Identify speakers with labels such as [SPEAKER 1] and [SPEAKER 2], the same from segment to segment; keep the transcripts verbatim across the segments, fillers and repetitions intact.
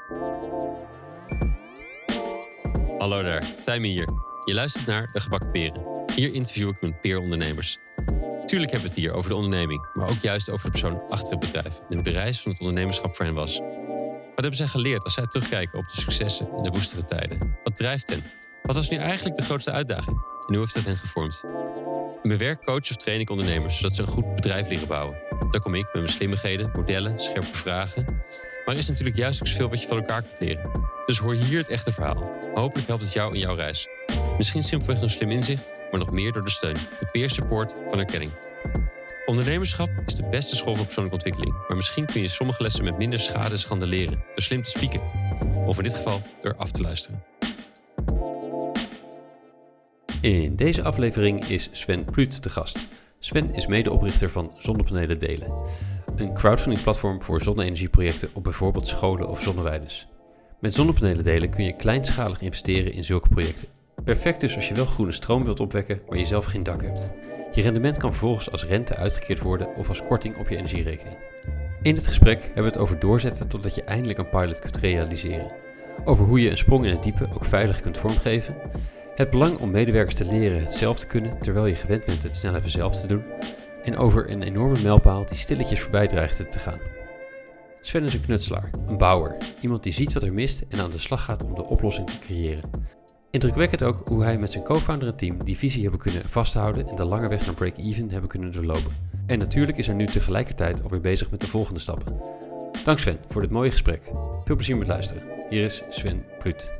[SPEAKER 1] Hallo daar, Tijmen hier. Je luistert naar De Gebakken Peren. Hier interview ik met peerondernemers. Tuurlijk hebben we het hier over de onderneming, maar ook juist over de persoon achter het bedrijf en hoe de reis van het ondernemerschap voor hen was. Wat hebben zij geleerd als zij terugkijken op de successen en de woestere tijden? Wat drijft hen? Wat was nu eigenlijk de grootste uitdaging? En hoe heeft dat hen gevormd? In mijn werk coach of train ik ondernemers, zodat ze een goed bedrijf leren bouwen. Daar kom ik met mijn slimmigheden, modellen, scherpe vragen. Maar er is natuurlijk juist ook zoveel wat je van elkaar kunt leren. Dus hoor hier het echte verhaal. Hopelijk helpt het jou in jouw reis. Misschien simpelweg door slim inzicht, maar nog meer door de steun. De peer support van erkenning. Ondernemerschap is de beste school voor persoonlijke ontwikkeling. Maar misschien kun je sommige lessen met minder schade en schande leren. Door slim te spieken. Of in dit geval door af te luisteren. In deze aflevering is Sven Pruut te gast. Sven is medeoprichter van Zonnepanelen Delen. Een crowdfunding platform voor zonne-energieprojecten op bijvoorbeeld scholen of zonneweiden. Met zonnepanelen delen kun je kleinschalig investeren in zulke projecten. Perfect dus als je wel groene stroom wilt opwekken, maar je zelf geen dak hebt. Je rendement kan vervolgens als rente uitgekeerd worden of als korting op je energierekening. In dit gesprek hebben we het over doorzetten totdat je eindelijk een pilot kunt realiseren. Over hoe je een sprong in het diepe ook veilig kunt vormgeven. Het belang om medewerkers te leren het zelf te kunnen terwijl je gewend bent het snel even zelf te doen. En over een enorme mijlpaal die stilletjes voorbij dreigt te gaan. Sven is een knutselaar, een bouwer, iemand die ziet wat er mist en aan de slag gaat om de oplossing te creëren. Indrukwekkend ook hoe hij met zijn co-founder en team die visie hebben kunnen vasthouden en de lange weg naar break-even hebben kunnen doorlopen. En natuurlijk is hij nu tegelijkertijd alweer bezig met de volgende stappen. Dank Sven voor dit mooie gesprek. Veel plezier met luisteren. Hier is Sven Pruut.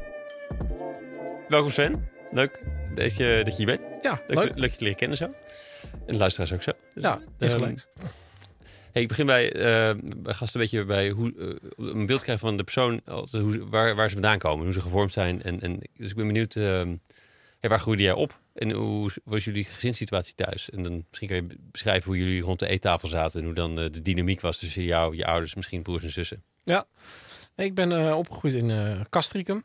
[SPEAKER 1] Welkom Sven. Leuk dat je, dat je hier bent.
[SPEAKER 2] Ja,
[SPEAKER 1] leuk.
[SPEAKER 2] Leuk,
[SPEAKER 1] leuk je te leren kennen zo. En de luisteraars ook zo. Dus,
[SPEAKER 2] ja, is
[SPEAKER 1] um,
[SPEAKER 2] gelijk.
[SPEAKER 1] Hey, ik begin bij, uh, bij gasten een beetje bij hoe, uh, een beeld krijgen van de persoon, hoe, waar, waar ze vandaan komen, hoe ze gevormd zijn. En, en, dus ik ben benieuwd, uh, hey, waar groeide jij op? En hoe was jullie gezinssituatie thuis? En dan misschien kan je beschrijven hoe jullie rond de eettafel zaten en hoe dan uh, de dynamiek was tussen jou, je ouders, misschien broers en zussen.
[SPEAKER 2] Ja, ik ben uh, opgegroeid in uh, Castricum.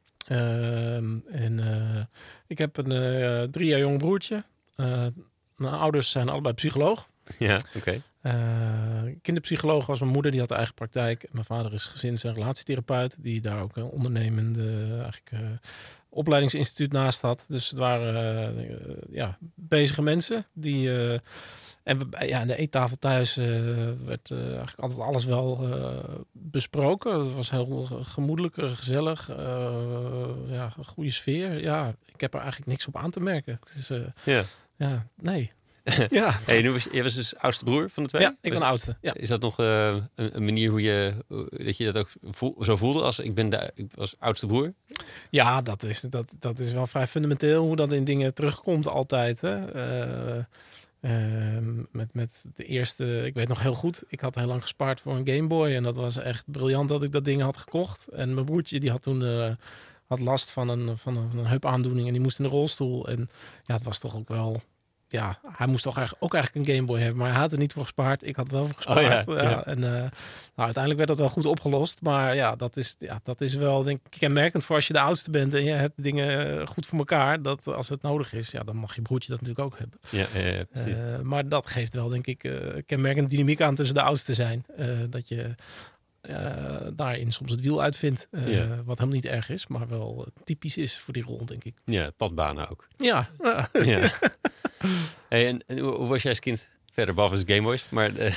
[SPEAKER 2] Uh, en uh, ik heb een uh, drie jaar jong broertje. Uh, mijn ouders zijn allebei psycholoog.
[SPEAKER 1] Ja, oké. Okay.
[SPEAKER 2] Uh, kinderpsycholoog was mijn moeder, die had de eigen praktijk. Mijn vader is gezins- en relatietherapeut, die daar ook een ondernemende eigenlijk, uh, opleidingsinstituut naast had. Dus het waren uh, uh, ja, bezige mensen die... Uh, En we, ja, aan de eettafel thuis uh, werd uh, eigenlijk altijd alles wel uh, besproken. Het was heel gemoedelijk, gezellig. Uh, ja, een goede sfeer. Ja, ik heb er eigenlijk niks op aan te merken. Het is, uh,
[SPEAKER 1] ja.
[SPEAKER 2] ja, nee. ja.
[SPEAKER 1] Hey, nu was, je was dus oudste broer van de twee?
[SPEAKER 2] Ja, ik ben
[SPEAKER 1] was,
[SPEAKER 2] de oudste. Ja.
[SPEAKER 1] Is dat nog uh, een, een manier hoe je dat je dat ook voel, zo voelde als ik ben de, ik was oudste broer?
[SPEAKER 2] Ja, dat is, dat, dat is wel vrij fundamenteel hoe dat in dingen terugkomt altijd. Hè. Uh, Uh, met, met de eerste, ik weet nog heel goed, ik had heel lang gespaard voor een Game Boy en dat was echt briljant dat ik dat ding had gekocht. En mijn broertje die had toen uh, had last van een, van, een, van een heupaandoening en die moest in de rolstoel. En ja, het was toch ook wel, ja, hij moest toch eigenlijk, ook eigenlijk een Game Boy hebben, maar hij had er niet voor gespaard. Ik had wel voor gespaard. Oh, ja, ja. Ja, en uh, nou, uiteindelijk werd dat wel goed opgelost, maar ja, dat is, ja, dat is wel denk ik kenmerkend voor als je de oudste bent en je hebt dingen goed voor elkaar, dat als het nodig is, ja, dan mag je broertje dat natuurlijk ook hebben.
[SPEAKER 1] Ja, ja, ja, precies.
[SPEAKER 2] Uh, maar dat geeft wel denk ik uh, kenmerkend dynamiek aan tussen de oudste zijn. Uh, dat je uh, daarin soms het wiel uitvindt, uh, ja. Wat helemaal niet erg is, maar wel uh, typisch is voor die rol, denk ik.
[SPEAKER 1] Ja, padbanen ook.
[SPEAKER 2] Ja.
[SPEAKER 1] ja. Hey, en, en hoe, hoe was jij als kind verder, behalve de Gameboys? Maar uh...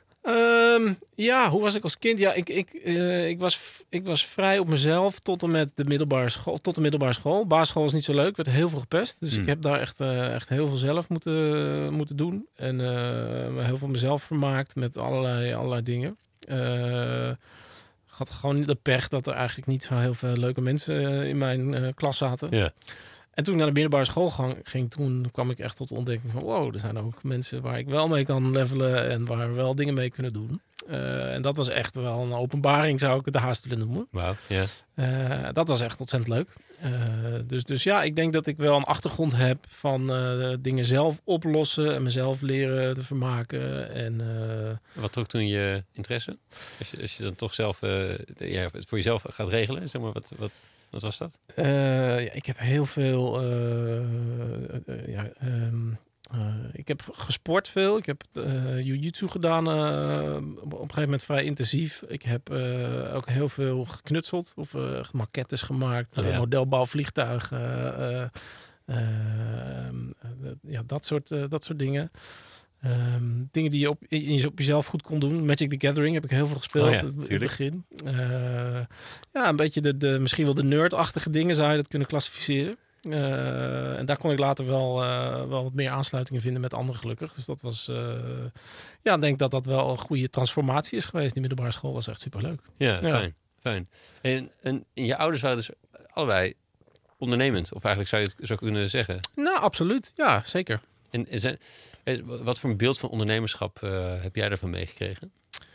[SPEAKER 2] um, ja, hoe was ik als kind? Ja, ik, ik, uh, ik, was, ik was vrij op mezelf tot en met de middelbare school. Tot de middelbare school. Basisschool was niet zo leuk, werd heel veel gepest. Dus hmm. ik heb daar echt, uh, echt heel veel zelf moeten, uh, moeten doen. En uh, heel veel mezelf vermaakt met allerlei, allerlei dingen. Uh, ik had gewoon de pech dat er eigenlijk niet zo heel veel leuke mensen uh, in mijn uh, klas zaten.
[SPEAKER 1] Ja.
[SPEAKER 2] En toen ik naar de middelbare school ging, ging, toen kwam ik echt tot de ontdekking van wow, er zijn ook mensen waar ik wel mee kan levelen en waar we wel dingen mee kunnen doen. Uh, en dat was echt wel een openbaring, zou ik het de haast willen noemen.
[SPEAKER 1] Wauw, ja.
[SPEAKER 2] Uh, dat was echt ontzettend leuk. Uh, dus, dus ja, ik denk dat ik wel een achtergrond heb van uh, dingen zelf oplossen en mezelf leren te vermaken. En, uh,
[SPEAKER 1] wat trok toen je interesse? Als je, als je dan toch zelf uh, ja, voor jezelf gaat regelen, zeg maar, wat... wat... Wat was dat?
[SPEAKER 2] Uh, ja, ik heb heel veel uh, uh, ja, um, Uh, ik heb gesport veel. Ik heb uh, jiu-jitsu gedaan uh, op, op een gegeven moment vrij intensief. Ik heb uh, ook heel veel geknutseld of uh, maquettes gemaakt, oh, ja. uh, modelbouwvliegtuigen, uh, uh, uh, ja, dat soort, uh, dat soort dingen. Um, dingen die je op, in, op jezelf goed kon doen. Magic the Gathering heb ik heel veel gespeeld oh ja, in het begin. Uh, ja, een beetje de, de misschien wel de nerd-achtige dingen zou je dat kunnen klassificeren. Uh, en daar kon ik later wel, uh, wel wat meer aansluitingen vinden met anderen gelukkig. Dus dat was, uh, ja, ik denk dat dat wel een goede transformatie is geweest. Die middelbare school was echt superleuk.
[SPEAKER 1] Ja, ja. fijn. fijn. En, en je ouders waren dus allebei ondernemend, of eigenlijk zou je het zo kunnen zeggen?
[SPEAKER 2] Nou, absoluut. Ja, zeker.
[SPEAKER 1] En, en zijn, wat voor een beeld van ondernemerschap uh, heb jij daarvan meegekregen?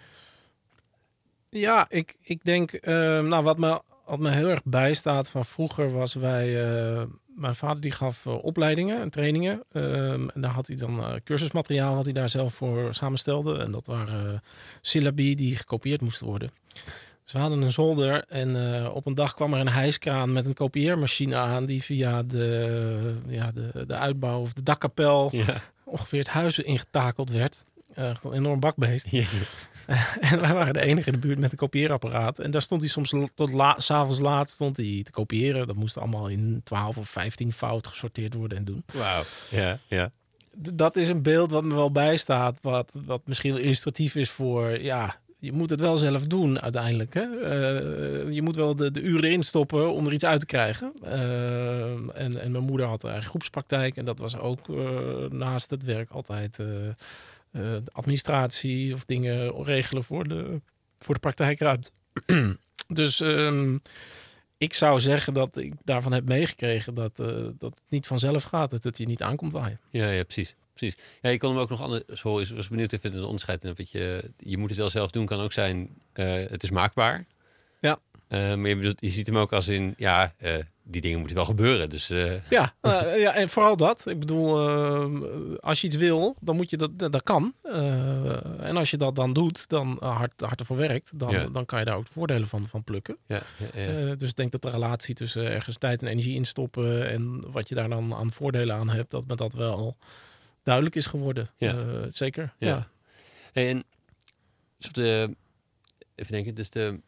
[SPEAKER 2] Ja, ik, ik denk, uh, nou wat me, wat me heel erg bijstaat van vroeger was wij, uh, mijn vader die gaf uh, opleidingen en trainingen. Uh, en daar had hij dan uh, cursusmateriaal wat hij daar zelf voor samenstelde. En dat waren uh, syllabi die gekopieerd moesten worden. Dus we hadden een zolder en uh, op een dag kwam er een hijskraan met een kopieermachine aan die via de, ja, de, de uitbouw of de dakkapel ja. ongeveer het huis ingetakeld werd. Uh, een enorm bakbeest. Ja. En wij waren de enige in de buurt met een kopieerapparaat. En daar stond hij soms tot la- 's avonds laat stond hij te kopiëren. Dat moest allemaal in twaalf of vijftien fout gesorteerd worden en doen.
[SPEAKER 1] Wauw, ja, ja.
[SPEAKER 2] D- dat is een beeld wat me wel bijstaat. Wat, wat misschien wel illustratief is voor, ja, je moet het wel zelf doen uiteindelijk. Hè? Uh, je moet wel de, de uren erin stoppen om er iets uit te krijgen. Uh, en, en mijn moeder had haar eigen groepspraktijk. En dat was ook uh, naast het werk altijd... Uh, Uh, de administratie of dingen regelen voor de, voor de praktijkruimte. Dus um, ik zou zeggen dat ik daarvan heb meegekregen dat, uh, dat het niet vanzelf gaat. Dat het je niet aankomt waaien.
[SPEAKER 1] Ja, ja, precies. precies. Ja, je kon hem ook nog anders horen. Ik was benieuwd even een onderscheid. Wat je, je moet het wel zelf doen, kan ook zijn. Uh, het is maakbaar.
[SPEAKER 2] Ja.
[SPEAKER 1] Uh, maar je, bedoelt, je ziet hem ook als in, ja, uh, die dingen moeten wel gebeuren. Dus, uh...
[SPEAKER 2] ja, uh, ja, en vooral dat. Ik bedoel, uh, als je iets wil, dan moet je dat, dat, dat kan. Uh, en als je dat dan doet, dan hard, hard ervoor werkt, dan, ja. dan kan je daar ook de voordelen van, van plukken.
[SPEAKER 1] Ja, ja, ja.
[SPEAKER 2] Uh, dus ik denk dat de relatie tussen ergens tijd en energie instoppen en wat je daar dan aan voordelen aan hebt, dat me dat wel duidelijk is geworden. Ja. Uh, zeker, ja. ja.
[SPEAKER 1] En de, even denken, dus de...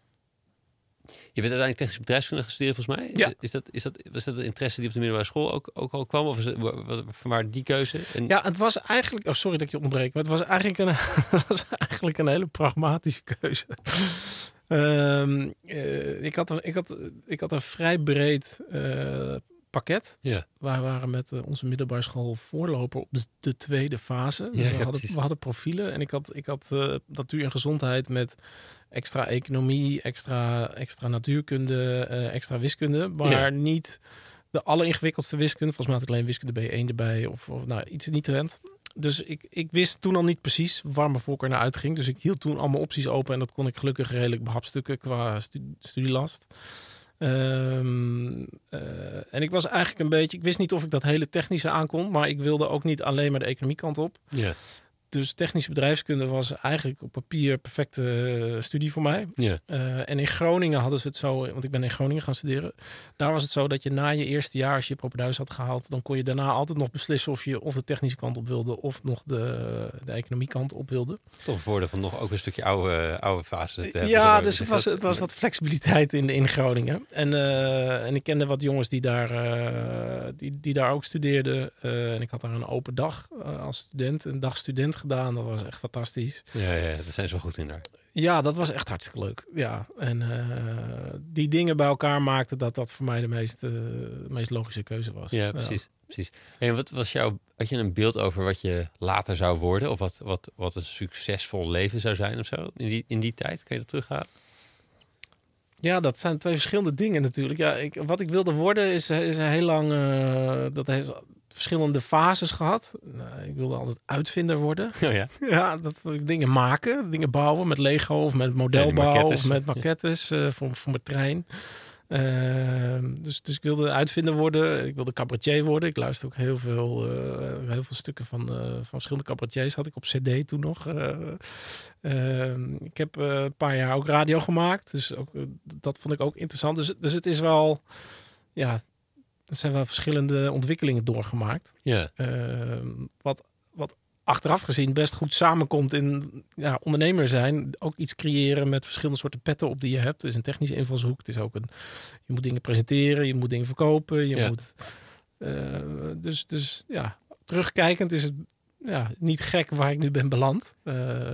[SPEAKER 1] Je bent uiteindelijk technische bedrijfskunde gestudeerd, volgens mij.
[SPEAKER 2] Ja.
[SPEAKER 1] Is dat, is dat, was dat de interesse die op de middelbare school ook, ook al kwam? Of is het, waar die keuze? En...
[SPEAKER 2] Ja, het was eigenlijk... Oh, sorry dat ik je ontbreek. Maar het was eigenlijk een, het was eigenlijk een hele pragmatische keuze. um, uh, ik, had, ik, had, ik had een vrij breed uh, pakket.
[SPEAKER 1] Ja.
[SPEAKER 2] Wij waren met uh, onze middelbare school voorloper op de, de tweede fase. Dus
[SPEAKER 1] ja,
[SPEAKER 2] we,
[SPEAKER 1] ja,
[SPEAKER 2] hadden, we hadden profielen. En ik had, ik had uh, natuur en gezondheid met... extra economie, extra, extra natuurkunde, uh, extra wiskunde. Maar ja. niet de alleringewikkeldste wiskunde. Volgens mij had ik alleen wiskunde B één erbij. Of, of nou, iets niet trend. Dus ik, ik wist toen al niet precies waar mijn voorkeur naar uitging. Dus ik hield toen allemaal opties open. En dat kon ik gelukkig redelijk behapstukken qua stu- studielast. Um, uh, en ik was eigenlijk een beetje... Ik wist niet of ik dat hele technische aankon. Maar ik wilde ook niet alleen maar de economiekant op.
[SPEAKER 1] Ja.
[SPEAKER 2] Dus technische bedrijfskunde was eigenlijk op papier perfecte uh, studie voor mij.
[SPEAKER 1] Ja.
[SPEAKER 2] Uh, en in Groningen hadden ze het zo, want ik ben in Groningen gaan studeren. Daar was het zo dat je na je eerste jaar, als je je propedeuse had gehaald, dan kon je daarna altijd nog beslissen of je of de technische kant op wilde of nog de, de economiekant op wilde.
[SPEAKER 1] Toch een voordeel van nog ook een stukje oude, oude fase te hebben.
[SPEAKER 2] Ja,
[SPEAKER 1] zo,
[SPEAKER 2] dus het was, het was wat flexibiliteit in, in Groningen. En, uh, en ik kende wat jongens die daar, uh, die, die daar ook studeerden. Uh, en ik had daar een open dag uh, als student, een dag student gedaan. Dat was echt fantastisch.
[SPEAKER 1] Ja, ja, daar zijn ze wel goed in daar.
[SPEAKER 2] Ja, dat was echt hartstikke leuk. Ja, en uh, die dingen bij elkaar maakten dat dat voor mij de meest, uh, de meest logische keuze was.
[SPEAKER 1] Ja, precies. Ja. precies. En wat was jouw, had je een beeld over wat je later zou worden? Of wat, wat, wat een succesvol leven zou zijn of zo? In die, in die tijd, kan je dat terughalen?
[SPEAKER 2] Ja, dat zijn twee verschillende dingen natuurlijk. Ja, ik, wat ik wilde worden is, is heel lang... Uh, dat heeft verschillende fases gehad. Nou, ik wilde altijd uitvinder worden.
[SPEAKER 1] Oh ja.
[SPEAKER 2] Ja, dat wil ik dingen maken, dingen bouwen met Lego of met modelbouw ja, of met maquettes ja. uh, voor, voor mijn trein. Uh, dus, dus ik wilde uitvinder worden. Ik wilde cabaretier worden. Ik luister ook heel veel, uh, heel veel stukken van, uh, van verschillende cabaretiers. Had ik op cd toen nog. Uh, uh, ik heb uh, een paar jaar ook radio gemaakt. Dus ook, uh, dat vond ik ook interessant. Dus, dus het is wel... Ja, er zijn wel verschillende ontwikkelingen doorgemaakt.
[SPEAKER 1] Ja.
[SPEAKER 2] Uh, wat, wat achteraf gezien best goed samenkomt in ja, ondernemer zijn. Ook iets creëren met verschillende soorten petten op die je hebt. Het is een technische invalshoek. Het is ook een, je moet dingen presenteren, je moet dingen verkopen. Je
[SPEAKER 1] ja.
[SPEAKER 2] moet, uh, dus, dus ja, terugkijkend is het ja, niet gek waar ik nu ben beland. Uh,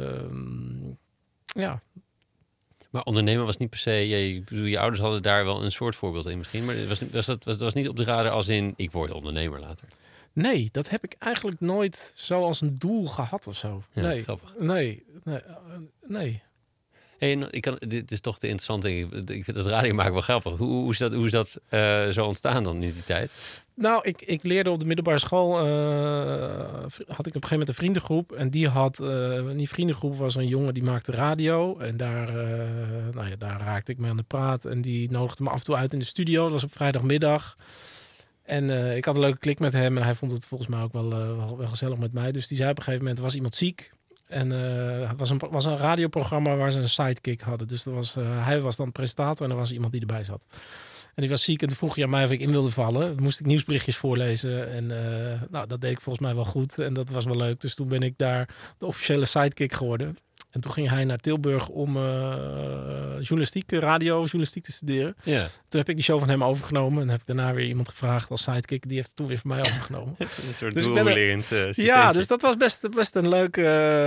[SPEAKER 2] ja.
[SPEAKER 1] Maar ondernemen was niet per se... Je, je ouders hadden daar wel een soort voorbeeld in misschien. Maar het was, was, dat, was, was niet op de radar als in... ik word ondernemer later.
[SPEAKER 2] Nee, dat heb ik eigenlijk nooit zo als een doel gehad of zo.
[SPEAKER 1] Ja,
[SPEAKER 2] nee,
[SPEAKER 1] grappig.
[SPEAKER 2] Nee, nee, nee.
[SPEAKER 1] Hey, ik kan, dit is toch te interessant. Ik, ik vind het radio maken wel grappig. Hoe, hoe is dat, hoe is dat uh, zo ontstaan dan in die tijd?
[SPEAKER 2] Nou, ik, ik leerde op de middelbare school. Uh, had ik op een gegeven moment een vriendengroep. En die had, uh, die vriendengroep was een jongen die maakte radio. En daar, uh, nou ja, daar raakte ik mee aan de praat. En die nodigde me af en toe uit in de studio. Dat was op vrijdagmiddag. En uh, ik had een leuke klik met hem. En hij vond het volgens mij ook wel, uh, wel, wel gezellig met mij. Dus die zei op een gegeven moment, er was iemand ziek. En uh, het was een, was een radioprogramma waar ze een sidekick hadden. Dus er was, uh, hij was dan presentator en er was iemand die erbij zat. En die was ziek en toen vroeg hij aan mij of ik in wilde vallen. Dan moest ik nieuwsberichtjes voorlezen. En uh, nou, dat deed ik volgens mij wel goed. En dat was wel leuk. Dus toen ben ik daar de officiële sidekick geworden. En toen ging hij naar Tilburg om uh, journalistiek, radio, journalistiek te studeren.
[SPEAKER 1] Ja.
[SPEAKER 2] Toen heb ik die show van hem overgenomen. En heb ik daarna weer iemand gevraagd als sidekick. Die heeft het toen weer van mij overgenomen.
[SPEAKER 1] Een soort
[SPEAKER 2] dus
[SPEAKER 1] doellerend uh, systeem.
[SPEAKER 2] Ja, dus dat was best, best een leuk,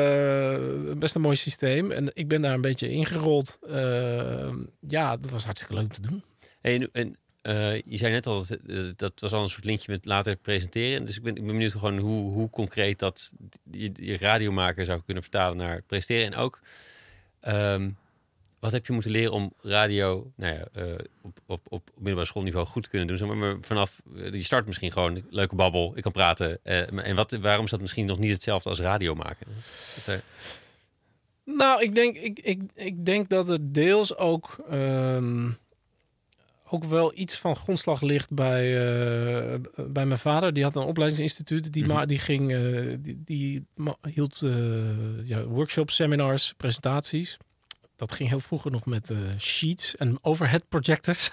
[SPEAKER 2] uh, best een mooi systeem. En ik ben daar een beetje ingerold. Uh, ja, dat was hartstikke leuk om te doen.
[SPEAKER 1] En, en uh, je zei net al, dat, uh, dat was al een soort linkje met later presenteren. Dus ik ben, ik ben benieuwd gewoon hoe, hoe concreet dat je, je radiomaker zou kunnen vertalen naar presenteren. En ook, um, wat heb je moeten leren om radio nou ja, uh, op, op, op middelbaar schoolniveau goed te kunnen doen? Zeg maar, maar vanaf, uh, je start misschien gewoon, leuke babbel, ik kan praten. Uh, en wat, waarom is dat misschien nog niet hetzelfde als radio maken? Er...
[SPEAKER 2] Nou, ik denk, ik, ik, ik denk dat het deels ook... Um... ook wel iets van grondslag ligt bij, uh, bij mijn vader. Die had een opleidingsinstituut. Die, mm-hmm. ma- die, ging, uh, die, die ma- hield uh, ja, workshops, seminars, presentaties. Dat ging heel vroeger nog met uh, sheets en overhead projectors.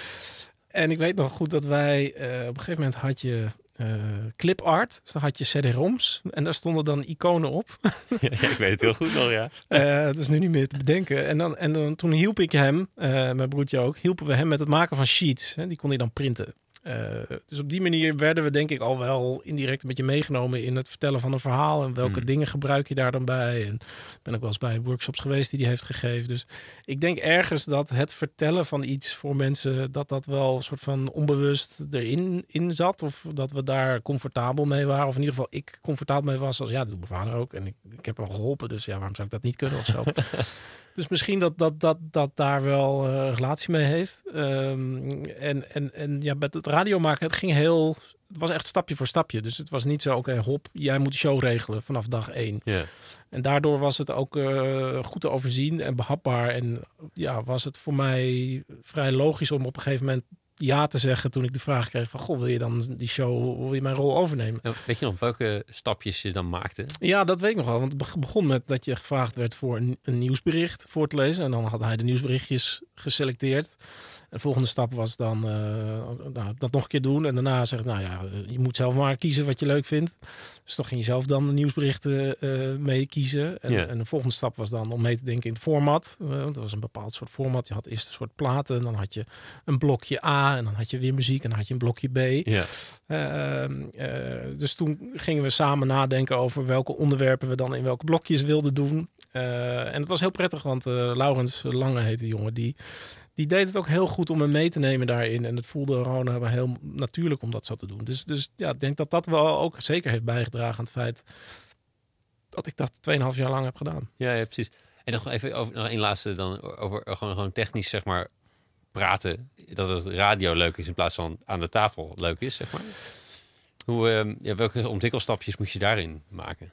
[SPEAKER 2] En ik weet nog goed dat wij... Uh, op een gegeven moment had je... Uh, clip art, dus dan had je C D-ROMs en daar stonden dan iconen op.
[SPEAKER 1] Ja, ik weet het heel goed nog, ja.
[SPEAKER 2] Uh, dat is nu niet meer te bedenken. En, dan, en dan, toen hielp ik hem, uh, mijn broertje ook, hielpen we hem met het maken van sheets. Hè, die kon hij dan printen. Uh, dus op die manier werden we denk ik al wel indirect een beetje meegenomen in het vertellen van een verhaal. En welke hmm. dingen gebruik je daar dan bij. En ik ben ook wel eens bij workshops geweest die hij heeft gegeven. Dus ik denk ergens dat het vertellen van iets voor mensen, dat dat wel een soort van onbewust erin in zat. Of dat we daar comfortabel mee waren. Of in ieder geval ik comfortabel mee was. Als ja, dat doet mijn vader ook. En ik, ik heb hem geholpen. Dus ja, waarom zou ik dat niet kunnen of zo? Dus misschien dat dat, dat, dat daar wel uh, een relatie mee heeft. Um, en, en, en ja, met het radio maken, het ging heel... Het was echt stapje voor stapje. Dus het was niet zo, oké, okay, hop, jij moet de show regelen vanaf dag één.
[SPEAKER 1] Yeah.
[SPEAKER 2] En daardoor was het ook uh, goed te overzien en behapbaar. En ja, was het voor mij vrij logisch om op een gegeven moment ja te zeggen toen ik de vraag kreeg van, goh, wil je dan die show, wil je mijn rol overnemen?
[SPEAKER 1] Ja, weet je nog welke stapjes je dan maakte?
[SPEAKER 2] Ja, dat weet ik nog wel. Want het begon met dat je gevraagd werd voor een, een nieuwsbericht voor te lezen. En dan had hij de nieuwsberichtjes geselecteerd. De volgende stap was dan uh, nou, dat nog een keer doen. En daarna zeg ik, nou ja, je moet zelf maar kiezen wat je leuk vindt. Dus toch ging je zelf dan de nieuwsberichten uh, mee kiezen. En, yeah. en de volgende stap was dan om mee te denken in het format. Uh, want dat was een bepaald soort format. Je had eerst een soort platen. En dan had je een blokje A. En dan had je weer muziek. En dan had je een blokje B.
[SPEAKER 1] Yeah.
[SPEAKER 2] Uh, uh, dus toen gingen we samen nadenken over welke onderwerpen we dan in welke blokjes wilden doen. Uh, en het was heel prettig, want uh, Laurens Lange heette de jongen, die... Die deed het ook heel goed om me mee te nemen daarin. En het voelde gewoon wel heel natuurlijk om dat zo te doen. Dus, dus ja, ik denk dat dat wel ook zeker heeft bijgedragen aan het feit dat ik dat tweeënhalf jaar lang heb gedaan.
[SPEAKER 1] Ja, ja, precies. En nog even over nog één laatste dan over gewoon, gewoon technisch, zeg maar, praten. Dat het radio leuk is in plaats van aan de tafel leuk is, zeg maar. Hoe, uh, ja, welke ontwikkelstapjes moet je daarin maken?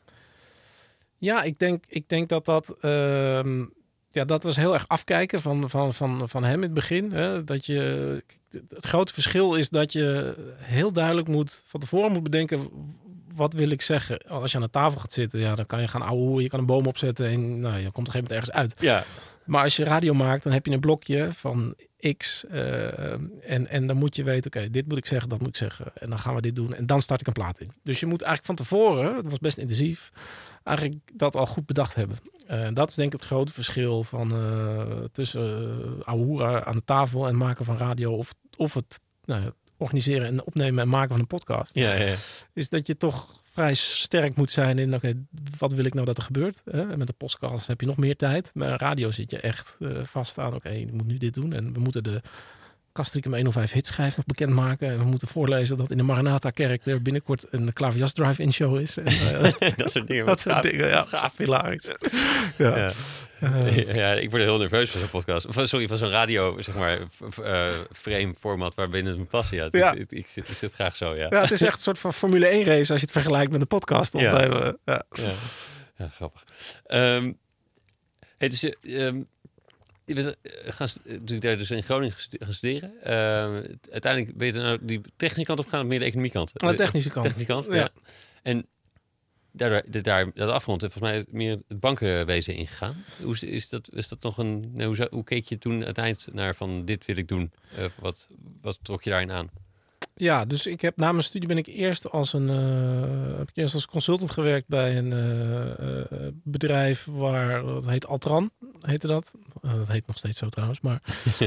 [SPEAKER 2] Ja, ik denk, ik denk dat dat... Uh, Ja, dat was heel erg afkijken van, van, van, van hem in het begin. Hè? Dat je, het grote verschil is dat je heel duidelijk moet van tevoren moet bedenken, wat wil ik zeggen? Als je aan de tafel gaat zitten, ja, dan kan je gaan ouwehoeren, je kan een boom opzetten en nou, je komt op een gegeven moment ergens uit.
[SPEAKER 1] Ja.
[SPEAKER 2] Maar als je radio maakt, dan heb je een blokje van X. Uh, en, en dan moet je weten, oké, okay, dit moet ik zeggen, dat moet ik zeggen. En dan gaan we dit doen. En dan start ik een plaat in. Dus je moet eigenlijk van tevoren, het was best intensief, eigenlijk dat al goed bedacht hebben. Uh, dat is denk ik het grote verschil van uh, tussen uh, ouwehoeren aan de tafel en maken van radio. Of, of het nou, organiseren en opnemen en maken van een podcast.
[SPEAKER 1] Ja, ja, ja.
[SPEAKER 2] Is dat je toch vrij sterk moet zijn in, oké, okay, wat wil ik nou dat er gebeurt? Hè? En met de podcast heb je nog meer tijd. Maar radio zit je echt uh, vast aan, oké, okay, je moet nu dit doen. En we moeten de Castricum honderdvijf hitschijf nog bekendmaken. En we moeten voorlezen dat in de Maranatha-kerk er binnenkort een Klavias Drive-In show is. En, uh,
[SPEAKER 1] dat soort dingen.
[SPEAKER 2] Dat soort gaaf. dingen, ja. Gaaf, hilarisch. Ja.
[SPEAKER 1] Ja. Uh, ja, ik word heel nerveus van zo'n podcast. Of, sorry, van zo'n radio, zeg maar, uh, frame format waarbinnen het mijn passie had.
[SPEAKER 2] Ja.
[SPEAKER 1] Ik, ik, ik, zit, ik zit graag zo, ja.
[SPEAKER 2] Ja, het is echt een soort van Formule één race als je het vergelijkt met de podcast.
[SPEAKER 1] Ja.
[SPEAKER 2] Even, ja.
[SPEAKER 1] Ja. Ja, grappig. Um, hey, dus je, um, je bent gaan, natuurlijk daar dus in Groningen gaan studeren. Uh, uiteindelijk ben je er nou die technische kant op gegaan of meer de economie kant?
[SPEAKER 2] De technische kant.
[SPEAKER 1] Technische kant, ja. ja. En daardoor, daar, dat afgerond, volgens mij meer het bankenwezen ingegaan. Hoe is, is, dat, is dat nog een... Nou, hoe, hoe keek je toen uiteindelijk naar van dit wil ik doen? Uh, wat, wat trok je daarin aan?
[SPEAKER 2] Ja, dus ik heb na mijn studie ben ik eerst als een uh, heb ik eerst als consultant gewerkt bij een uh, uh, bedrijf waar dat heet Altran, heette dat. Uh, dat heet nog steeds zo trouwens, maar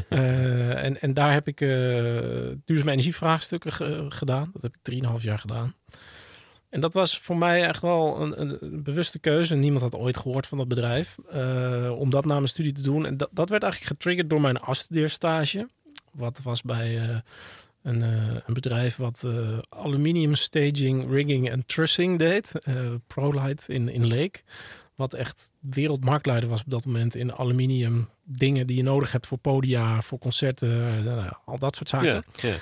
[SPEAKER 2] uh, en en daar heb ik uh, duurzame energievraagstukken ge- gedaan. Dat heb ik drieënhalf jaar gedaan. En dat was voor mij echt wel een, een, een bewuste keuze. Niemand had ooit gehoord van dat bedrijf. Uh, om dat na mijn studie te doen. En dat, dat werd eigenlijk getriggerd door mijn afstudeerstage. Wat was bij uh, een, uh, een bedrijf wat uh, aluminium staging, rigging en trussing deed. Uh, ProLight in, in Leek. Wat echt wereldmarktleider was op dat moment in aluminium dingen die je nodig hebt voor podia, voor concerten. Uh, al dat soort zaken.
[SPEAKER 1] Ja, ja.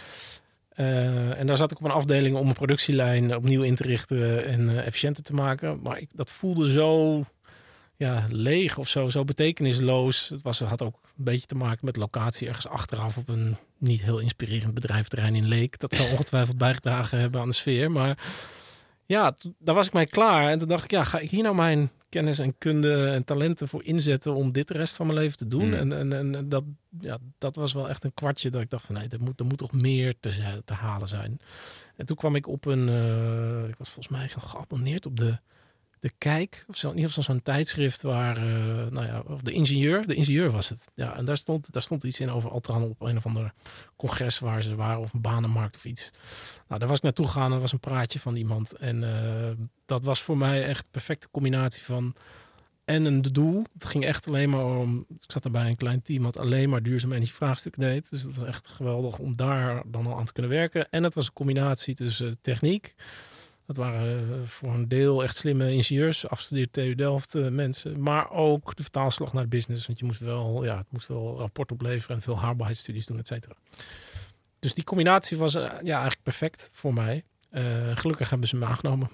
[SPEAKER 2] Uh, en daar zat ik op een afdeling om een productielijn opnieuw in te richten en uh, efficiënter te maken. Maar ik, dat voelde zo ja, leeg of zo, zo betekenisloos. Het was, had ook een beetje te maken met locatie ergens achteraf op een niet heel inspirerend bedrijventerrein in Leek. Dat zou ongetwijfeld bijgedragen hebben aan de sfeer. Maar ja, t- daar was ik mee klaar. En toen dacht ik, ja, ga ik hier nou mijn kennis en kunde en talenten voor inzetten om dit de rest van mijn leven te doen? Mm. En, en, en dat, ja, dat was wel echt een kwartje dat ik dacht van nee, er moet, er moet toch meer te, te halen zijn. En toen kwam ik op een, uh, ik was volgens mij geabonneerd op de, de Kijk, of zo, in ieder geval zo'n tijdschrift waar, uh, nou ja, of de ingenieur, de ingenieur was het. Ja, en daar stond, daar stond iets in over Altran op een of ander congres waar ze waren of een banenmarkt of iets. Nou, daar was ik naartoe gegaan en er was een praatje van iemand. En uh, dat was voor mij echt de perfecte combinatie van en een doel. Het ging echt alleen maar om, ik zat er bij een klein team wat alleen maar duurzame energievraagstukken deed. Dus dat was echt geweldig om daar dan al aan te kunnen werken. En het was een combinatie tussen uh, techniek. Dat waren uh, voor een deel echt slimme ingenieurs, afgestudeerd T U Delft uh, mensen. Maar ook de vertaalslag naar de business. Want je moest wel, ja, het moest wel rapport opleveren en veel haalbaarheidsstudies doen, et cetera. Dus die combinatie was uh, ja, eigenlijk perfect voor mij. Uh, gelukkig hebben ze me aangenomen.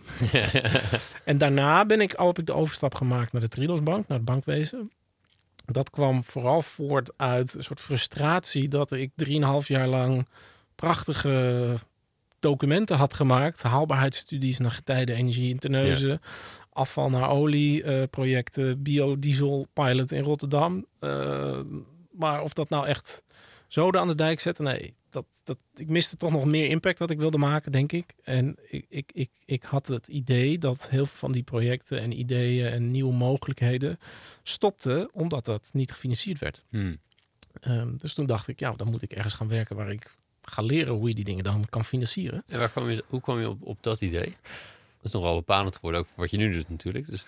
[SPEAKER 2] En daarna ben ik, al heb ik de overstap gemaakt naar de Triodos Bank, naar het bankwezen. Dat kwam vooral voort uit een soort frustratie dat ik drieënhalf jaar lang prachtige documenten had gemaakt. Haalbaarheidsstudies naar getijden, energie in Terneuzen. Ja. Afval naar olie, uh, projecten, biodiesel pilot in Rotterdam. Uh, maar of dat nou echt zoden aan de dijk zetten, nee. Dat, dat, ik miste toch nog meer impact wat ik wilde maken, denk ik. En ik, ik, ik, ik had het idee dat heel veel van die projecten en ideeën en nieuwe mogelijkheden stopten, omdat dat niet gefinancierd werd. Hmm. Um, dus toen dacht ik, ja, dan moet ik ergens gaan werken waar ik ga leren hoe je die dingen dan kan financieren.
[SPEAKER 1] En waar kwam je, hoe kwam je op, op dat idee? Dat is nogal bepalend geworden, ook voor wat je nu doet natuurlijk. Dus...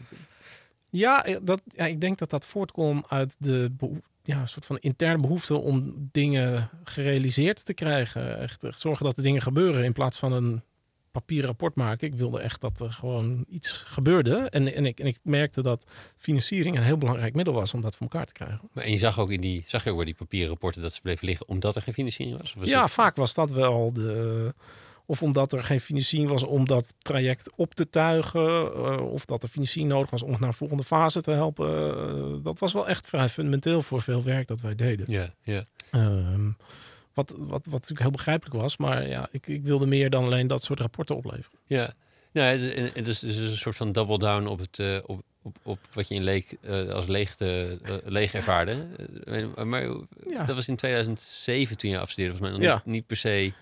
[SPEAKER 2] Ja, dat, ja, ik denk dat dat voortkomt uit de beho- ja, een soort van interne behoefte om dingen gerealiseerd te krijgen. Echt, echt zorgen dat de dingen gebeuren in plaats van een papieren rapport maken. Ik wilde echt dat er gewoon iets gebeurde. En, en, ik, en ik merkte dat financiering een heel belangrijk middel was om dat voor elkaar te krijgen.
[SPEAKER 1] Maar en je zag ook in die, zag je ook bij die papieren rapporten dat ze bleven liggen omdat er geen financiering was? was
[SPEAKER 2] ja,
[SPEAKER 1] het...
[SPEAKER 2] vaak was dat wel de... Of omdat er geen financiering was om dat traject op te tuigen. Uh, of dat er financiering nodig was om het naar de volgende fase te helpen. Uh, dat was wel echt vrij fundamenteel voor veel werk dat wij deden.
[SPEAKER 1] Ja, ja.
[SPEAKER 2] Um, wat, wat, wat natuurlijk heel begrijpelijk was. Maar ja, ik, ik wilde meer dan alleen dat soort rapporten opleveren.
[SPEAKER 1] Ja, ja, het is, het is, het is een soort van double down op het, uh, op, op, op wat je in leek, uh, als leegte, uh, leeg ervaarde. Uh, maar ja. Dat was in tweeduizend zeven toen je afstudeerde. Volgens mij nog ja. niet, niet per se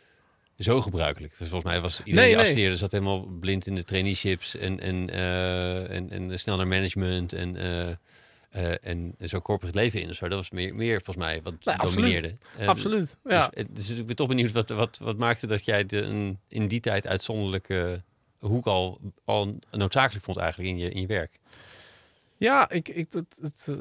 [SPEAKER 1] zo gebruikelijk. Dus volgens mij was iedereen nee, die nee. afstudeerde zat helemaal blind in de traineeships en, en, uh, en, en snel naar management en, uh, uh, en zo corporate leven in. Zo. Dat was meer, meer volgens mij wat nee, domineerde.
[SPEAKER 2] Absoluut. Uh, absoluut ja.
[SPEAKER 1] Dus, dus ik ben toch benieuwd wat, wat, wat maakte dat jij de, een, in die tijd uitzonderlijke hoek al, al noodzakelijk vond eigenlijk in je, in je werk.
[SPEAKER 2] Ja, ik, ik, het, het,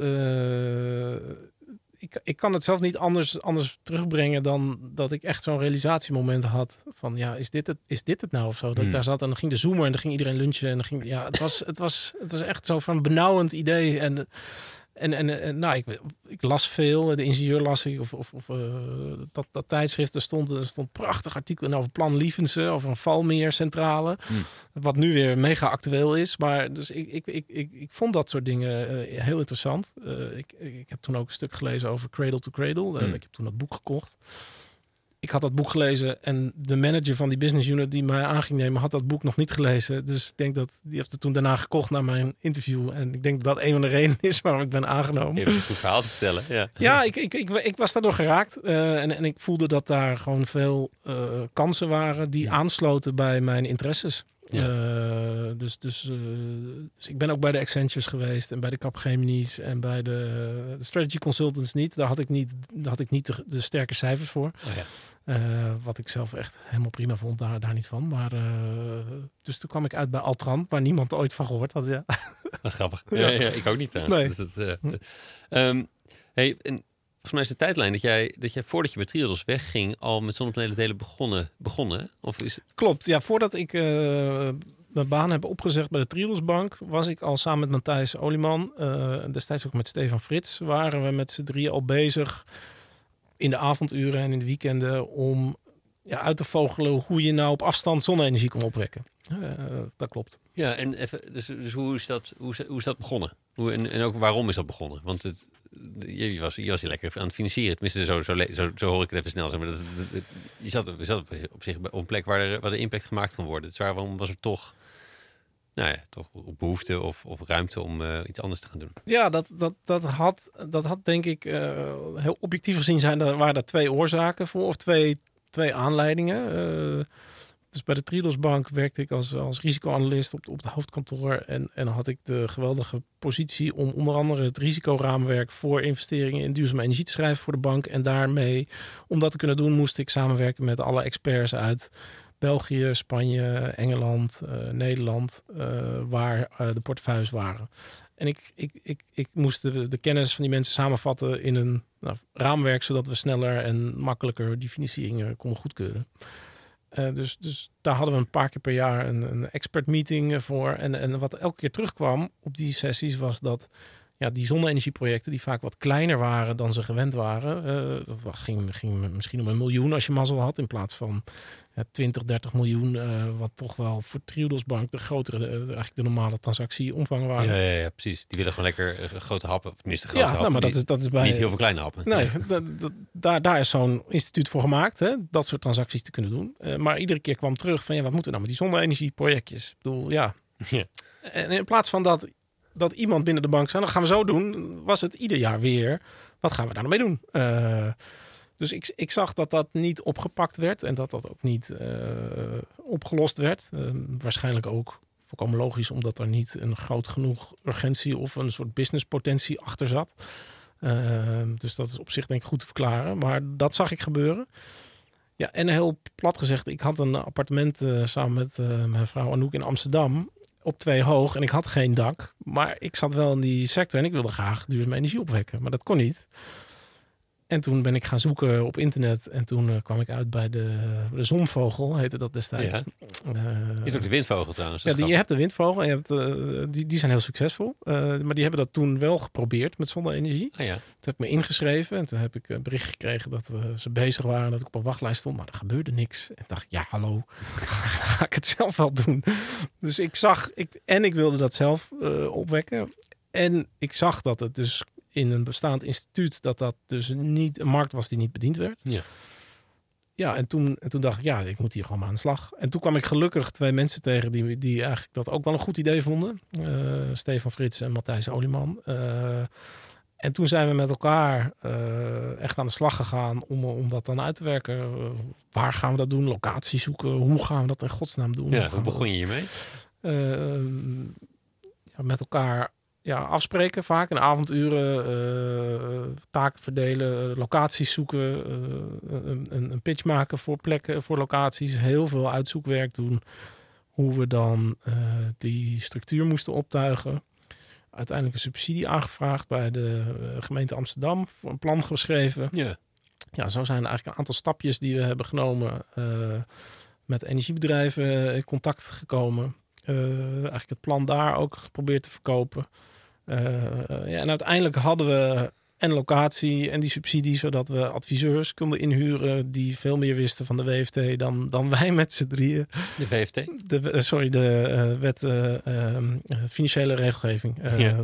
[SPEAKER 2] uh, ik, ik kan het zelf niet anders, anders terugbrengen dan dat ik echt zo'n realisatiemoment had van ja, is dit het, is dit het nou of zo? Dat hmm. ik daar zat en dan ging de zoomer en dan ging iedereen lunchen en dan ging ja, het was, het was, het was echt zo van benauwend idee en En, en, en nou, ik, ik las veel, de ingenieur las ik, of, of, of uh, dat, dat tijdschrift, er stond, er stond een prachtig artikel over Plan Lievense, over een Valmeercentrale, mm. wat nu weer mega actueel is. Maar dus ik, ik, ik, ik, ik vond dat soort dingen uh, heel interessant. Uh, ik, ik heb toen ook een stuk gelezen over Cradle to Cradle. Uh, mm. Ik heb toen dat boek gekocht. Ik had dat boek gelezen en de manager van die business unit die mij aan ging nemen, had dat boek nog niet gelezen. Dus ik denk dat die heeft het toen daarna gekocht na mijn interview. En ik denk dat dat een van de redenen is waarom ik ben aangenomen.
[SPEAKER 1] Je hebt een goed verhaal te vertellen. Ja,
[SPEAKER 2] ja ik, ik, ik, ik was daardoor geraakt. Uh, en, en ik voelde dat daar gewoon veel uh, kansen waren die ja. aansloten bij mijn interesses. Ja. Uh, dus, dus, uh, dus ik ben ook bij de Accentures geweest en bij de Capgemini's en bij de, de Strategy Consultants niet. Daar had ik niet, daar had ik niet de, de sterke cijfers voor. Oh ja. Uh, wat ik zelf echt helemaal prima vond, daar, daar niet van. Maar uh, dus toen kwam ik uit bij Altran, waar niemand ooit van gehoord had. Ja.
[SPEAKER 1] Wat grappig. Ja. Ja, ja, ik ook niet. Nee. Dus het, uh, hm. um, hey, en volgens mij is de tijdlijn dat jij, dat jij voordat je bij Triodos wegging al met zonnepanelendelen begonnen, begonnen? Of is...
[SPEAKER 2] Klopt, ja, voordat ik uh, mijn baan heb opgezegd bij de Triodos Bank, was ik al samen met Matthijs Olieman, uh, destijds ook met Stefan Frits, waren we met z'n drieën al bezig in de avonduren en in de weekenden om ja, uit te vogelen hoe je nou op afstand zonne-energie kon opwekken. Uh, dat klopt.
[SPEAKER 1] Ja, en even, dus, dus hoe is dat, hoe is, hoe is dat begonnen? Hoe, en, en ook waarom is dat begonnen? Want het, je, was, je was hier lekker aan het financieren. Tenminste, zo, zo, zo, zo hoor ik het even snel. Zeg maar. dat, dat, dat, je zat, je zat op zich op een plek waar er, waar de impact gemaakt kan worden. Dus waarom was er toch, nou ja, toch behoefte of, of ruimte om uh, iets anders te gaan doen?
[SPEAKER 2] Ja, dat, dat, dat, had, dat had denk ik uh, heel objectief gezien zijn. Er waren er twee oorzaken voor of twee, twee aanleidingen. Uh, Dus bij de Triodos Bank werkte ik als, als risicoanalist op, op het hoofdkantoor. En, en dan had ik de geweldige positie om onder andere het risicoraamwerk voor investeringen in duurzame energie te schrijven voor de bank. En daarmee, om dat te kunnen doen, moest ik samenwerken met alle experts uit België, Spanje, Engeland, uh, Nederland, uh, waar uh, de portefeuilles waren. En ik, ik, ik, ik moest de, de kennis van die mensen samenvatten in een nou, raamwerk, zodat we sneller en makkelijker die financieringen konden goedkeuren. Uh, dus, dus daar hadden we een paar keer per jaar een, een expert meeting voor. En, en wat elke keer terugkwam op die sessies was dat ja, die zonne-energieprojecten die vaak wat kleiner waren dan ze gewend waren. Uh, dat ging, ging misschien om een miljoen als je mazzel had in plaats van ja, twintig, dertig miljoen. Uh, wat toch wel voor Triodos Bank de grotere, uh, eigenlijk de normale transactieomvangen waren.
[SPEAKER 1] Ja, ja, ja, precies. Die willen gewoon lekker uh, grote happen. Of tenminste grote
[SPEAKER 2] ja,
[SPEAKER 1] happen.
[SPEAKER 2] Nou, maar dat is, dat is bij,
[SPEAKER 1] niet heel veel kleine happen.
[SPEAKER 2] Nee, dat, dat, daar, daar is zo'n instituut voor gemaakt. Hè, dat soort transacties te kunnen doen. Uh, maar iedere keer kwam terug van ja, wat moeten we nou met die zonne-energieprojectjes? Ik bedoel, ja. ja. En in plaats van dat... dat iemand binnen de bank zei, dat gaan we zo doen, was het ieder jaar weer, wat gaan we daar nou mee doen? Uh, dus ik, ik zag dat dat niet opgepakt werd en dat dat ook niet uh, opgelost werd. Uh, waarschijnlijk ook volkomen logisch, omdat er niet een groot genoeg urgentie of een soort businesspotentie achter zat. Uh, dus dat is op zich denk ik goed te verklaren. Maar dat zag ik gebeuren. Ja, en heel plat gezegd, ik had een appartement uh, samen met uh, mijn vrouw Anouk in Amsterdam op twee hoog en ik had geen dak. Maar ik zat wel in die sector en ik wilde graag duurzame energie opwekken. Maar dat kon niet. En toen ben ik gaan zoeken op internet. En toen uh, kwam ik uit bij de, de zonvogel, heette dat destijds. Ja.
[SPEAKER 1] Uh, je hebt ook de windvogel trouwens.
[SPEAKER 2] Ja, die, je hebt de windvogel. En je hebt, uh, die, die zijn heel succesvol. Uh, maar die hebben dat toen wel geprobeerd met zonne-energie.
[SPEAKER 1] Ah, ja.
[SPEAKER 2] Toen heb ik me ingeschreven. En toen heb ik een bericht gekregen dat uh, ze bezig waren. Dat ik op een wachtlijst stond. Maar er gebeurde niks. En dacht ik, ja, hallo. Ga ik het zelf wel doen. Dus ik zag... Ik, en ik wilde dat zelf uh, opwekken. En ik zag dat het dus in een bestaand instituut, dat dat dus niet een markt was die niet bediend werd.
[SPEAKER 1] Ja.
[SPEAKER 2] ja, en toen, en toen dacht ik, ja, ik moet hier gewoon maar aan de slag. En toen kwam ik gelukkig twee mensen tegen die, die eigenlijk dat ook wel een goed idee vonden. Uh, Stefan Frits en Matthijs Olieman. Uh, en toen zijn we met elkaar uh, echt aan de slag gegaan om, om dat dan uit te werken. Uh, waar gaan we dat doen? Locatie zoeken. Hoe gaan we dat in godsnaam doen?
[SPEAKER 1] Ja, hoe begon je hiermee?
[SPEAKER 2] Uh, ja, met elkaar ja, afspreken vaak in avonduren, uh, taken verdelen, uh, locaties zoeken, uh, een, een pitch maken voor plekken, voor locaties, heel veel uitzoekwerk doen, hoe we dan uh, die structuur moesten optuigen. Uiteindelijk een subsidie aangevraagd bij de uh, gemeente Amsterdam, voor een plan geschreven.
[SPEAKER 1] Ja.
[SPEAKER 2] Ja, zo zijn er eigenlijk een aantal stapjes die we hebben genomen, uh, met energiebedrijven in contact gekomen. Uh, eigenlijk het plan daar ook geprobeerd te verkopen. Uh, ja, en uiteindelijk hadden we en locatie en die subsidie, zodat we adviseurs konden inhuren die veel meer wisten van de W F T dan, dan wij met z'n drieën.
[SPEAKER 1] De W F T?
[SPEAKER 2] De, sorry, de uh, wet uh, uh, financiële regelgeving. Uh, ja.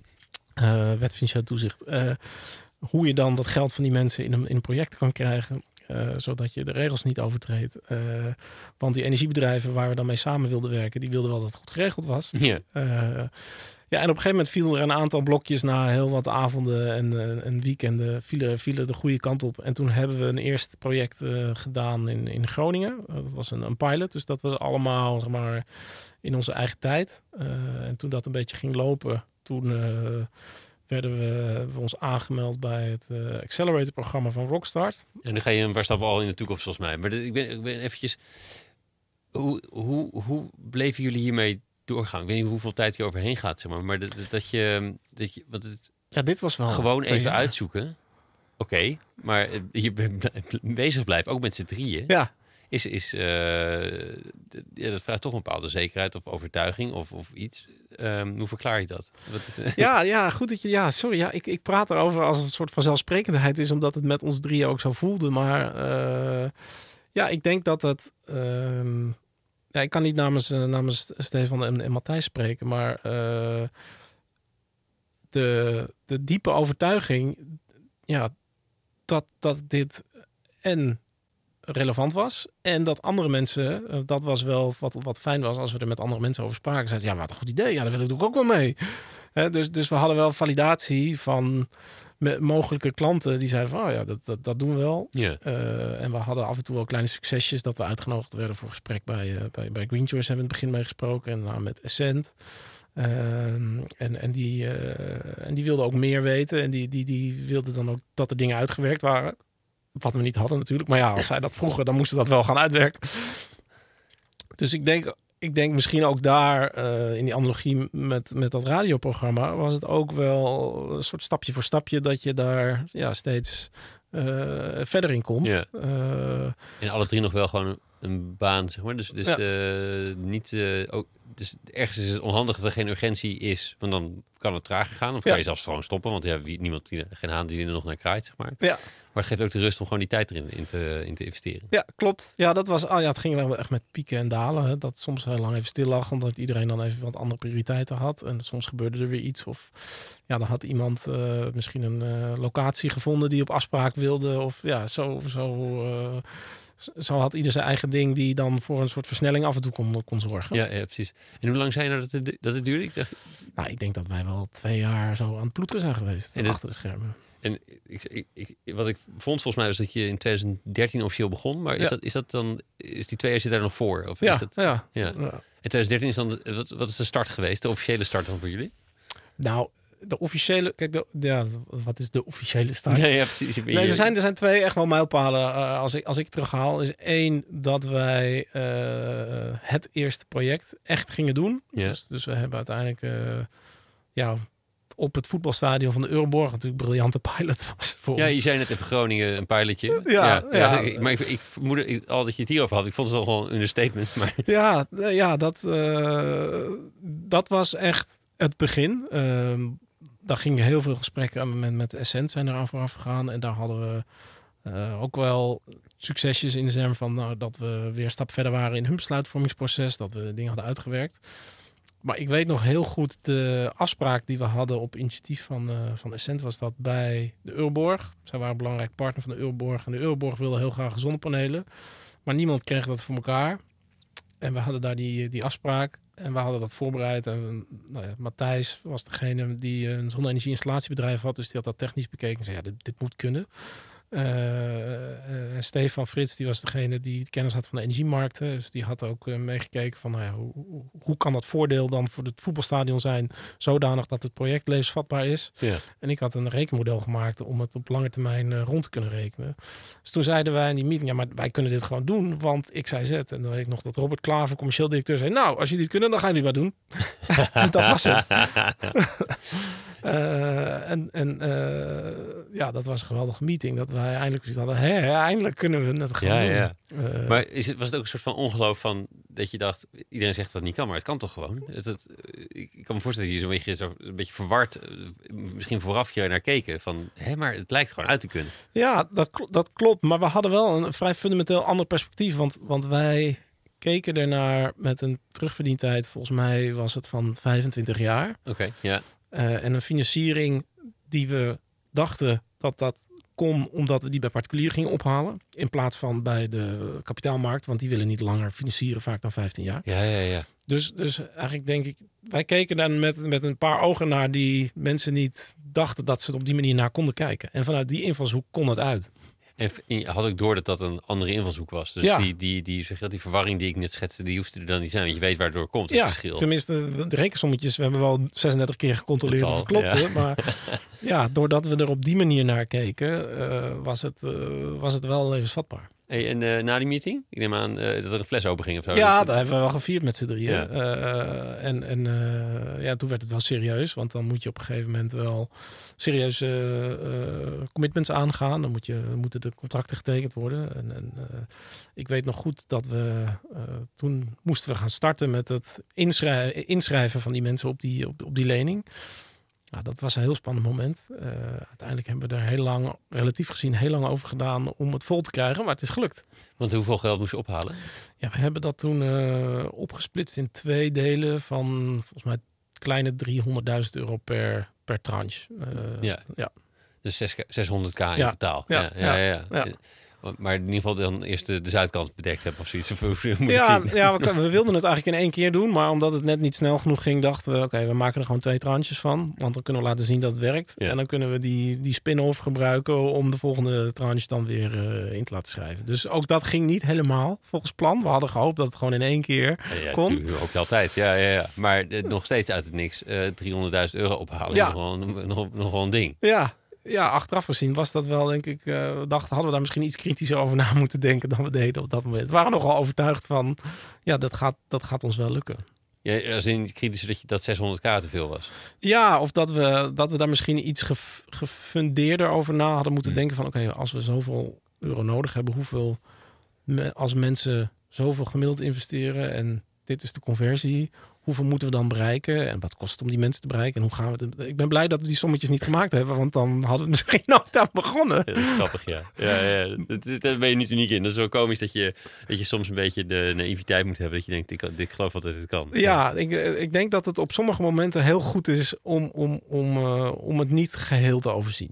[SPEAKER 2] uh, wet financieel toezicht. Uh, hoe je dan dat geld van die mensen in een, in een project kan krijgen. Uh, zodat je de regels niet overtreedt. Uh, want die energiebedrijven waar we dan mee samen wilden werken, die wilden wel dat het goed geregeld was.
[SPEAKER 1] Ja.
[SPEAKER 2] Uh, ja, en op een gegeven moment vielen er een aantal blokjes na heel wat avonden en, uh, en weekenden vielen, vielen de goede kant op. En toen hebben we een eerste project uh, gedaan in, in Groningen. Uh, dat was een, een pilot, dus dat was allemaal zeg maar, in onze eigen tijd. Uh, en toen dat een beetje ging lopen, toen Uh, werden we, we ons aangemeld bij het uh, Accelerator-programma van Rockstart.
[SPEAKER 1] En dan ga je een paar stappen al in de toekomst volgens mij. Maar de, ik, ben, ik ben eventjes... Hoe, hoe, hoe bleven jullie hiermee doorgaan? Ik weet niet hoeveel tijd je overheen gaat, zeg maar. Maar dat, dat je... Dat je want het,
[SPEAKER 2] ja, dit was wel...
[SPEAKER 1] Gewoon even
[SPEAKER 2] jaar.
[SPEAKER 1] uitzoeken. Oké, okay, maar je bezig blijven, ook met z'n drieën.
[SPEAKER 2] Ja.
[SPEAKER 1] Is, is, uh, ja, dat vraagt toch een bepaalde zekerheid of overtuiging of, of iets. Um, hoe verklaar je dat? Wat is,
[SPEAKER 2] ja, ja, goed dat je... Ja, sorry. Ja, ik, ik praat erover als een soort van zelfsprekendheid is, omdat het met ons drieën ook zo voelde. Maar uh, ja, ik denk dat het... Uh, ja, ik kan niet namens, uh, namens Stefan en, en Matthijs spreken, maar uh, de, de diepe overtuiging, ja, dat, dat dit en relevant was. En dat andere mensen, uh, dat was wel wat, wat fijn was als we er met andere mensen over spraken. Zeiden, ja, wat een goed idee. Ja, daar wil ik ook wel mee. He, dus, dus we hadden wel validatie van mogelijke klanten die zeiden van, oh ja, dat, dat, dat doen we wel.
[SPEAKER 1] Yeah.
[SPEAKER 2] Uh, en we hadden af en toe wel kleine succesjes dat we uitgenodigd werden voor gesprek bij, uh, bij, bij Green Choice hebben we in het begin mee gesproken. En nou, met Essent. Uh, en, en, die, uh, en die wilden ook meer weten. En die, die, die wilden dan ook dat er dingen uitgewerkt waren. Wat we niet hadden natuurlijk. Maar ja, als zij dat vroegen, dan moesten we dat wel gaan uitwerken. Dus ik denk, ik denk misschien ook daar, uh, in die analogie met, met dat radioprogramma, was het ook wel een soort stapje voor stapje dat je daar ja, steeds uh, verder in komt.
[SPEAKER 1] Ja.
[SPEAKER 2] Uh,
[SPEAKER 1] en alle drie nog wel gewoon een, een baan, zeg maar. Dus, dus,
[SPEAKER 2] ja.
[SPEAKER 1] de, niet, uh, ook, dus ergens is het onhandig dat er geen urgentie is, want dan kan het trager gaan. Of kan
[SPEAKER 2] ja.
[SPEAKER 1] je zelfs gewoon stoppen, want ja, wie, niemand die, geen haan die er nog naar kraait, zeg maar.
[SPEAKER 2] Ja.
[SPEAKER 1] Maar het geeft ook de rust om gewoon die tijd erin in te, in te investeren.
[SPEAKER 2] Ja, klopt. Ja, dat was, oh ja, het ging wel echt met pieken en dalen. Hè. Dat soms heel lang even stil lag, omdat iedereen dan even wat andere prioriteiten had. En soms gebeurde er weer iets. Of ja, dan had iemand uh, misschien een uh, locatie gevonden die op afspraak wilde. Of ja, zo, zo, uh, zo had ieder zijn eigen ding die dan voor een soort versnelling af en toe kon, kon zorgen.
[SPEAKER 1] Ja, ja, precies. En hoe lang zijn er dat het, dat het duurde? Ik dacht...
[SPEAKER 2] Nou, ik denk dat wij wel twee jaar zo aan het ploeteren zijn geweest.
[SPEAKER 1] En dat...
[SPEAKER 2] achter de schermen.
[SPEAKER 1] En ik, ik, ik, wat ik vond volgens mij was dat je in twintig dertien officieel begon. Maar is,
[SPEAKER 2] ja.
[SPEAKER 1] dat, is dat dan, is die twee jaar zit daar nog voor? Of
[SPEAKER 2] ja,
[SPEAKER 1] is dat,
[SPEAKER 2] ja,
[SPEAKER 1] ja.
[SPEAKER 2] ja.
[SPEAKER 1] En twintig dertien is dan, wat, wat is de start geweest? De officiële start dan voor jullie?
[SPEAKER 2] Nou, de officiële, kijk, de, ja, wat is de officiële start?
[SPEAKER 1] Nee, ja, precies.
[SPEAKER 2] Nee, er zijn, er zijn twee echt wel mijlpalen. Uh, als, ik, als ik terughaal, is één dat wij uh, het eerste project echt gingen doen.
[SPEAKER 1] Ja.
[SPEAKER 2] Dus, dus we hebben uiteindelijk uh, ja, op het voetbalstadion van de Euroborg natuurlijk een briljante pilot was voor
[SPEAKER 1] ja,
[SPEAKER 2] ons.
[SPEAKER 1] je zei net even Groningen, een pilotje.
[SPEAKER 2] Ja,
[SPEAKER 1] ja, ja.
[SPEAKER 2] ja.
[SPEAKER 1] Ik, maar ik, ik vermoedde al dat je het hierover had. Ik vond het al gewoon een understatement. Maar...
[SPEAKER 2] Ja, ja dat, uh, dat was echt het begin. Uh, daar gingen heel veel gesprekken met, met Essent zijn eraan vooraf gegaan. En daar hadden we uh, ook wel succesjes in de zin van nou, dat we weer een stap verder waren in hun besluitvormingsproces. Dat we dingen hadden uitgewerkt. maar ik weet nog heel goed de afspraak die we hadden op initiatief van, uh, van Essent was dat bij de Euroborg. Zij waren een belangrijk partner van de Euroborg. En de Euroborg wilde heel graag zonnepanelen. Maar niemand kreeg dat voor elkaar. En we hadden daar die, die afspraak. En we hadden dat voorbereid. En nou ja, Matthijs was degene die een zonne-energie-installatiebedrijf had. Dus die had dat technisch bekeken. En zei, ja, dit, dit moet kunnen. Uh, uh, en Stefan Frits, die was degene die kennis had van de energiemarkten. Dus die had ook uh, meegekeken van, nou ja, hoe, hoe, hoe kan dat voordeel dan voor het voetbalstadion zijn zodanig dat het project levensvatbaar is.
[SPEAKER 1] Ja.
[SPEAKER 2] En ik had een rekenmodel gemaakt om het op lange termijn uh, rond te kunnen rekenen. Dus toen zeiden wij in die meeting, ja, maar wij kunnen dit gewoon doen, want ik zei Z. En dan weet ik nog dat Robert Klaver, commercieel directeur, zei, nou, als jullie het kunnen, dan gaan jullie maar doen. En dat was het. Uh, en en uh, ja, dat was een geweldige meeting. Dat wij eindelijk zoiets hadden, hè, eindelijk kunnen we het gaan
[SPEAKER 1] ja,
[SPEAKER 2] doen.
[SPEAKER 1] Ja.
[SPEAKER 2] Uh,
[SPEAKER 1] maar is het, was het ook een soort van ongeloof van dat je dacht, iedereen zegt dat het niet kan, maar het kan toch gewoon? Het, het, ik, ik kan me voorstellen dat je zo'n beetje, zo, een beetje verward, misschien vooraf je naar keken van, hè, maar het lijkt gewoon uit te kunnen.
[SPEAKER 2] Ja, dat, dat klopt. Maar we hadden wel een vrij fundamenteel ander perspectief. Want, want wij keken ernaar met een terugverdientijd, volgens mij was het van vijfentwintig jaar.
[SPEAKER 1] Oké, okay, ja.
[SPEAKER 2] Uh, en een financiering die we dachten dat dat kon omdat we die bij particulieren gingen ophalen. In plaats van bij de kapitaalmarkt. Want die willen niet langer financieren, vaak dan vijftien jaar.
[SPEAKER 1] Ja, ja, ja.
[SPEAKER 2] Dus, dus eigenlijk denk ik, wij keken daar met, met een paar ogen naar die mensen niet dachten dat ze er op die manier naar konden kijken. En vanuit die invalshoek kon het uit.
[SPEAKER 1] En je had ook door dat dat een andere invalshoek was. Dus
[SPEAKER 2] ja.
[SPEAKER 1] die, die, die, zeg je dat, die verwarring die ik net schetste, die hoefde er dan niet zijn. Want je weet waar het door komt, het
[SPEAKER 2] ja,
[SPEAKER 1] verschil.
[SPEAKER 2] Tenminste, de rekensommetjes, we hebben wel zesendertig keer gecontroleerd of het klopte. Ja. Maar ja, doordat we er op die manier naar keken, uh, was, het, uh, was het wel levensvatbaar.
[SPEAKER 1] Hey, en uh, na die meeting? Ik neem aan uh, dat er een fles open ging of zo.
[SPEAKER 2] Ja,
[SPEAKER 1] dat
[SPEAKER 2] dat hebben we wel gevierd met z'n drieën.
[SPEAKER 1] Ja.
[SPEAKER 2] Uh, en en uh, ja, toen werd het wel serieus. Want dan moet je op een gegeven moment wel serieuze uh, commitments aangaan. Dan moet je, moeten de contracten getekend worden. En, en uh, ik weet nog goed dat we uh, toen moesten we gaan starten met het inschrijven, inschrijven van die mensen op die, op, op die lening. Nou, dat was een heel spannend moment. Uh, uiteindelijk hebben we er heel lang, relatief gezien, heel lang over gedaan om het vol te krijgen, maar het is gelukt.
[SPEAKER 1] Want hoeveel geld moest je ophalen?
[SPEAKER 2] Ja, we hebben dat toen uh, opgesplitst in twee delen van volgens mij kleine driehonderdduizend euro per, per tranche. Uh,
[SPEAKER 1] ja.
[SPEAKER 2] ja,
[SPEAKER 1] dus zeshonderd k in
[SPEAKER 2] ja.
[SPEAKER 1] totaal.
[SPEAKER 2] Ja,
[SPEAKER 1] ja, ja, ja, ja.
[SPEAKER 2] ja.
[SPEAKER 1] ja. Maar in ieder geval dan eerst de, de zuidkant bedekt hebben of zoiets. Of hoe moet
[SPEAKER 2] ja,
[SPEAKER 1] het zien?
[SPEAKER 2] ja we, we wilden het eigenlijk in één keer doen. Maar omdat het net niet snel genoeg ging, dachten we, oké, okay, we maken er gewoon twee tranches van. Want dan kunnen we laten zien dat het werkt. Ja. En dan kunnen we die, die spin-off gebruiken om de volgende tranche dan weer uh, in te laten schrijven. Dus ook dat ging niet helemaal volgens plan. We hadden gehoopt dat het gewoon in één keer
[SPEAKER 1] ja, ja,
[SPEAKER 2] kon.
[SPEAKER 1] Dat hoop je altijd. Ja, ja, ja. Maar uh, nog steeds uit het niks. Uh, driehonderdduizend euro ophalen ja. is nog wel, nog, nog wel een ding.
[SPEAKER 2] Ja. Ja, achteraf gezien was dat wel, denk ik, uh, dacht, hadden we daar misschien iets kritischer over na moeten denken dan we deden op dat moment. We waren nogal overtuigd van, ja, dat gaat, dat gaat ons wel lukken.
[SPEAKER 1] Ja, als in kritisch dat je dat zeshonderd k te veel was.
[SPEAKER 2] Ja, of dat we, dat we daar misschien iets gef, gefundeerder over na hadden moeten hmm. denken van, oké, okay, als we zoveel euro nodig hebben, hoeveel, me, als mensen zoveel gemiddeld investeren en dit is de conversie, hoeveel moeten we dan bereiken? En wat kost het om die mensen te bereiken? En hoe gaan we het? Ik ben blij dat we die sommetjes niet gemaakt hebben, want dan hadden we misschien nooit aan begonnen.
[SPEAKER 1] Ja, dat is grappig, ja. ja, ja. Daar ben je niet uniek in. Dat is wel komisch dat je, dat je soms een beetje de naïviteit moet hebben. Dat je denkt, ik, ik geloof wel dat het kan.
[SPEAKER 2] Ja, ja. Ik, ik denk dat het op sommige momenten heel goed is om, om, om, uh, om het niet geheel te overzien.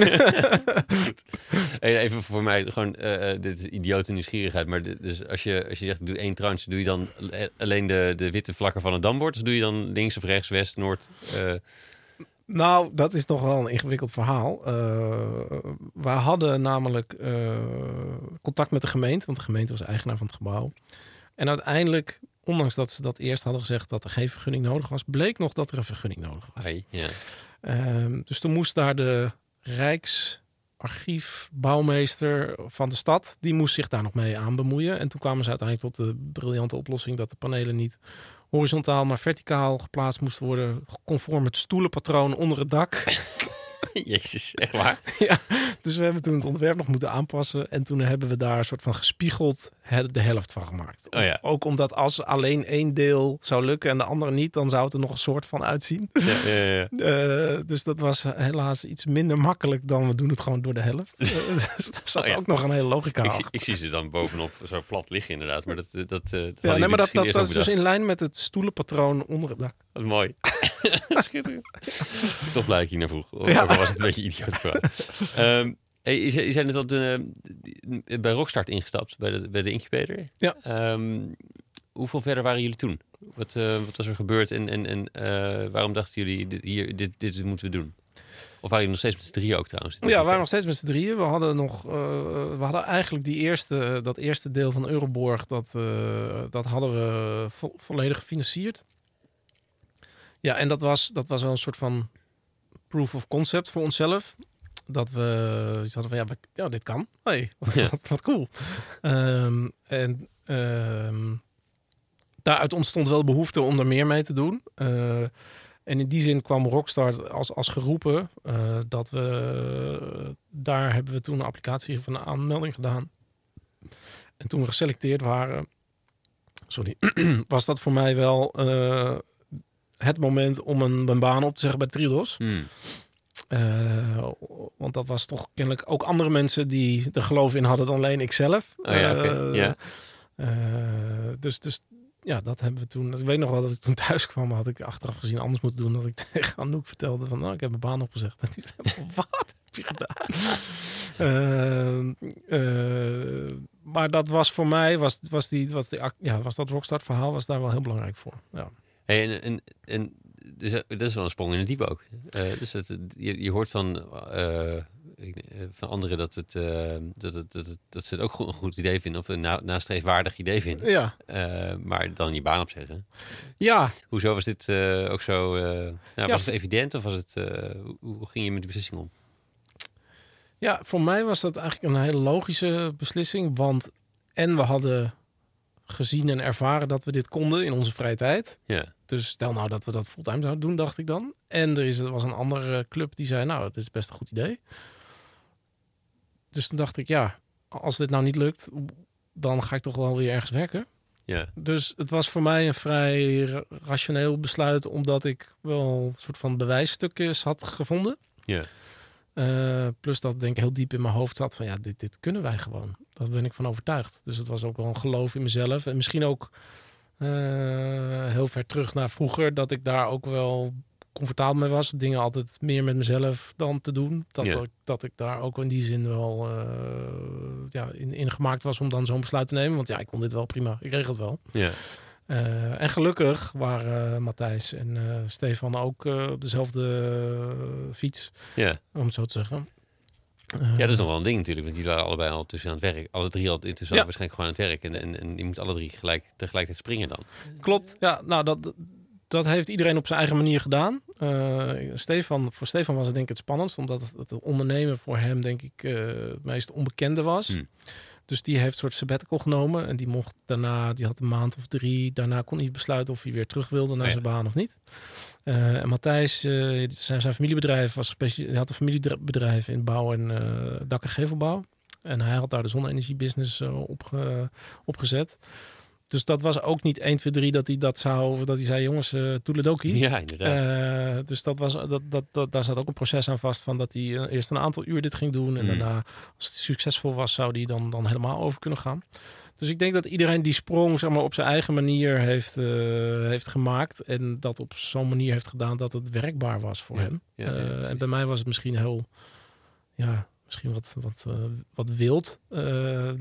[SPEAKER 1] Even voor mij, gewoon, uh, dit is idiote nieuwsgierigheid. Maar dus als je, als je zegt, doe één tranche, doe je dan alleen de, de witte vlakken van het dambord? Of doe je dan links of rechts, west, noord? Uh...
[SPEAKER 2] Nou, dat is nog wel een ingewikkeld verhaal. Uh, we hadden namelijk uh, contact met de gemeente, want de gemeente was eigenaar van het gebouw. En uiteindelijk, ondanks dat ze dat eerst hadden gezegd dat er geen vergunning nodig was, bleek nog dat er een vergunning nodig was.
[SPEAKER 1] Ai, ja.
[SPEAKER 2] uh, dus toen moest daar de Rijksarchiefbouwmeester van de stad, die moest zich daar nog mee aan bemoeien. En toen kwamen ze uiteindelijk tot de briljante oplossing dat de panelen niet horizontaal, maar verticaal geplaatst moest worden, conform het stoelenpatroon onder het dak.
[SPEAKER 1] Jezus, echt waar?
[SPEAKER 2] Ja, dus we hebben toen het ontwerp nog moeten aanpassen. En toen hebben we daar een soort van gespiegeld he- de helft van gemaakt.
[SPEAKER 1] Oh ja.
[SPEAKER 2] Ook omdat als alleen één deel zou lukken en de andere niet, dan zou het er nog een soort van uitzien.
[SPEAKER 1] Ja, ja, ja.
[SPEAKER 2] Uh, dus dat was helaas iets minder makkelijk dan we doen het gewoon door de helft. Uh, dus daar zat
[SPEAKER 1] Oh ja.
[SPEAKER 2] ook nog een hele logica
[SPEAKER 1] Ik,
[SPEAKER 2] achter.
[SPEAKER 1] zie- ik zie ze dan bovenop zo plat liggen inderdaad. Maar dat, dat, dat, dat
[SPEAKER 2] Ja, nee, maar dat, dat, dat is dus in lijn met het stoelenpatroon onder het dak.
[SPEAKER 1] Wat mooi. Schitterend. Toch blij dat ik hier naar vroeg. Of,
[SPEAKER 2] Ja.
[SPEAKER 1] of was het een beetje idioot vraag. Um, hey, je zei je zei net al de, uh, bij Rockstart ingestapt, bij de, bij de incubator.
[SPEAKER 2] Ja.
[SPEAKER 1] Um, hoeveel verder waren jullie toen? Wat, uh, wat was er gebeurd en, en, en uh, waarom dachten jullie, dit, hier, dit, dit moeten we doen? Of waren jullie nog steeds met z'n drieën ook trouwens?
[SPEAKER 2] Ja, we waren nog steeds met z'n drieën. We hadden nog, uh, we hadden eigenlijk die eerste, dat eerste deel van Euroborg, dat, uh, dat hadden we vo- volledig gefinancierd. Ja, en dat was, dat was wel een soort van proof of concept voor onszelf. Dat we iets hadden van, ja, we, ja dit kan. Hey, wat,
[SPEAKER 1] Ja.
[SPEAKER 2] wat, wat cool. Um, en um, daaruit ontstond wel behoefte om er meer mee te doen. Uh, en in die zin kwam Rockstart als, als geroepen. Uh, dat we, daar hebben we toen een applicatie van een aanmelding gedaan. En toen we geselecteerd waren, sorry, was dat voor mij wel uh, het moment om een, een baan op te zeggen bij Triodos.
[SPEAKER 1] Hmm.
[SPEAKER 2] Uh, want dat was toch kennelijk ook andere mensen die er geloof in hadden dan alleen ikzelf.
[SPEAKER 1] Oh ja, oké.
[SPEAKER 2] Uh,
[SPEAKER 1] Ja.
[SPEAKER 2] uh, dus, dus ja, dat hebben we toen. Ik weet nog wel dat ik toen thuis kwam, had ik achteraf gezien anders moeten doen. Dat ik tegen Anouk vertelde van, nou, ik heb mijn baan opgezegd. En die zei, wat heb je gedaan? uh, uh, maar dat was voor mij, was, was, die, was, die, ja, was dat Rockstart verhaal was daar wel heel belangrijk voor. Ja.
[SPEAKER 1] Hey, en, en, en dus, dat is wel een sprong in het diepe ook. Uh, dus het, je, je hoort van, uh, van anderen dat, het, uh, dat, het, dat, het, dat ze het ook een goed idee vinden. Of een na, nastreefwaardig idee vinden.
[SPEAKER 2] Ja.
[SPEAKER 1] Uh, maar dan je baan opzeggen.
[SPEAKER 2] Ja.
[SPEAKER 1] Hoezo was dit uh, ook zo... Uh, nou,
[SPEAKER 2] ja.
[SPEAKER 1] Was het evident of was het... Uh, hoe, hoe ging je met die beslissing om?
[SPEAKER 2] Ja, voor mij was dat eigenlijk een hele logische beslissing. Want en we hadden gezien en ervaren dat we dit konden in onze vrije tijd.
[SPEAKER 1] Ja.
[SPEAKER 2] Dus stel nou dat we dat fulltime zouden doen, dacht ik dan. En er, is, er was een andere club die zei, nou, het is best een goed idee. Dus toen dacht ik, ja, als dit nou niet lukt, dan ga ik toch wel weer ergens werken.
[SPEAKER 1] Ja.
[SPEAKER 2] Dus het was voor mij een vrij rationeel besluit, omdat ik wel een soort van bewijsstukjes had gevonden.
[SPEAKER 1] Ja.
[SPEAKER 2] Uh, plus dat denk ik heel diep in mijn hoofd zat van, ja, dit, dit kunnen wij gewoon. Daar ben ik van overtuigd. Dus het was ook wel een geloof in mezelf. En misschien ook uh, heel ver terug naar vroeger, dat ik daar ook wel comfortabel mee was. Dingen altijd meer met mezelf dan te doen. Dat,
[SPEAKER 1] ja.
[SPEAKER 2] dat, dat ik daar ook in die zin wel uh, ja, in, in gemaakt was om dan zo'n besluit te nemen. Want ja, ik kon dit wel prima. Ik regel het wel.
[SPEAKER 1] Ja.
[SPEAKER 2] Uh, en gelukkig waren uh, Matthijs en uh, Stefan ook uh, op dezelfde uh, fiets.
[SPEAKER 1] Ja.
[SPEAKER 2] Om het zo te zeggen.
[SPEAKER 1] Uh, ja, dat is nog wel een ding natuurlijk. Want die waren allebei al tussen aan het werk. Alle drie al intussen ja. waarschijnlijk gewoon aan het werk. En, en, en je moet alle drie gelijk, tegelijkertijd springen dan.
[SPEAKER 2] Klopt. Ja, nou dat... Dat heeft iedereen op zijn eigen manier gedaan. Uh, Stefan, voor Stefan was het denk ik het spannendst. Omdat het, het ondernemen voor hem denk ik uh, het meest onbekende was. Hmm. Dus die heeft een soort sabbatical genomen. En die mocht daarna, die had een maand of drie. Daarna kon hij besluiten of hij weer terug wilde naar oh ja. zijn baan of niet. Uh, en Matthijs, uh, zijn, zijn familiebedrijf was speciaal. Hij had een familiebedrijf in bouw en uh, dak- en gevelbouw. En hij had daar de zonne-energie-business uh, op ge, opgezet. Dus dat was ook niet één, twee, drie dat hij dat zou, dat hij zei, jongens, uh, toeledoki.
[SPEAKER 1] Ja, inderdaad.
[SPEAKER 2] Uh, dus dat was, dat, dat, dat, daar zat ook een proces aan vast van dat hij uh, eerst een aantal uur dit ging doen. En mm. daarna, als het succesvol was, zou hij dan, dan helemaal over kunnen gaan. Dus ik denk dat iedereen die sprong zeg maar, op zijn eigen manier heeft, uh, heeft gemaakt. En dat op zo'n manier heeft gedaan dat het werkbaar was voor
[SPEAKER 1] ja.
[SPEAKER 2] hem.
[SPEAKER 1] Ja, ja,
[SPEAKER 2] uh, en bij mij was het misschien heel, ja, misschien wat, wat, uh, wat wild. Uh,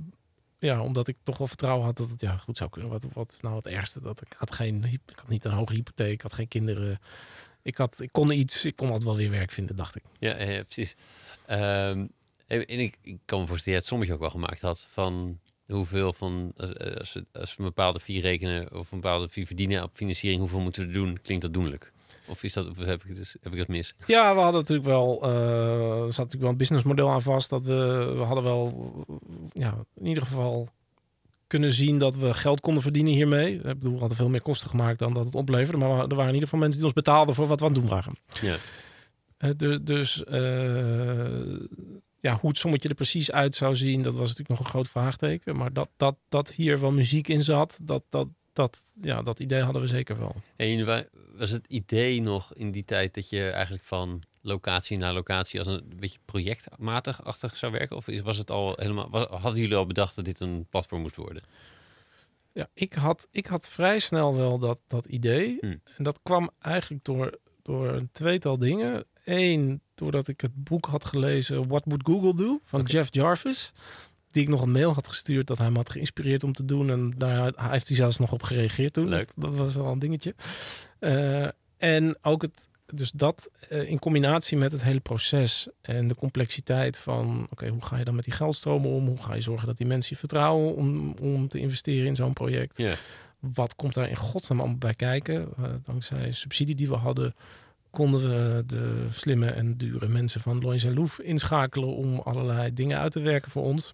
[SPEAKER 2] Ja, omdat ik toch wel vertrouwen had dat het ja, goed zou kunnen. Wat, wat is nou het ergste? Dat ik had geen, ik had niet een hoge hypotheek, ik had geen kinderen. Ik, had, ik kon iets, ik kon altijd wel weer werk vinden, dacht ik.
[SPEAKER 1] Ja, ja precies. Um, en ik, ik kan me voorstellen dat je het sommetje ook wel gemaakt had van hoeveel van, als we, als we een bepaalde fee rekenen of een bepaalde fee verdienen op financiering, hoeveel moeten we doen? Klinkt dat doenlijk? Of is dat, of heb ik, dus, heb ik dat mis?
[SPEAKER 2] Ja, we hadden natuurlijk wel, uh, er zat natuurlijk wel een businessmodel aan vast. Dat we, we hadden wel, ja, in ieder geval kunnen zien dat we geld konden verdienen hiermee. Ik bedoel, we hadden veel meer kosten gemaakt dan dat het opleverde. Maar er waren in ieder geval mensen die ons betaalden voor wat we aan het doen waren.
[SPEAKER 1] Ja.
[SPEAKER 2] Uh, dus dus uh, ja, hoe het sommetje er precies uit zou zien, dat was natuurlijk nog een groot vraagteken. Maar dat, dat, dat hier wel muziek in zat, dat, dat, dat, ja, dat idee hadden we zeker wel.
[SPEAKER 1] En was het idee nog in die tijd dat je eigenlijk van locatie naar locatie als een beetje projectmatig achtig zou werken? Of was het al helemaal, was, hadden jullie al bedacht dat dit een platform moest worden?
[SPEAKER 2] Ja, ik had, ik had vrij snel wel dat, dat idee.
[SPEAKER 1] Hmm.
[SPEAKER 2] En dat kwam eigenlijk door, door een tweetal dingen. Eén, doordat ik het boek had gelezen What Would Google Do? Van okay. Jeff Jarvis. Die ik nog een mail had gestuurd dat hij me had geïnspireerd om te doen. En daar heeft hij zelfs nog op gereageerd toen.
[SPEAKER 1] Leuk.
[SPEAKER 2] Dat, dat was wel een dingetje. Uh, en ook het, dus dat uh, in combinatie met het hele proces en de complexiteit van, oké, okay, hoe ga je dan met die geldstromen om? Hoe ga je zorgen dat die mensen je vertrouwen om, om te investeren in zo'n project?
[SPEAKER 1] Yeah.
[SPEAKER 2] Wat komt daar in godsnaam allemaal bij kijken? Uh, dankzij subsidie die we hadden, konden we de slimme en dure mensen van Loyens en Loef inschakelen om allerlei dingen uit te werken voor ons.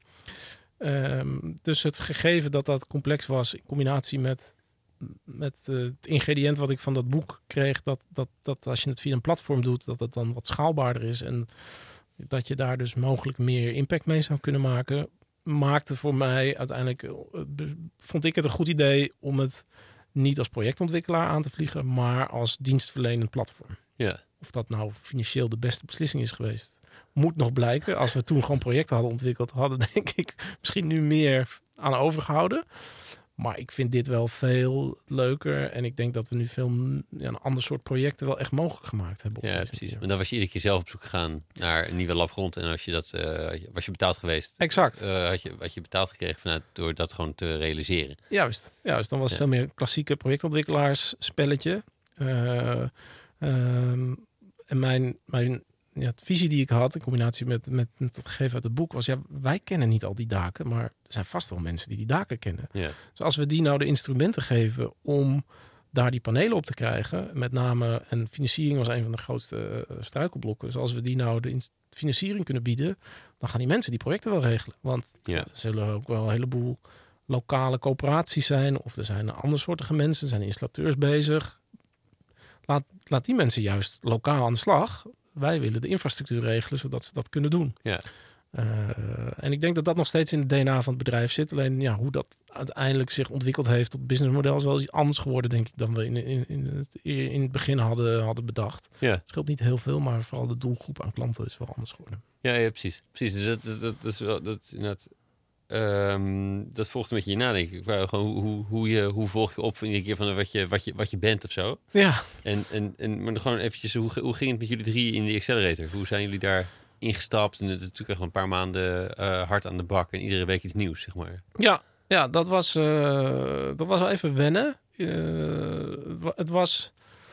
[SPEAKER 2] Um, dus het gegeven dat dat complex was in combinatie met, met uh, het ingrediënt wat ik van dat boek kreeg, dat, dat, dat als je het via een platform doet, dat het dan wat schaalbaarder is en dat je daar dus mogelijk meer impact mee zou kunnen maken, maakte voor mij uiteindelijk, uh, vond ik het een goed idee om het niet als projectontwikkelaar aan te vliegen, maar als dienstverlenend platform.
[SPEAKER 1] Ja.
[SPEAKER 2] Of dat nou financieel de beste beslissing is geweest, moet nog blijken. Als we toen gewoon projecten hadden ontwikkeld, hadden denk ik misschien nu meer aan overgehouden. Maar ik vind dit wel veel leuker. En ik denk dat we nu veel ja, een ander soort projecten wel echt mogelijk gemaakt hebben.
[SPEAKER 1] Ja, precies. En dan was je iedere keer zelf op zoek gegaan naar een nieuwe labgrond. En als je dat, uh, was je betaald geweest.
[SPEAKER 2] Exact.
[SPEAKER 1] Uh, had, je, had je betaald gekregen vanuit, door dat gewoon te realiseren.
[SPEAKER 2] Juist. Juist. Dan was het ja. veel meer klassieke projectontwikkelaars spelletje. Uh, um, en mijn... mijn Ja, de visie die ik had in combinatie met, met, met het gegeven uit het boek was, ja, wij kennen niet al die daken, maar er zijn vast wel mensen die die daken kennen.
[SPEAKER 1] Ja.
[SPEAKER 2] Dus als we die nou de instrumenten geven om daar die panelen op te krijgen, met name, en financiering was een van de grootste uh, struikelblokken. Dus als we die nou de in- financiering kunnen bieden, dan gaan die mensen die projecten wel regelen. Want
[SPEAKER 1] ja.
[SPEAKER 2] er zullen ook wel een heleboel lokale coöperaties zijn, of er zijn andere soortige mensen, er zijn installateurs bezig. Laat, laat die mensen juist lokaal aan de slag. Wij willen de infrastructuur regelen, zodat ze dat kunnen doen.
[SPEAKER 1] Ja.
[SPEAKER 2] Uh, en ik denk dat dat nog steeds in het D N A van het bedrijf zit. Alleen ja, hoe dat uiteindelijk zich ontwikkeld heeft tot businessmodel is wel iets anders geworden, denk ik, dan we in, in, in, het, in het begin hadden, hadden bedacht.
[SPEAKER 1] Ja.
[SPEAKER 2] Het scheelt niet heel veel, maar vooral de doelgroep aan klanten is wel anders geworden.
[SPEAKER 1] Ja, ja precies. precies. Dus dat, dat, dat, dat is wel dat, inderdaad, um, dat volgt een beetje je nadenken. Gewoon hoe, hoe, hoe, je, hoe volg je op iedere keer van wat je, wat je, wat je bent of zo.
[SPEAKER 2] Ja.
[SPEAKER 1] En, en, en maar gewoon eventjes, hoe, hoe ging het met jullie drie in de Accelerator? Hoe zijn jullie daar ingestapt? En het is natuurlijk echt een paar maanden uh, hard aan de bak en iedere week iets nieuws, zeg maar.
[SPEAKER 2] Ja, ja dat was, uh, dat was wel even wennen. Uh, het was...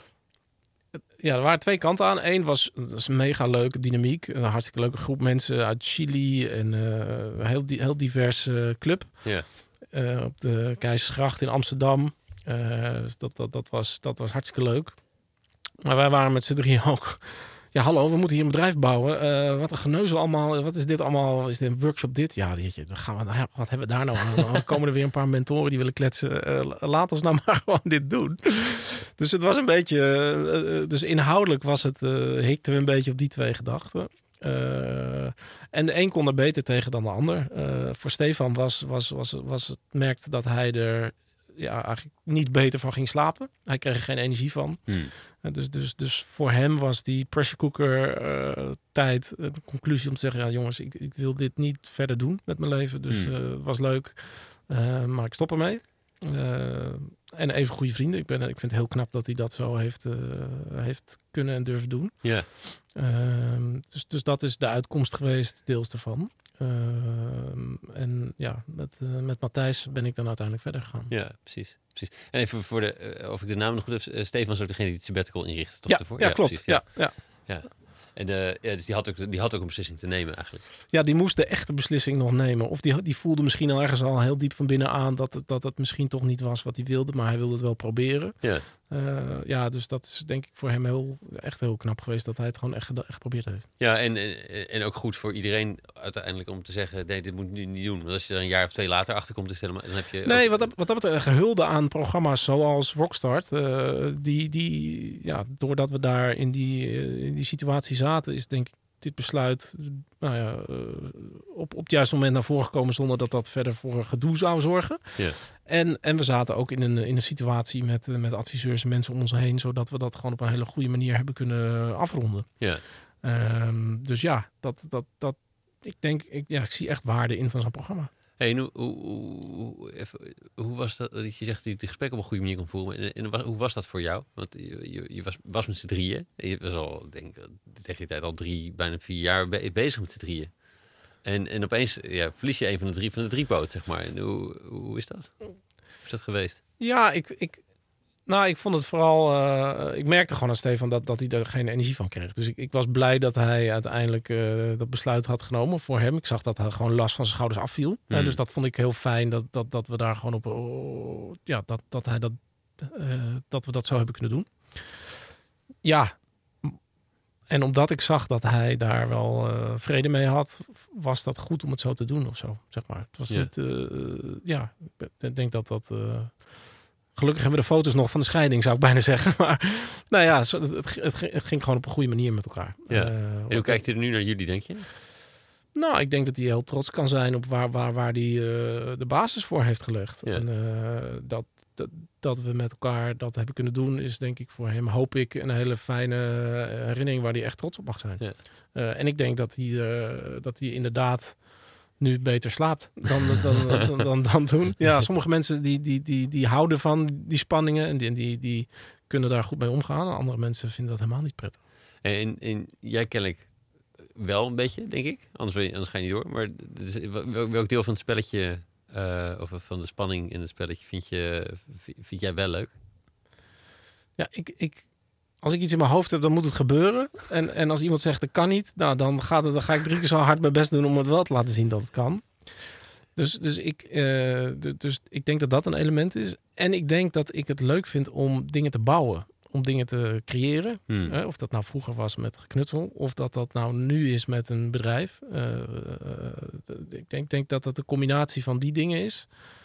[SPEAKER 2] Ja, er waren twee kanten aan. Eén was, het was een mega leuke dynamiek. Een hartstikke leuke groep mensen uit Chili en uh, een heel, heel diverse uh, club.
[SPEAKER 1] Ja.
[SPEAKER 2] Uh, op de Keizersgracht in Amsterdam. Uh, dat, dat, dat, was, dat was hartstikke leuk. Maar wij waren met z'n drieën ook... Ja, hallo, we moeten hier een bedrijf bouwen. Uh, wat een geneuzel allemaal. Wat is dit allemaal? Is dit een workshop dit? Ja, jeetje, dan gaan we, wat hebben we daar nou aan? Dan komen er weer een paar mentoren die willen kletsen. Uh, laat ons nou maar gewoon dit doen. Dus het was een beetje... Uh, dus inhoudelijk was het... Uh, hikten we een beetje op die twee gedachten. Uh, en de een kon er beter tegen dan de ander. Uh, voor Stefan was, was, was, was het merkte dat hij er... ja, eigenlijk niet beter van ging slapen. Hij kreeg er geen energie van.
[SPEAKER 1] Hmm.
[SPEAKER 2] Uh, dus, dus, dus voor hem was die pressure cooker uh, tijd uh, de conclusie om te zeggen... ja jongens, ik, ik wil dit niet verder doen met mijn leven. Dus
[SPEAKER 1] hmm.
[SPEAKER 2] uh, het was leuk, uh, maar ik stop ermee. Uh, en even goede vrienden. Ik, ben, ik vind het heel knap dat hij dat zo heeft, uh, heeft kunnen en durven doen.
[SPEAKER 1] Ja.
[SPEAKER 2] Uh, dus, dus dat is de uitkomst geweest, deels daarvan. Uh, en ja, met, uh, met Matthijs ben ik dan uiteindelijk verder gegaan.
[SPEAKER 1] Ja, precies. precies. En even voor de, uh, of ik de naam nog goed heb. Uh, Stefan is ook degene die het sabbatical inricht. Toch
[SPEAKER 2] ja,
[SPEAKER 1] ervoor?
[SPEAKER 2] ja,
[SPEAKER 1] ja,
[SPEAKER 2] klopt.
[SPEAKER 1] Precies,
[SPEAKER 2] ja. Ja, ja.
[SPEAKER 1] ja. En uh, ja, dus die had, ook, die had ook een beslissing te nemen eigenlijk.
[SPEAKER 2] Ja, die moest de echte beslissing nog nemen. Of die, die voelde misschien al ergens al heel diep van binnen aan dat het, dat het misschien toch niet was wat hij wilde, maar hij wilde het wel proberen.
[SPEAKER 1] Ja.
[SPEAKER 2] Uh, ja, dus dat is denk ik voor hem heel, echt heel knap geweest dat hij het gewoon echt, echt geprobeerd heeft.
[SPEAKER 1] Ja, en, en, en ook goed voor iedereen uiteindelijk om te zeggen, nee, dit moet je niet doen. Want als je er een jaar of twee later achter komt, is helemaal, dan heb je...
[SPEAKER 2] Nee,
[SPEAKER 1] ook...
[SPEAKER 2] wat dat, wat dat betreft gehulde aan programma's zoals Rockstart. Uh, die, die, ja, doordat we daar in die, uh, in die situatie zaten, is denk ik dit besluit nou ja, uh, op, op het juiste moment naar voren gekomen zonder dat dat verder voor gedoe zou zorgen.
[SPEAKER 1] Ja.
[SPEAKER 2] En, en we zaten ook in een, in een situatie met, met adviseurs en mensen om ons heen, zodat we dat gewoon op een hele goede manier hebben kunnen afronden.
[SPEAKER 1] Ja.
[SPEAKER 2] Um, dus ja, dat, dat, dat, ik denk, ik, ja, ik zie echt waarde in van zo'n programma.
[SPEAKER 1] Hey, en hoe, hoe, hoe, even, hoe was dat, dat je zegt dat je het gesprek op een goede manier kon voeren. En, en hoe was dat voor jou? Want je, je, je was, was met z'n drieën. Je was al, denk ik, tegen die tijd al drie, bijna vier jaar be- bezig met z'n drieën. En, en opeens ja, verlies je een van de drie van de driepoot, zeg maar. En hoe, hoe is dat? Hoe is dat geweest?
[SPEAKER 2] Ja, ik... ik Nou, ik vond het vooral... Uh, ik merkte gewoon aan Stefan dat, dat hij er geen energie van kreeg. Dus ik, ik was blij dat hij uiteindelijk uh, dat besluit had genomen voor hem. Ik zag dat hij gewoon last van zijn schouders afviel. Mm. Uh, dus dat vond ik heel fijn dat, dat, dat we daar gewoon op... Uh, ja, dat, dat, hij dat, uh, dat we dat zo hebben kunnen doen. Ja. En omdat ik zag dat hij daar wel uh, vrede mee had, was dat goed om het zo te doen of zo, zeg maar. Het was ja. niet... Uh, ja, ik denk dat dat... Uh, Gelukkig hebben we de foto's nog van de scheiding, zou ik bijna zeggen. Maar nou ja, het, het, het ging gewoon op een goede manier met elkaar.
[SPEAKER 1] Ja. Uh, en hoe kijkt hij er nu naar jullie, denk je?
[SPEAKER 2] Nou, ik denk dat hij heel trots kan zijn op waar, waar, waar hij uh, de basis voor heeft gelegd. Ja. En uh, dat, dat, dat we met elkaar dat hebben kunnen doen, is denk ik voor hem, hoop ik, een hele fijne herinnering waar hij echt trots op mag zijn. Ja. Uh, en ik denk dat hij, uh, dat hij inderdaad nu beter slaapt dan, dan, dan, dan, dan toen. Ja, sommige mensen die, die, die, die houden van die spanningen en die, die, die kunnen daar goed mee omgaan. Andere mensen vinden dat helemaal niet prettig.
[SPEAKER 1] En, en jij kennelijk wel een beetje, denk ik. Anders, anders ga je niet door. Maar dus, welk deel van het spelletje uh, of van de spanning in het spelletje vind, je, vind jij wel leuk?
[SPEAKER 2] Ja, ik... ik Als ik iets in mijn hoofd heb, dan moet het gebeuren. En, en als iemand zegt, dat kan niet, nou, dan, gaat het, dan ga ik drie keer zo hard mijn best doen om het wel te laten zien dat het kan. Dus, dus, ik, uh, de, dus ik denk dat dat een element is. En ik denk dat ik het leuk vind om dingen te bouwen. Om dingen te creëren. Hmm. Hè? Of dat nou vroeger was met geknutsel. Of dat dat nou nu is met een bedrijf. Uh, uh, ik denk, denk dat dat de combinatie van die dingen is.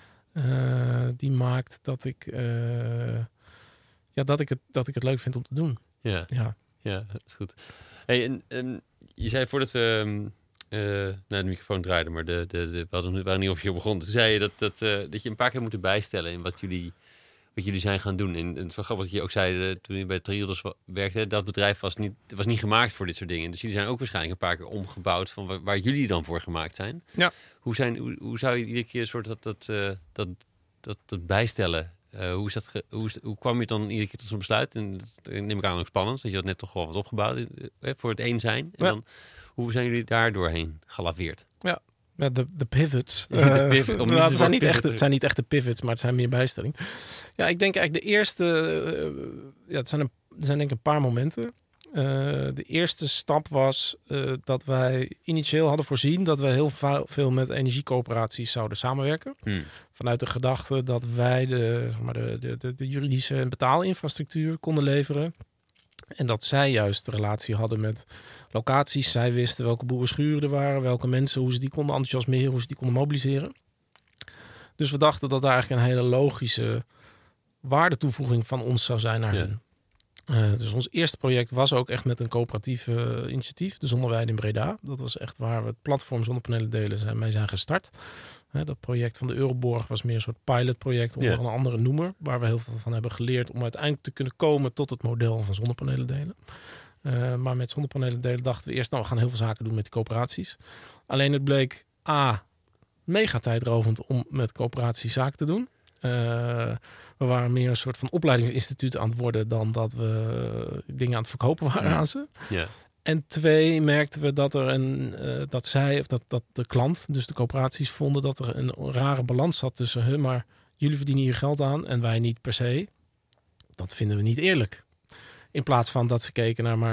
[SPEAKER 2] Uh, die maakt dat ik... Uh, Ja, dat ik, het, dat ik het leuk vind om te doen.
[SPEAKER 1] Ja,
[SPEAKER 2] ja.
[SPEAKER 1] ja dat is goed. Hey, en, en je zei voordat we uh, naar de microfoon draaiden, maar de, de, de, we hadden, waren niet of je begon. Toen zei je dat, dat, uh, dat je een paar keer moet bijstellen in wat jullie, wat jullie zijn gaan doen. En, en het is wel grappig dat je ook zei, uh, toen je bij Triodos werkte, dat bedrijf was niet, was niet gemaakt voor dit soort dingen. Dus jullie zijn ook waarschijnlijk een paar keer omgebouwd van waar, waar jullie dan voor gemaakt zijn.
[SPEAKER 2] Ja.
[SPEAKER 1] Hoe, zijn, hoe, hoe zou je iedere keer een soort dat, dat, uh, dat, dat, dat bijstellen? Uh, hoe, is dat ge- hoe, is, hoe kwam je dan iedere keer tot zo'n besluit? En dat neem ik aan ook spannend, want je had net toch wel wat opgebouwd uh, voor het één zijn. En ja. dan, hoe zijn jullie daar doorheen gelaveerd?
[SPEAKER 2] Ja, met de, de pivots.
[SPEAKER 1] Uh, de pivot,
[SPEAKER 2] nou, het, zijn niet echt, het zijn niet echt de pivots, maar het zijn meer bijstelling. Ja, ik denk eigenlijk de eerste... Uh, ja, het zijn, een, er zijn denk ik een paar momenten. Uh, de eerste stap was uh, dat wij initieel hadden voorzien dat we heel va- veel met energiecoöperaties zouden samenwerken. Hmm. Vanuit de gedachte dat wij de, zeg maar de, de, de, de juridische en betaalinfrastructuur konden leveren. En dat zij juist de relatie hadden met locaties. Zij wisten welke boerenschuren er waren, welke mensen, hoe ze die konden enthousiasmeren, hoe ze die konden mobiliseren. Dus we dachten dat daar eigenlijk een hele logische waardetoevoeging van ons zou zijn naar yeah. hen. Uh, dus ons eerste project was ook echt met een coöperatief uh, initiatief, de Zonneweide in Breda. Dat was echt waar we het platform zonnepanelen delen zijn, mee zijn gestart. Uh, dat project van de Euroborg was meer een soort pilotproject onder yeah. een andere noemer, waar we heel veel van hebben geleerd om uiteindelijk te kunnen komen tot het model van zonnepanelen delen. Uh, maar met zonnepanelen delen dachten we eerst, nou, we gaan heel veel zaken doen met die coöperaties. Alleen het bleek A, mega tijdrovend om met coöperaties zaken te doen. Uh, we waren meer een soort van opleidingsinstituut aan het worden dan dat we dingen aan het verkopen waren ja. aan ze.
[SPEAKER 1] Ja.
[SPEAKER 2] En twee, merkten we dat er een uh, dat zij of dat, dat de klant, dus de coöperaties, vonden dat er een rare balans zat tussen hun, maar jullie verdienen hier geld aan en wij niet per se. Dat vinden we niet eerlijk. In plaats van dat ze keken naar, maar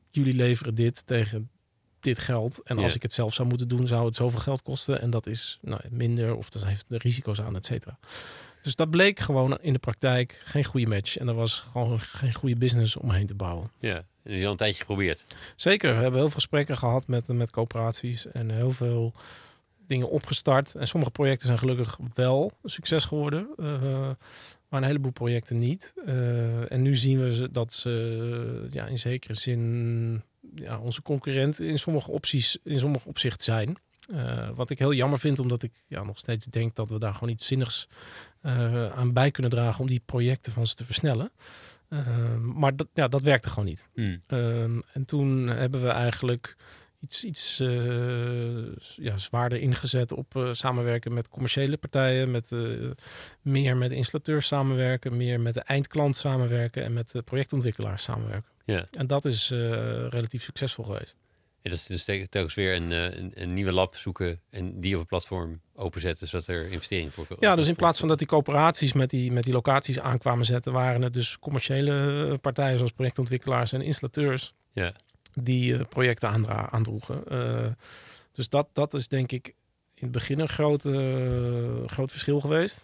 [SPEAKER 2] jullie leveren dit tegen dit geld. En als
[SPEAKER 1] Ja.
[SPEAKER 2] ik het zelf zou moeten doen, zou het zoveel geld kosten. En dat is nou, minder of dat heeft de risico's aan, et cetera. Dus dat bleek gewoon in de praktijk geen goede match. En er was gewoon geen goede business omheen te bouwen.
[SPEAKER 1] Ja, en dat heb je al een tijdje geprobeerd.
[SPEAKER 2] Zeker, we hebben heel veel gesprekken gehad met, met coöperaties en heel veel dingen opgestart. En sommige projecten zijn gelukkig wel een succes geworden, uh, maar een heleboel projecten niet. Uh, en nu zien we ze dat ze ja, in zekere zin ja, onze concurrent in sommige opties, in sommige opzichten zijn. Uh, wat ik heel jammer vind, omdat ik ja, nog steeds denk dat we daar gewoon iets zinnigs uh, aan bij kunnen dragen om die projecten van ze te versnellen. Uh, maar dat, ja, dat werkte gewoon niet.
[SPEAKER 1] Hmm.
[SPEAKER 2] Um, en toen hebben we eigenlijk iets, iets uh, ja, zwaarder ingezet op uh, samenwerken met commerciële partijen, met uh, meer met installateurs samenwerken, meer met de eindklant samenwerken en met de projectontwikkelaars samenwerken.
[SPEAKER 1] Ja.
[SPEAKER 2] En dat is uh, relatief succesvol geweest.
[SPEAKER 1] Ja, dat is dus telkens weer een, een, een nieuwe lab zoeken en die op het platform openzetten, zodat er investering voor...
[SPEAKER 2] Ja, dus in plaats van dat die coöperaties met die, met die locaties aankwamen zetten, waren het dus commerciële partijen zoals projectontwikkelaars en installateurs
[SPEAKER 1] ja.
[SPEAKER 2] die uh, projecten aandra- aandroegen. Uh, dus dat, dat is denk ik in het begin een groot, uh, groot verschil geweest.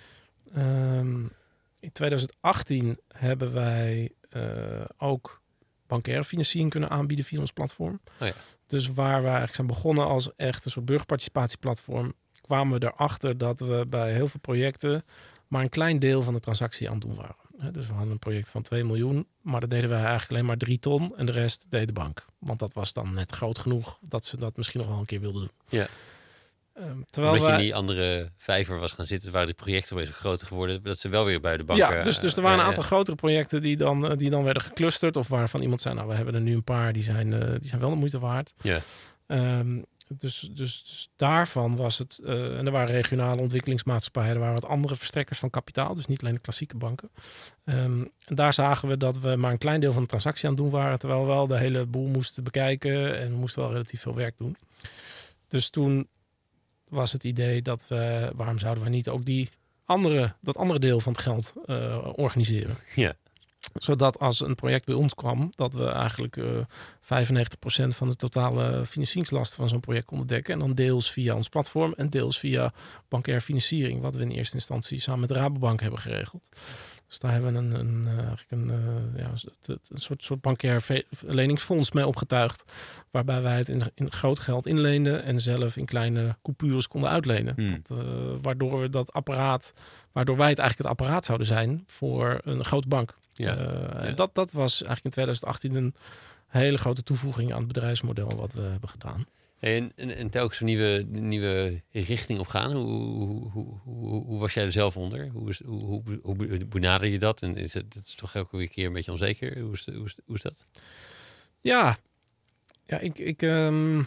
[SPEAKER 2] Um, in twintig achttien hebben wij uh, ook bankaire financiering kunnen aanbieden via ons platform.
[SPEAKER 1] Oh ja.
[SPEAKER 2] Dus waar we eigenlijk zijn begonnen als echt een soort burgerparticipatieplatform, kwamen we erachter dat we bij heel veel projecten maar een klein deel van de transactie aan het doen waren. He, dus we hadden een project van twee miljoen, maar dat deden wij eigenlijk alleen maar drie ton en de rest deed de bank. Want dat was dan net groot genoeg dat ze dat misschien nog wel een keer wilden doen.
[SPEAKER 1] Ja.
[SPEAKER 2] Um, terwijl
[SPEAKER 1] Omdat
[SPEAKER 2] wij...
[SPEAKER 1] je in die andere vijver was gaan zitten, waren die projecten opeens groter geworden, dat ze wel weer bij de bank...
[SPEAKER 2] Ja, dus, dus er waren
[SPEAKER 1] uh,
[SPEAKER 2] een aantal uh, grotere projecten die dan, die dan werden geclusterd, of waarvan iemand zei, nou, we hebben er nu een paar, die zijn, uh, die zijn wel de moeite waard.
[SPEAKER 1] Ja.
[SPEAKER 2] Um, dus, dus, dus daarvan was het, uh, en er waren regionale ontwikkelingsmaatschappijen, er waren wat andere verstrekkers van kapitaal, dus niet alleen de klassieke banken. Um, en daar zagen we dat we maar een klein deel van de transactie aan het doen waren, terwijl we wel de hele boel moesten bekijken en we moesten wel relatief veel werk doen. Dus toen was het idee dat we, waarom zouden we niet ook die andere, dat andere deel van het geld uh, organiseren?
[SPEAKER 1] Ja.
[SPEAKER 2] Zodat als een project bij ons kwam, dat we eigenlijk uh, vijfennegentig procent van de totale financieringslasten van zo'n project konden dekken. En dan deels via ons platform en deels via bankaire financiering, wat we in eerste instantie samen met de Rabobank hebben geregeld. Dus daar hebben we een, een, eigenlijk een, uh, ja, een soort, soort bankair leningsfonds mee opgetuigd. Waarbij wij het in, in groot geld inleenden en zelf in kleine coupures konden uitlenen.
[SPEAKER 1] Hmm.
[SPEAKER 2] Dat, uh, waardoor we dat apparaat, waardoor wij het eigenlijk het apparaat zouden zijn voor een grote bank.
[SPEAKER 1] Ja.
[SPEAKER 2] Uh,
[SPEAKER 1] ja.
[SPEAKER 2] dat, dat was eigenlijk in twintig achttien een hele grote toevoeging aan het bedrijfsmodel wat we hebben gedaan.
[SPEAKER 1] En, en, en telkens een nieuwe, nieuwe richting op gaan. Hoe, hoe, hoe, hoe, hoe was jij er zelf onder? Hoe, is, hoe, hoe, hoe benader je dat? En is het, het is toch elke keer een beetje onzeker? Hoe is, hoe is, hoe is dat?
[SPEAKER 2] Ja, ja ik, ik, um,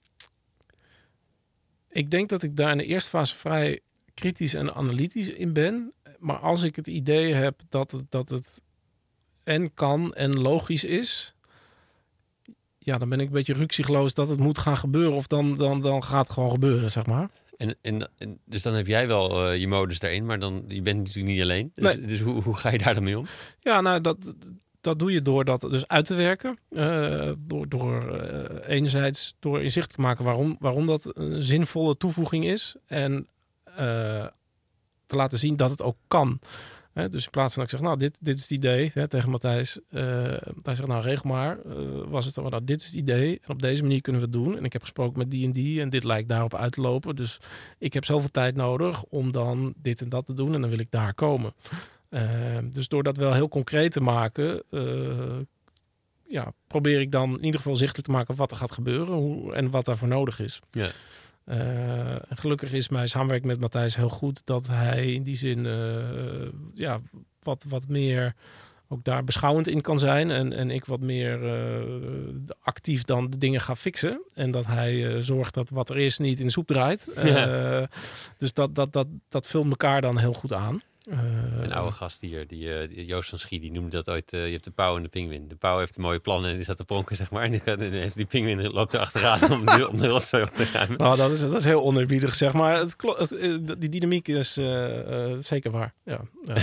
[SPEAKER 2] ik denk dat ik daar in de eerste fase vrij kritisch en analytisch in ben. Maar als ik het idee heb dat het, dat het en kan en logisch is, ja, dan ben ik een beetje ruksigloos dat het moet gaan gebeuren. Of dan, dan, dan gaat het gewoon gebeuren, zeg maar.
[SPEAKER 1] En, en, en dus dan heb jij wel uh, je modus daarin, maar dan je bent natuurlijk niet alleen. Dus,
[SPEAKER 2] nee.
[SPEAKER 1] dus hoe, hoe ga je daar dan mee om?
[SPEAKER 2] Ja, nou, dat, dat doe je door dat dus uit te werken. Uh, door door uh, enerzijds door inzichtelijk te maken waarom, waarom dat een zinvolle toevoeging is. En uh, te laten zien dat het ook kan. He, dus in plaats van dat ik zeg, nou, dit, dit is het idee, hè, tegen Matthijs. Uh, Matthijs zegt, nou, regel maar. Uh, was het dan, nou, dit is het idee. En op deze manier kunnen we het doen. En ik heb gesproken met die en die. En dit lijkt daarop uit te lopen. Dus ik heb zoveel tijd nodig om dan dit en dat te doen. En dan wil ik daar komen. Uh, dus door dat wel heel concreet te maken, Uh, ja, probeer ik dan in ieder geval zichtelijk te maken wat er gaat gebeuren. Hoe, en wat daarvoor nodig is.
[SPEAKER 1] Ja.
[SPEAKER 2] Uh, en gelukkig is mijn samenwerking met Matthijs heel goed, dat hij in die zin uh, ja, wat, wat meer ook daar beschouwend in kan zijn. En, en ik wat meer uh, actief dan de dingen ga fixen. En dat hij uh, zorgt dat wat er is niet in de soep draait. Uh,
[SPEAKER 1] Ja.
[SPEAKER 2] Dus dat, dat, dat, dat vult elkaar dan heel goed aan. Uh,
[SPEAKER 1] een oude gast hier, die, die Joost van Schie, die noemde dat ooit, uh, je hebt de pauw en de pinguïn. De pauw heeft een mooie plannen en die staat te pronken, zeg maar. En die, gaat, en heeft die pinguïn loopt er achteraan om de, om de rotzooi op te ruimen.
[SPEAKER 2] Nou, dat is, dat is heel oneerbiedig, zeg maar. Het, het, die dynamiek is uh, uh, zeker waar. Ja. Uh,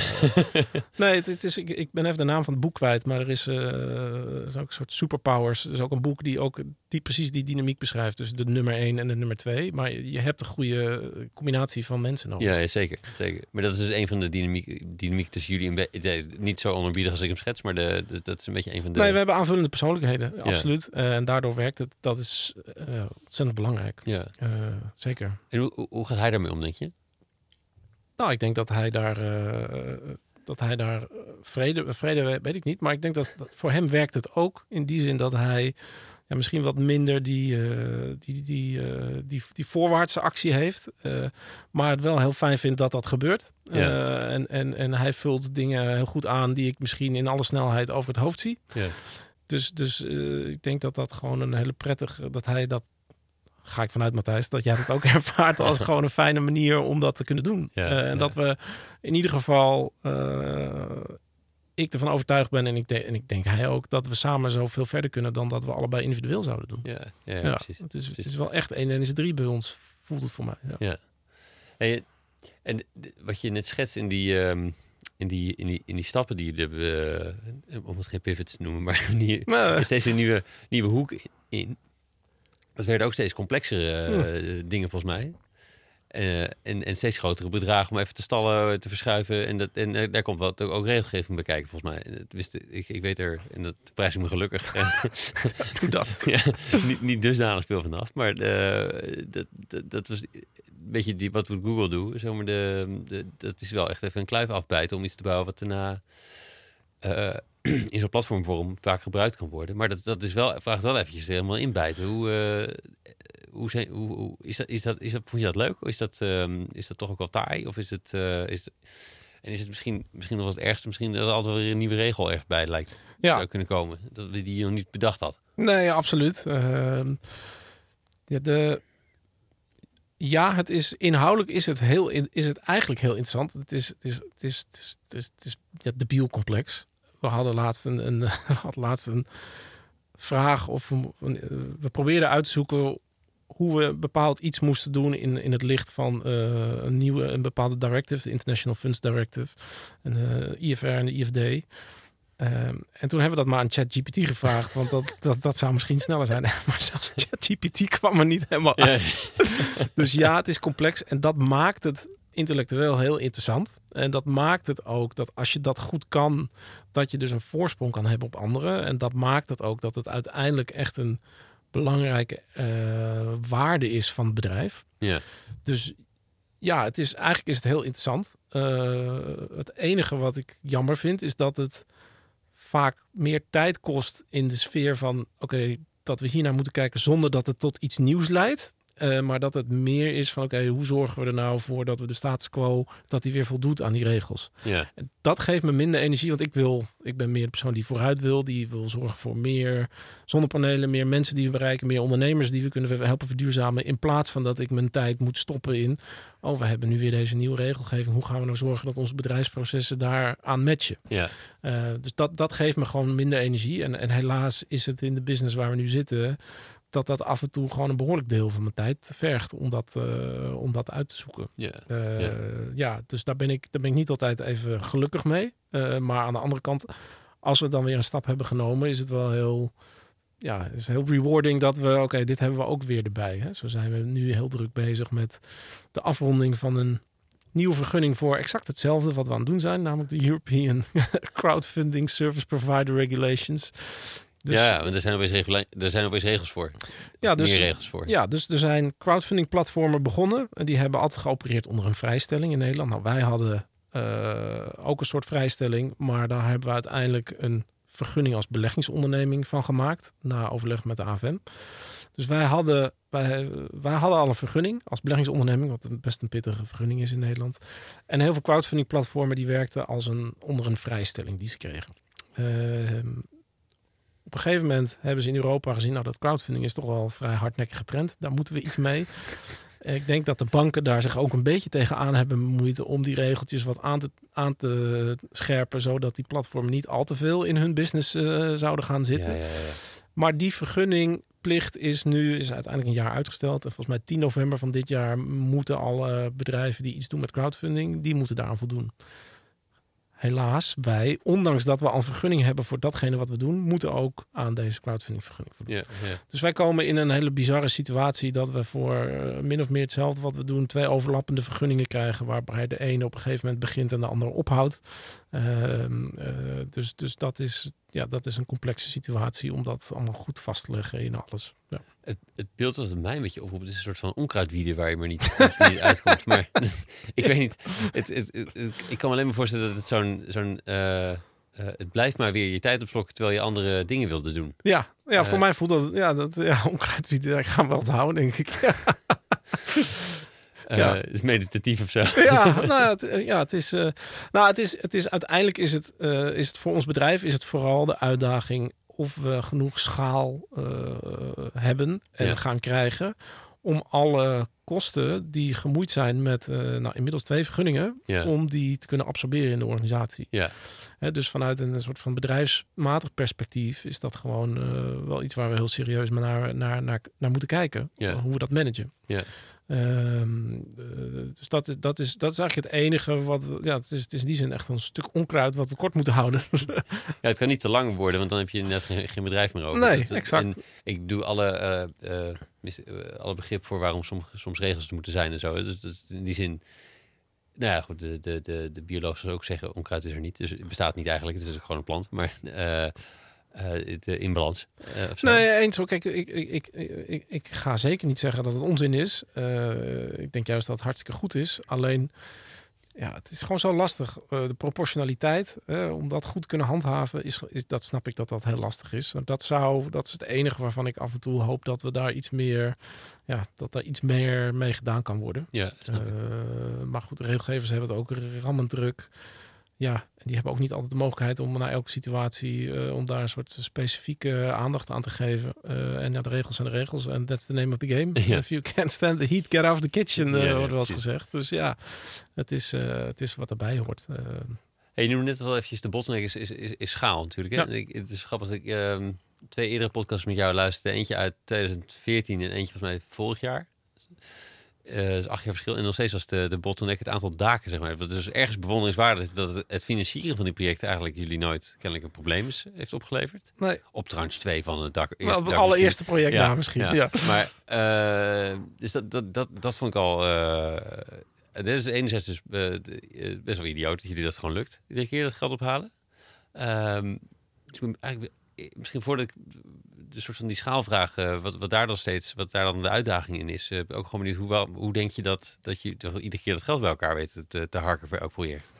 [SPEAKER 2] nee, het, het is, ik, ik ben even de naam van het boek kwijt, maar er is, uh, er is ook een soort superpowers. Er is ook een boek die ook die precies die dynamiek beschrijft. Dus de nummer één en de nummer twee. Maar je hebt een goede combinatie van mensen nodig.
[SPEAKER 1] Ja, ja zeker, zeker. Maar dat is dus een van de dynamiek, dynamiek tussen jullie. En be- niet zo onerbiedig als ik hem schets, maar de, de, dat is een beetje een van de...
[SPEAKER 2] Nee, we hebben aanvullende persoonlijkheden,
[SPEAKER 1] ja.
[SPEAKER 2] absoluut. Uh, en daardoor werkt het. Dat is uh, ontzettend belangrijk.
[SPEAKER 1] Ja.
[SPEAKER 2] Uh, zeker.
[SPEAKER 1] En hoe, hoe gaat hij daarmee om, denk je?
[SPEAKER 2] Nou, ik denk dat hij daar... Uh, dat hij daar vrede... Vrede weet ik niet, maar ik denk dat, dat voor hem werkt het ook. In die zin dat hij... Ja, misschien wat minder die, uh, die, die, uh, die, die voorwaartse actie heeft. Uh, maar het wel heel fijn vindt dat dat gebeurt. Ja. Uh, en, en, en hij vult dingen heel goed aan die ik misschien in alle snelheid over het hoofd zie. Ja. Dus, dus uh, ik denk dat dat gewoon een hele prettige... Dat hij dat, ga ik vanuit Matthijs, dat jij dat ook ervaart als gewoon een fijne manier om dat te kunnen doen. Ja, uh, en ja. dat we in ieder geval... Uh, ik ervan overtuigd ben en ik, de, en ik denk hij ook dat we samen zoveel verder kunnen dan dat we allebei individueel zouden doen.
[SPEAKER 1] Ja, ja, ja,
[SPEAKER 2] ja
[SPEAKER 1] precies.
[SPEAKER 2] Het is,
[SPEAKER 1] precies.
[SPEAKER 2] Het is wel echt één en is het drie bij ons, voelt het voor mij. Ja.
[SPEAKER 1] ja. En, en wat je net schetst in die, um, in die, in die, in die stappen die jullie hebben, uh, om het geen pivots te noemen, maar die, nee. steeds een nieuwe, nieuwe hoek in. Dat werden ook steeds complexere uh, hm. dingen volgens mij. Uh, en, en steeds grotere bedragen om even te stallen, te verschuiven. En, dat, en uh, daar komt wat ook, ook regelgeving bij kijken, volgens mij. En, wist, ik, ik weet er, en dat prijs ik me gelukkig.
[SPEAKER 2] Doe dat.
[SPEAKER 1] ja, niet, niet dusdanig speel vanaf. Maar uh, dat, dat, dat was een beetje die, wat we Google doen. Zeg maar de, de, dat is wel echt even een kluif afbijten om iets te bouwen wat daarna uh, in zo'n platformvorm vaak gebruikt kan worden. Maar dat, dat is wel, vraagt wel eventjes helemaal inbijten. Hoe... Uh, Hoe, zijn, hoe, hoe is dat? Is dat? Is dat? Vond je dat leuk? Of is dat? Um, is dat toch ook wel taai? Of is het? Uh, is het en is het misschien, misschien nog wat het ergste? Misschien dat er altijd weer een nieuwe regel ergens bij lijkt. Ja. Zou kunnen komen dat we die nog niet bedacht had.
[SPEAKER 2] Nee, absoluut. Uh, ja, de. Ja, het is inhoudelijk is het heel is het eigenlijk heel interessant. Het is het is het is het is, het is, het is ja, debiel complex. We hadden laatst een, een we hadden laatst een vraag of we, we probeerden uit te zoeken hoe we bepaald iets moesten doen in, in het licht van uh, een nieuwe, een bepaalde directive, de International Funds Directive, en de I F R en de I F D. Um, en toen hebben we dat maar aan ChatGPT gevraagd, want dat, dat, dat zou misschien sneller zijn. Maar zelfs ChatGPT kwam er niet helemaal uit. Ja. Dus ja, het is complex en dat maakt het intellectueel heel interessant. En dat maakt het ook dat als je dat goed kan, dat je dus een voorsprong kan hebben op anderen. En dat maakt het ook dat het uiteindelijk echt een belangrijke uh, waarde is van het bedrijf.
[SPEAKER 1] Ja.
[SPEAKER 2] Dus ja, het is eigenlijk is het heel interessant. Uh, het enige wat ik jammer vind is dat het vaak meer tijd kost in de sfeer van oké, okay, dat we hiernaar moeten kijken zonder dat het tot iets nieuws leidt. Uh, maar dat het meer is van oké, okay, hoe zorgen we er nou voor dat we de status quo, dat die weer voldoet aan die regels.
[SPEAKER 1] Ja.
[SPEAKER 2] En dat geeft me minder energie, want ik wil, ik ben meer de persoon die vooruit wil, die wil zorgen voor meer zonnepanelen, meer mensen die we bereiken, meer ondernemers die we kunnen helpen verduurzamen, in plaats van dat ik mijn tijd moet stoppen in, oh, we hebben nu weer deze nieuwe regelgeving, hoe gaan we nou zorgen dat onze bedrijfsprocessen daar aan matchen?
[SPEAKER 1] Ja.
[SPEAKER 2] Uh, dus dat, dat geeft me gewoon minder energie en, en helaas is het in de business waar we nu zitten, dat dat af en toe gewoon een behoorlijk deel van mijn tijd vergt om dat, uh, om dat uit te zoeken.
[SPEAKER 1] Yeah.
[SPEAKER 2] Uh,
[SPEAKER 1] yeah.
[SPEAKER 2] Ja, dus daar ben, ik, daar ben ik niet altijd even gelukkig mee. Uh, maar aan de andere kant, als we dan weer een stap hebben genomen, is het wel heel, ja, is heel rewarding dat we, oké, okay, dit hebben we ook weer erbij. Hè? Zo zijn we nu heel druk bezig met de afronding van een nieuwe vergunning voor exact hetzelfde wat we aan het doen zijn, namelijk de European Crowdfunding Service Provider Regulations.
[SPEAKER 1] Dus, ja, want er zijn opeens, regula- er zijn opeens regels voor.
[SPEAKER 2] Ja, dus,
[SPEAKER 1] meer regels voor.
[SPEAKER 2] Ja, dus er zijn crowdfunding platformen begonnen. En die hebben altijd geopereerd onder een vrijstelling in Nederland. Nou, wij hadden uh, ook een soort vrijstelling. Maar daar hebben we uiteindelijk een vergunning als beleggingsonderneming van gemaakt. Na overleg met de A F M. Dus wij hadden, wij, wij hadden al een vergunning als beleggingsonderneming. Wat best een pittige vergunning is in Nederland. En heel veel crowdfunding platformen die werkten als een, onder een vrijstelling die ze kregen. Uh, Op een gegeven moment hebben ze in Europa gezien, nou, dat crowdfunding is toch wel vrij hardnekkige trend. Daar moeten we iets mee. Ik denk dat de banken daar zich ook een beetje tegenaan hebben bemoeid om die regeltjes wat aan te, aan te scherpen, zodat die platformen niet al te veel in hun business uh, zouden gaan zitten.
[SPEAKER 1] Ja, ja, ja.
[SPEAKER 2] Maar die vergunningplicht is nu is uiteindelijk een jaar uitgesteld. En volgens mij tien november van dit jaar moeten alle bedrijven die iets doen met crowdfunding, die moeten daaraan voldoen. Helaas, wij, ondanks dat we al een vergunning hebben voor datgene wat we doen, moeten ook aan deze crowdfunding vergunning voldoen.
[SPEAKER 1] Ja, ja.
[SPEAKER 2] Dus wij komen in een hele bizarre situatie dat we voor uh, min of meer hetzelfde wat we doen, twee overlappende vergunningen krijgen, waarbij de ene op een gegeven moment begint en de andere ophoudt. Uh, uh, dus dus dat, is, ja, dat is een complexe situatie om dat allemaal goed vast te leggen in alles. Ja.
[SPEAKER 1] Het, het beeld wat het mij een beetje oproept is een soort van onkruidwieden waar je maar niet, niet uitkomt. Maar ik weet niet. Het, het, het, het, ik kan me alleen maar voorstellen dat het zo'n... zo'n uh, uh, het blijft maar weer je tijd opslokken terwijl je andere dingen wilde doen.
[SPEAKER 2] Ja, ja voor
[SPEAKER 1] uh,
[SPEAKER 2] mij voelt dat... Ja, dat ja, onkruidwieden, ik ga hem wel houden, denk ik. Ja.
[SPEAKER 1] Uh,
[SPEAKER 2] ja.
[SPEAKER 1] Is meditatief of zo.
[SPEAKER 2] Ja, nou ja, het, ja, het is... Uh, nou, het is, het is uiteindelijk is het, uh, is het voor ons bedrijf is het vooral de uitdaging of we genoeg schaal uh, hebben en ja. gaan krijgen om alle kosten die gemoeid zijn met uh, nou, inmiddels twee vergunningen, ja. om die te kunnen absorberen in de organisatie.
[SPEAKER 1] Ja.
[SPEAKER 2] He, dus vanuit een soort van bedrijfsmatig perspectief is dat gewoon uh, wel iets waar we heel serieus naar, naar, naar, naar moeten kijken.
[SPEAKER 1] Ja.
[SPEAKER 2] Hoe we dat managen.
[SPEAKER 1] Ja.
[SPEAKER 2] Um, uh, dus dat is, dat, is, dat is eigenlijk het enige wat... Ja, het is, het is in die zin echt een stuk onkruid wat we kort moeten houden.
[SPEAKER 1] Ja, het kan niet te lang worden, want dan heb je net geen, geen bedrijf meer over.
[SPEAKER 2] Nee,
[SPEAKER 1] dat,
[SPEAKER 2] exact. En
[SPEAKER 1] ik doe alle, uh, uh, mis, uh, alle begrip voor waarom soms, soms regels er moeten zijn en zo. Dus, dus in die zin... Nou ja, goed, de, de, de, de biologen zullen ook zeggen, onkruid is er niet. Dus het bestaat niet eigenlijk, het is gewoon een plant. Maar... Uh, Uh, de inbalans. Uh,
[SPEAKER 2] nee, eens zo. Kijk, ik, ik, ik, ik, ik ga zeker niet zeggen dat het onzin is. Uh, ik denk juist dat het hartstikke goed is. Alleen, ja, het is gewoon zo lastig. Uh, de proportionaliteit, uh, om dat goed te kunnen handhaven, is, is, dat snap ik dat dat heel lastig is. Dat zou, dat is het enige waarvan ik af en toe hoop dat we daar iets meer, ja, dat daar iets meer mee gedaan kan worden.
[SPEAKER 1] Ja, snap ik.
[SPEAKER 2] Uh, maar goed, de regelgevers hebben het ook rammend druk. Ja, en die hebben ook niet altijd de mogelijkheid om naar elke situatie, uh, om daar een soort specifieke aandacht aan te geven. Uh, en ja, de regels zijn de regels. En that's the name of the game. Ja. If you can't stand the heat, get out of the kitchen, uh, ja, wordt wel eens gezegd. Dus ja, het is, uh, het is wat erbij hoort. Uh,
[SPEAKER 1] hey, je noemde net al eventjes, de bottleneck is, is, is, is schaal natuurlijk. Hè?
[SPEAKER 2] Ja.
[SPEAKER 1] Ik, het is grappig dat ik uh, twee eerdere podcasts met jou luisterde. Eentje uit twintig veertien en eentje volgens mij vorig jaar. Uh, dat is acht jaar verschil. En nog steeds was de, de bottleneck het aantal daken, zeg maar. Dat is dus ergens bewonderingswaardig dat het, het financieren van die projecten eigenlijk jullie nooit kennelijk een probleem is, heeft opgeleverd.
[SPEAKER 2] Nee.
[SPEAKER 1] Op tranche twee van het dak.
[SPEAKER 2] Nou, het allereerste project, ja, ja misschien. Ja. Ja.
[SPEAKER 1] Maar uh, dus dat, dat, dat, dat vond ik al... Uh, dit is enerzijds dus uh, best wel idioot dat jullie dat gewoon lukt. Iedere keer dat geld ophalen. Um, dus eigenlijk, misschien voordat ik... de soort van die schaalvraag, uh, wat, wat daar dan steeds, wat daar dan de uitdaging in is. Uh, ook gewoon benieuwd, hoe, wel, hoe denk je dat, dat je toch iedere keer dat geld bij elkaar weet te, te harken voor elk project?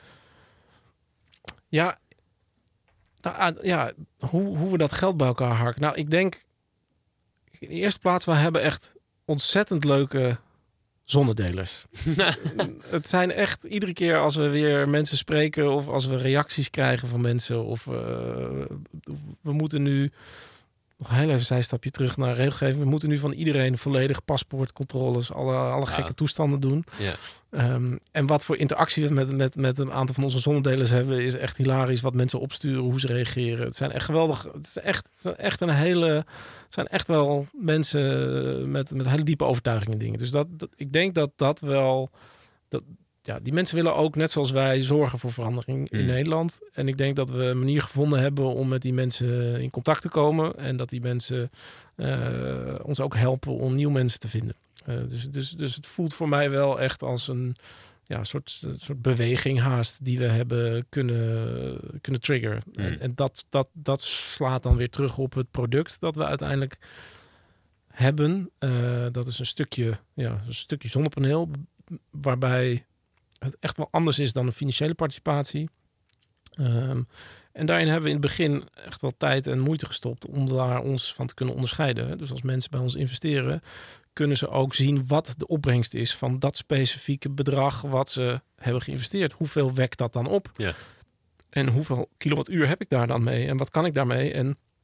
[SPEAKER 2] Ja, nou, ja hoe, hoe we dat geld bij elkaar harken. Nou, ik denk, in de eerste plaats, we hebben echt ontzettend leuke zonnedelers. Het zijn echt, iedere keer als we weer mensen spreken of als we reacties krijgen van mensen of uh, we moeten nu... Nog heel even een zijstapje terug naar regelgeving. We moeten nu van iedereen volledig paspoortcontroles, alle, alle gekke ja. toestanden doen.
[SPEAKER 1] Ja.
[SPEAKER 2] Um, en wat voor interactie we met, met, met een aantal van onze zonnedelers hebben, is echt hilarisch. Wat mensen opsturen, hoe ze reageren. Het zijn echt geweldig. Het is echt, het is echt een hele. Het zijn echt wel mensen met, met hele diepe overtuigingen dingen. Dus dat, dat ik denk dat dat wel. Dat, ja, die mensen willen ook, net zoals wij, zorgen voor verandering in mm. Nederland. En ik denk dat we een manier gevonden hebben om met die mensen in contact te komen. En dat die mensen uh, ons ook helpen om nieuwe mensen te vinden. Uh, dus, dus, dus het voelt voor mij wel echt als een ja, soort, soort beweging haast die we hebben kunnen, kunnen triggeren. Mm. En, en dat, dat, dat slaat dan weer terug op het product dat we uiteindelijk hebben. Uh, dat is een stukje, ja, een stukje zonnepaneel, waarbij het echt wel anders is dan een financiële participatie. Um, en daarin hebben we in het begin echt wel tijd en moeite gestopt om daar ons van te kunnen onderscheiden. Dus als mensen bij ons investeren, kunnen ze ook zien wat de opbrengst is van dat specifieke bedrag wat ze hebben geïnvesteerd. Hoeveel wekt dat dan op?
[SPEAKER 1] Ja.
[SPEAKER 2] En hoeveel kilowattuur heb ik daar dan mee? En wat kan ik daarmee? En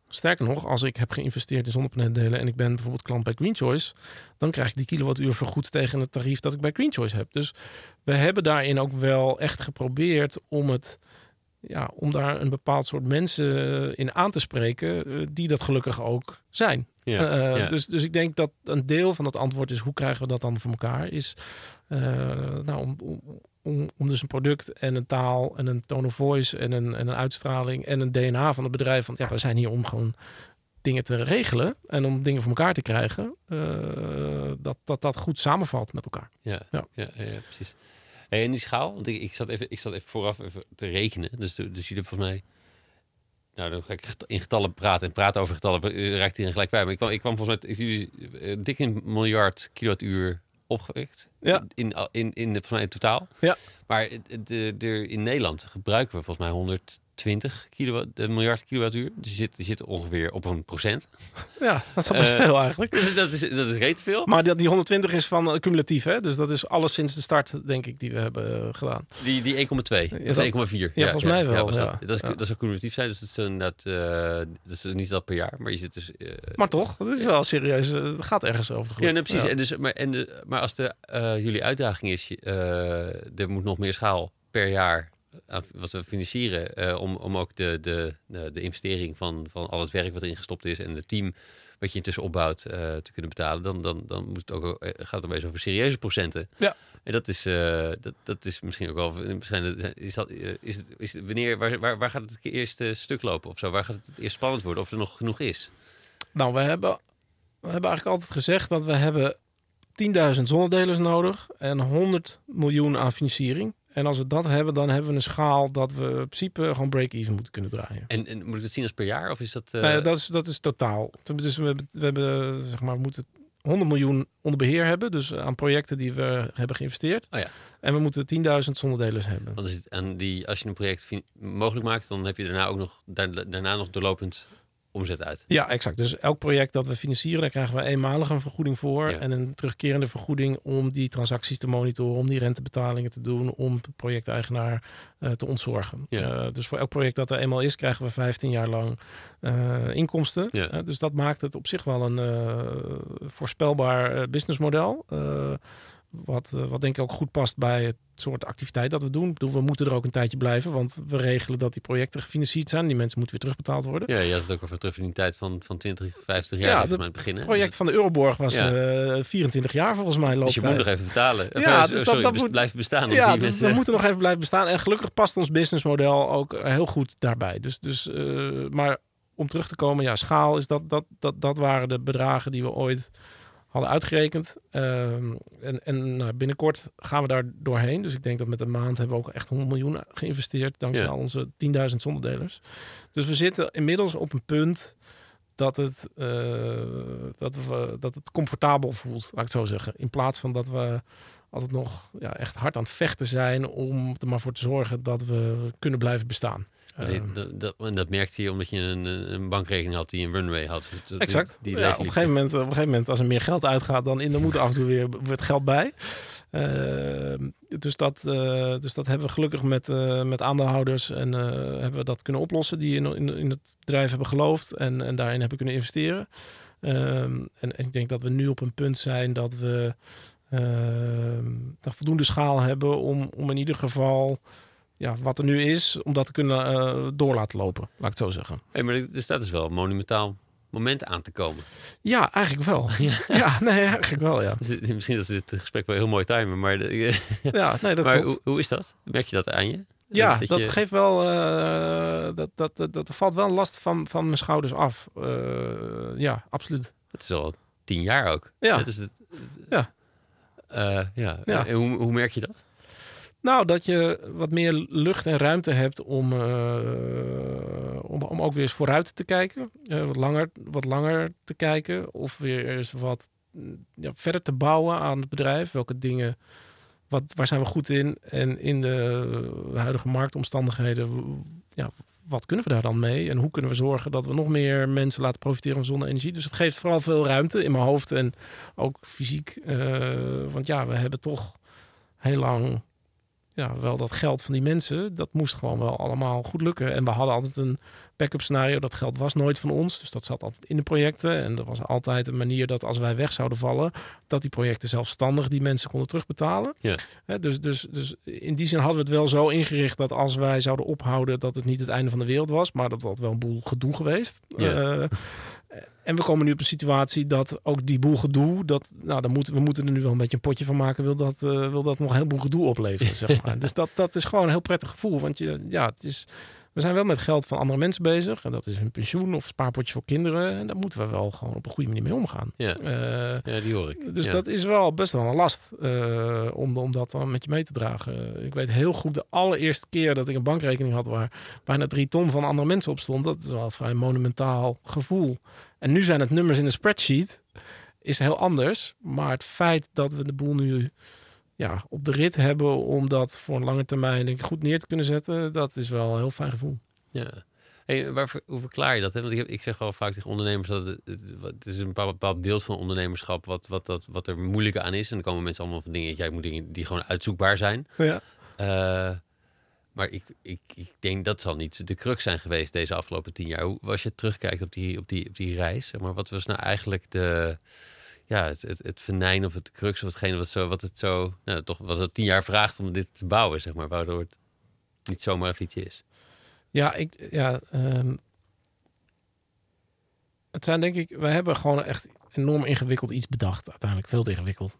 [SPEAKER 2] Sterker nog, als ik heb geïnvesteerd in zonnepaneeldelen en ik ben bijvoorbeeld klant bij Green Choice, dan krijg ik die kilowattuur vergoed tegen het tarief dat ik bij Green Choice heb. Dus we hebben daarin ook wel echt geprobeerd om het, ja, om daar een bepaald soort mensen in aan te spreken uh, die dat gelukkig ook zijn.
[SPEAKER 1] Ja,
[SPEAKER 2] uh,
[SPEAKER 1] ja.
[SPEAKER 2] Dus, dus ik denk dat een deel van het antwoord is, hoe krijgen we dat dan voor elkaar? Is uh, nou, om, om, om, om dus een product en een taal en een tone of voice en een, en een uitstraling en een D N A van het bedrijf. Want ja, we zijn hier om gewoon dingen te regelen en om dingen voor elkaar te krijgen. Uh, dat, dat dat goed samenvalt met elkaar.
[SPEAKER 1] Ja,
[SPEAKER 2] ja.
[SPEAKER 1] ja, ja, ja precies. Hey, en die schaal, want ik, ik, zat even, ik zat even vooraf even te rekenen. Dus, dus jullie hebben volgens mij... Nou, dan ga ik in getallen praten. En praten over getallen raakt iedereen gelijk bij. Maar ik kwam, ik kwam volgens mij... Jullie uh, dik een miljard kilowattuur opgewekt.
[SPEAKER 2] Ja.
[SPEAKER 1] In, in, in, in, volgens mij in totaal.
[SPEAKER 2] Ja.
[SPEAKER 1] Maar de, de, in Nederland gebruiken we volgens mij honderdtwintig kilowatt, de miljard kilowattuur. Dus je zit, je zit ongeveer op een procent.
[SPEAKER 2] Ja, dat is al best uh, veel eigenlijk.
[SPEAKER 1] Dus dat is, dat is reet veel.
[SPEAKER 2] Maar die, die honderdtwintig is van uh, cumulatief, hè? Dus dat is alles sinds de start, denk ik, die we hebben uh, gedaan.
[SPEAKER 1] Die, die één komma twee of één komma vier.
[SPEAKER 2] Ja, ja, volgens mij wel.
[SPEAKER 1] Ja,
[SPEAKER 2] ja.
[SPEAKER 1] Dat, dat, is,
[SPEAKER 2] ja.
[SPEAKER 1] dat zou cumulatief zijn, dus dat is, inderdaad, uh, dat is niet dat per jaar. Maar je zit dus... Uh,
[SPEAKER 2] maar toch, dat is wel serieus. Uh, het gaat ergens over. Geluk.
[SPEAKER 1] Ja, nee, precies.
[SPEAKER 2] Ja.
[SPEAKER 1] En dus, maar, en de, maar als de, uh, jullie uitdaging is, uh, er moet nog meer schaal per jaar aan wat we financieren, uh, om, om ook de, de, de, de investering van, van al het werk wat erin gestopt is en het team wat je intussen opbouwt uh, te kunnen betalen, dan, dan, dan moet het ook, uh, gaat het opeens over serieuze procenten.
[SPEAKER 2] Ja.
[SPEAKER 1] En dat is, uh, dat, dat is misschien ook wel, is dat, is het, is het, wanneer, waar, waar, waar gaat het eerste stuk lopen of zo? Waar gaat het, het eerst spannend worden? Of er nog genoeg is?
[SPEAKER 2] Nou, we hebben, we hebben eigenlijk altijd gezegd dat we hebben tienduizend zonnedelers nodig en honderd miljoen aan financiering. En als we dat hebben, dan hebben we een schaal dat we in principe gewoon break-even moeten kunnen draaien.
[SPEAKER 1] En, en moet ik dat zien als per jaar? Of is dat... Uh...
[SPEAKER 2] Nee, dat is, dat is totaal. Dus we hebben, we hebben zeg maar, we moeten honderd miljoen onder beheer hebben. Dus aan projecten die we hebben geïnvesteerd.
[SPEAKER 1] Oh ja.
[SPEAKER 2] En we moeten tienduizend zonnedelers hebben.
[SPEAKER 1] Want is het aan die, als je een project mogelijk maakt, dan heb je daarna ook nog, daarna nog doorlopend omzet uit.
[SPEAKER 2] Ja, exact. Dus elk project dat we financieren, daar krijgen we eenmalig een vergoeding voor. Ja. En een terugkerende vergoeding om die transacties te monitoren, om die rentebetalingen te doen, om de projecteigenaar uh, te ontzorgen. Ja. Uh, dus voor elk project dat er eenmaal is, krijgen we vijftien jaar lang uh, inkomsten. Ja. Uh, dus dat maakt het op zich wel een uh, voorspelbaar uh, businessmodel. Uh, Wat, wat denk ik ook goed past bij het soort activiteit dat we doen. Ik bedoel, we moeten er ook een tijdje blijven, want we regelen dat die projecten gefinancierd zijn. Die mensen moeten weer terugbetaald worden.
[SPEAKER 1] Ja, je had het ook over een terugverdientijd van, van twintig, vijftig jaar.
[SPEAKER 2] Ja, het begin. Het project van de Euroborg was ja. uh, vierentwintig jaar volgens mij.
[SPEAKER 1] Dus je moet nog even betalen.
[SPEAKER 2] Ja,
[SPEAKER 1] of,
[SPEAKER 2] dus
[SPEAKER 1] sorry,
[SPEAKER 2] dat, dat moet
[SPEAKER 1] blijven bestaan.
[SPEAKER 2] Ja,
[SPEAKER 1] die
[SPEAKER 2] dus
[SPEAKER 1] mensen...
[SPEAKER 2] we moeten nog even blijven bestaan. En gelukkig past ons businessmodel ook heel goed daarbij. Dus, dus, uh, maar om terug te komen, ja, schaal is dat, dat, dat, dat waren de bedragen die we ooit hadden uitgerekend. Um, en en nou, binnenkort gaan we daar doorheen. Dus ik denk dat met een maand hebben we ook echt honderd miljoen geïnvesteerd. Dankzij ja. onze tienduizend zonnedelers. Dus we zitten inmiddels op een punt dat het, uh, dat we, dat het comfortabel voelt, laat ik het zo zeggen. In plaats van dat we altijd nog ja, echt hard aan het vechten zijn om er maar voor te zorgen dat we kunnen blijven bestaan.
[SPEAKER 1] Dat, dat, dat, en dat merkte je omdat je een, een bankrekening had die een runway had. Dat,
[SPEAKER 2] exact.
[SPEAKER 1] Die, die
[SPEAKER 2] ja, op, een gegeven moment, op een gegeven moment, als er meer geld uitgaat, dan in, dan moet er af en toe weer het geld bij. Uh, dus, dat, uh, dus dat hebben we gelukkig met, uh, met aandeelhouders en uh, hebben we dat kunnen oplossen die in, in, in het bedrijf hebben geloofd en, en daarin hebben kunnen investeren. Uh, en, en ik denk dat we nu op een punt zijn dat we uh, voldoende schaal hebben om, om in ieder geval ja, wat er nu is, om dat te kunnen uh, door laten lopen, laat ik het zo zeggen.
[SPEAKER 1] Hey, maar er staat dus wel een monumentaal moment aan te komen.
[SPEAKER 2] Ja, eigenlijk wel. Ja, ja nee, eigenlijk wel, ja.
[SPEAKER 1] Misschien dat we dit gesprek wel heel mooi timen, maar, de,
[SPEAKER 2] ja, nee, dat
[SPEAKER 1] maar hoe, hoe is dat? Merk je dat aan je?
[SPEAKER 2] Ja,
[SPEAKER 1] dat,
[SPEAKER 2] dat
[SPEAKER 1] je...
[SPEAKER 2] geeft wel, uh, dat, dat, dat, dat valt wel last van, van mijn schouders af. Uh, ja, absoluut.
[SPEAKER 1] Het is al tien jaar ook.
[SPEAKER 2] Ja.
[SPEAKER 1] Het is het,
[SPEAKER 2] ja.
[SPEAKER 1] Uh, ja.
[SPEAKER 2] ja.
[SPEAKER 1] En hoe, hoe merk je dat?
[SPEAKER 2] Nou, dat je wat meer lucht en ruimte hebt om, uh, om, om ook weer eens vooruit te kijken. Uh, wat, langer, wat langer te kijken. Of weer eens wat ja, verder te bouwen aan het bedrijf. Welke dingen, wat, waar zijn we goed in? En in de huidige marktomstandigheden, ja, wat kunnen we daar dan mee? En hoe kunnen we zorgen dat we nog meer mensen laten profiteren van zonne-energie? Dus het geeft vooral veel ruimte in mijn hoofd en ook fysiek. Uh, want ja, we hebben toch heel lang ja, wel dat geld van die mensen, dat moest gewoon wel allemaal goed lukken. En we hadden altijd een backup scenario. Dat geld was nooit van ons. Dus dat zat altijd in de projecten. En er was altijd een manier dat als wij weg zouden vallen, dat die projecten zelfstandig die mensen konden terugbetalen.
[SPEAKER 1] Ja.
[SPEAKER 2] He, dus, dus, dus in die zin hadden we het wel zo ingericht dat als wij zouden ophouden, dat het niet het einde van de wereld was. Maar dat had wel een boel gedoe geweest.
[SPEAKER 1] Ja.
[SPEAKER 2] Uh, En we komen nu op een situatie dat ook die boel gedoe, dat, nou, dan moeten we moeten er nu wel een beetje een potje van maken, wil dat, uh, wil dat nog een heleboel gedoe opleveren, zeg maar. Dus dat, dat is gewoon een heel prettig gevoel, want je, ja, het is, we zijn wel met geld van andere mensen bezig, en dat is hun pensioen of spaarpotje voor kinderen, en daar moeten we wel gewoon op een goede manier mee omgaan.
[SPEAKER 1] Ja, uh, ja die hoor ik.
[SPEAKER 2] Dus
[SPEAKER 1] ja.
[SPEAKER 2] dat is wel best wel een last uh, om, om dat dan met je mee te dragen. Ik weet heel goed de allereerste keer dat ik een bankrekening had waar bijna drie ton van andere mensen op stond, dat is wel een vrij monumentaal gevoel. En nu zijn het nummers in een spreadsheet, is heel anders. Maar het feit dat we de boel nu ja, op de rit hebben om dat voor een lange termijn denk ik, goed neer te kunnen zetten, dat is wel een heel fijn gevoel.
[SPEAKER 1] Ja. Hey, waar, hoe verklaar je dat? Hè? Want ik, heb, ik zeg wel vaak tegen ondernemers dat het, het, het is een bepaald, bepaald beeld van ondernemerschap wat, wat, dat, wat er moeilijk aan is. En dan komen mensen allemaal van dingen, jij moet dingen die gewoon uitzoekbaar zijn.
[SPEAKER 2] Ja.
[SPEAKER 1] Uh, Maar ik, ik, ik denk dat zal niet de crux zijn geweest deze afgelopen tien jaar. Hoe, als je terugkijkt op die, op die, op die reis, zeg maar, wat was nou eigenlijk de, ja, het, het, het venijn of het crux of hetgene wat, zo, wat het zo, nou, toch wat het tien jaar vraagt om dit te bouwen, zeg maar, waardoor het niet zomaar een fietsje is.
[SPEAKER 2] Ja, ik, ja, um, het zijn denk ik, we hebben gewoon echt enorm ingewikkeld iets bedacht. Uiteindelijk veel te ingewikkeld.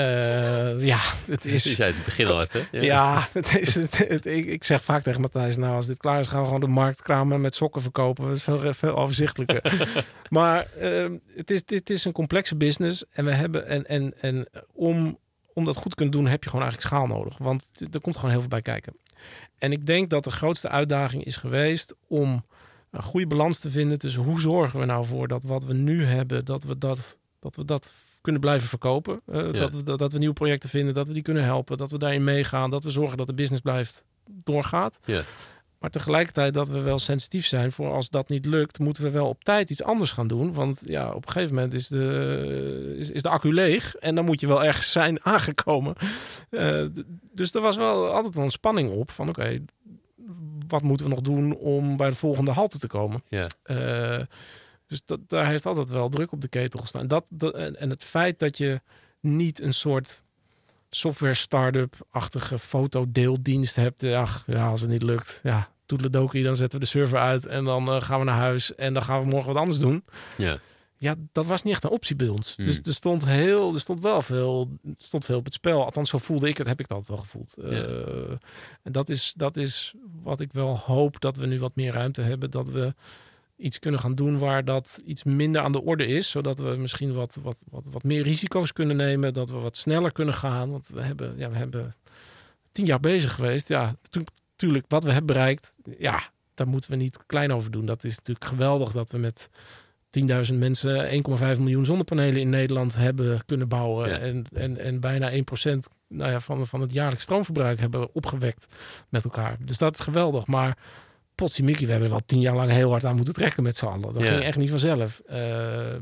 [SPEAKER 2] Uh, ja, het is...
[SPEAKER 1] Je zei het begin al even.
[SPEAKER 2] Ja, ja het is, het, het, ik, ik zeg vaak tegen Matthijs, nou als dit klaar is gaan we gewoon de markt kramen met sokken verkopen. Dat is veel, veel overzichtelijker. Maar uh, het, is, het is een complexe business en we hebben en, en, en om, om dat goed te kunnen doen heb je gewoon eigenlijk schaal nodig. Want er komt gewoon heel veel bij kijken. En ik denk dat de grootste uitdaging is geweest om een goede balans te vinden tussen hoe zorgen we nou voor dat wat we nu hebben, dat we dat, dat, we dat kunnen blijven verkopen. Uh, ja. dat, we, dat, dat we nieuwe projecten vinden, dat we die kunnen helpen, dat we daarin meegaan, dat we zorgen dat de business blijft doorgaat.
[SPEAKER 1] Ja.
[SPEAKER 2] Maar tegelijkertijd dat we wel sensitief zijn voor als dat niet lukt, moeten we wel op tijd iets anders gaan doen. Want ja, op een gegeven moment is de, is, is de accu leeg en dan moet je wel ergens zijn aangekomen. Uh, d- dus er was wel altijd wel een spanning op van oké, okay, wat moeten we nog doen om bij de volgende halte te komen?
[SPEAKER 1] Ja.
[SPEAKER 2] Uh, dus dat, daar heeft altijd wel druk op de ketel gestaan. Dat, dat, en het feit dat je niet een soort software start-up-achtige fotodeeldienst hebt. Ach, ja, als het niet lukt, ja, toedeledokie, dan zetten we de server uit en dan uh, gaan we naar huis en dan gaan we morgen wat anders doen.
[SPEAKER 1] Ja.
[SPEAKER 2] Ja, dat was niet echt een optie bij ons.
[SPEAKER 1] Mm.
[SPEAKER 2] Dus er stond heel, er stond wel veel, er stond veel op het spel. Althans, zo voelde ik het, heb ik dat wel gevoeld. Ja. Uh, en dat is, dat is wat ik wel hoop, dat we nu wat meer ruimte hebben, dat we iets kunnen gaan doen waar dat iets minder aan de orde is, zodat we misschien wat, wat, wat, wat meer risico's kunnen nemen, dat we wat sneller kunnen gaan. Want we hebben, ja, we hebben tien jaar bezig geweest. Ja, natuurlijk, wat we hebben bereikt, ja, daar moeten we niet klein over doen. Dat is natuurlijk geweldig dat we met tienduizend mensen één komma vijf miljoen zonnepanelen in Nederland hebben kunnen bouwen. Ja. En, en, en bijna één procent nou ja, van, van het jaarlijks stroomverbruik hebben opgewekt met elkaar. Dus dat is geweldig. Maar potsie-mikkie, we hebben er wel tien jaar lang heel hard aan moeten trekken met z'n allen. Dat ja. ging echt niet vanzelf. Uh,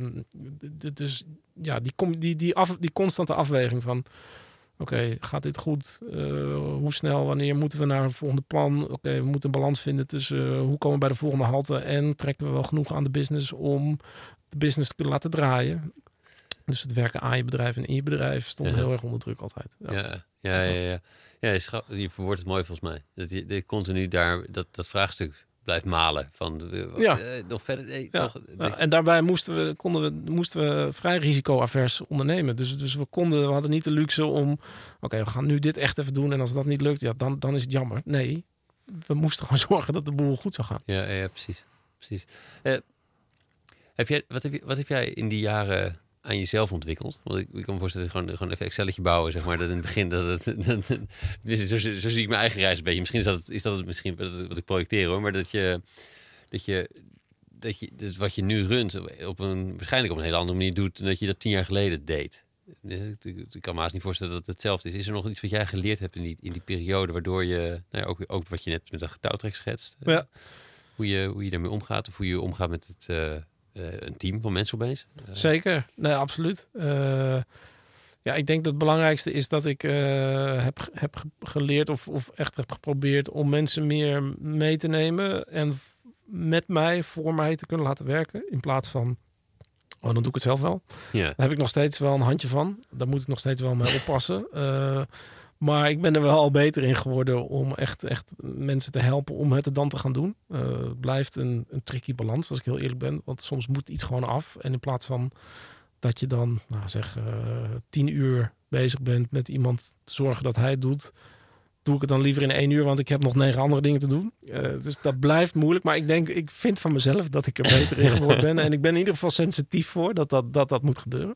[SPEAKER 2] dus ja, die, die, die, af, die constante afweging van oké, okay, gaat dit goed? Uh, hoe snel, wanneer moeten we naar een volgende plan? Oké, okay, we moeten een balans vinden tussen uh, hoe komen we bij de volgende halte en trekken we wel genoeg aan de business om de business te kunnen laten draaien. Dus het werken aan je bedrijf en in je bedrijf stond ja. heel erg onder druk altijd.
[SPEAKER 1] Ja, ja, ja. ja, ja. ja je, schap, je verwoordt het mooi volgens mij. Dat je, je continu daar dat, dat vraagstuk blijft malen. Van, uh,
[SPEAKER 2] ja.
[SPEAKER 1] uh, nog verder. Nee,
[SPEAKER 2] ja.
[SPEAKER 1] toch,
[SPEAKER 2] ja. En daarbij moesten we, konden we, moesten we vrij risicoavers ondernemen. Dus, dus we konden, we hadden niet de luxe om, oké, okay, we gaan nu dit echt even doen. En als dat niet lukt, ja, dan, dan is het jammer. Nee, we moesten gewoon zorgen dat de boel goed zou gaan.
[SPEAKER 1] Ja, ja precies. precies. Uh, heb jij, wat, heb je, wat heb jij in die jaren aan jezelf ontwikkeld? Want ik, ik kan me voorstellen, gewoon, gewoon even Excelletje bouwen, zeg maar. Dat in het begin, dat het, dat, dat, zo, zo zie ik mijn eigen reis een beetje. Misschien is dat het, is dat het misschien wat ik projecteer, hoor. Maar dat je, dat je, dat je, dus wat je nu runt, op een, waarschijnlijk op een hele andere manier doet dan dat je dat tien jaar geleden deed. Ik, ik kan me haast niet voorstellen dat het hetzelfde is. Is er nog iets wat jij geleerd hebt in die, in die periode, waardoor je, nou ja, ook, ook wat je net met een getouwtrek schetst,
[SPEAKER 2] ja.
[SPEAKER 1] hoe je, hoe je daarmee omgaat, of hoe je omgaat met het, uh, uh, een team van mensen opeens? Uh,
[SPEAKER 2] Zeker, nee, absoluut. Uh, Ja, ik denk dat het belangrijkste is dat ik uh, heb, heb geleerd of, of echt heb geprobeerd om mensen meer mee te nemen en met mij, voor mij te kunnen laten werken. In plaats van, oh, dan doe ik het zelf wel.
[SPEAKER 1] Ja.
[SPEAKER 2] Daar heb ik nog steeds wel een handje van. Daar moet ik nog steeds wel mee oppassen. Uh, maar ik ben er wel al beter in geworden om echt, echt mensen te helpen om het dan te gaan doen. Uh, het blijft een, een tricky balans, als ik heel eerlijk ben. Want soms moet iets gewoon af. En in plaats van dat je dan, nou zeg, uh, tien uur bezig bent met iemand te zorgen dat hij het doet, doe ik het dan liever in één uur, want ik heb nog negen andere dingen te doen. Uh, dus dat blijft moeilijk. Maar ik denk, ik vind van mezelf dat ik er beter in geworden ben. En ik ben in ieder geval sensitief voor dat dat, dat, dat moet gebeuren.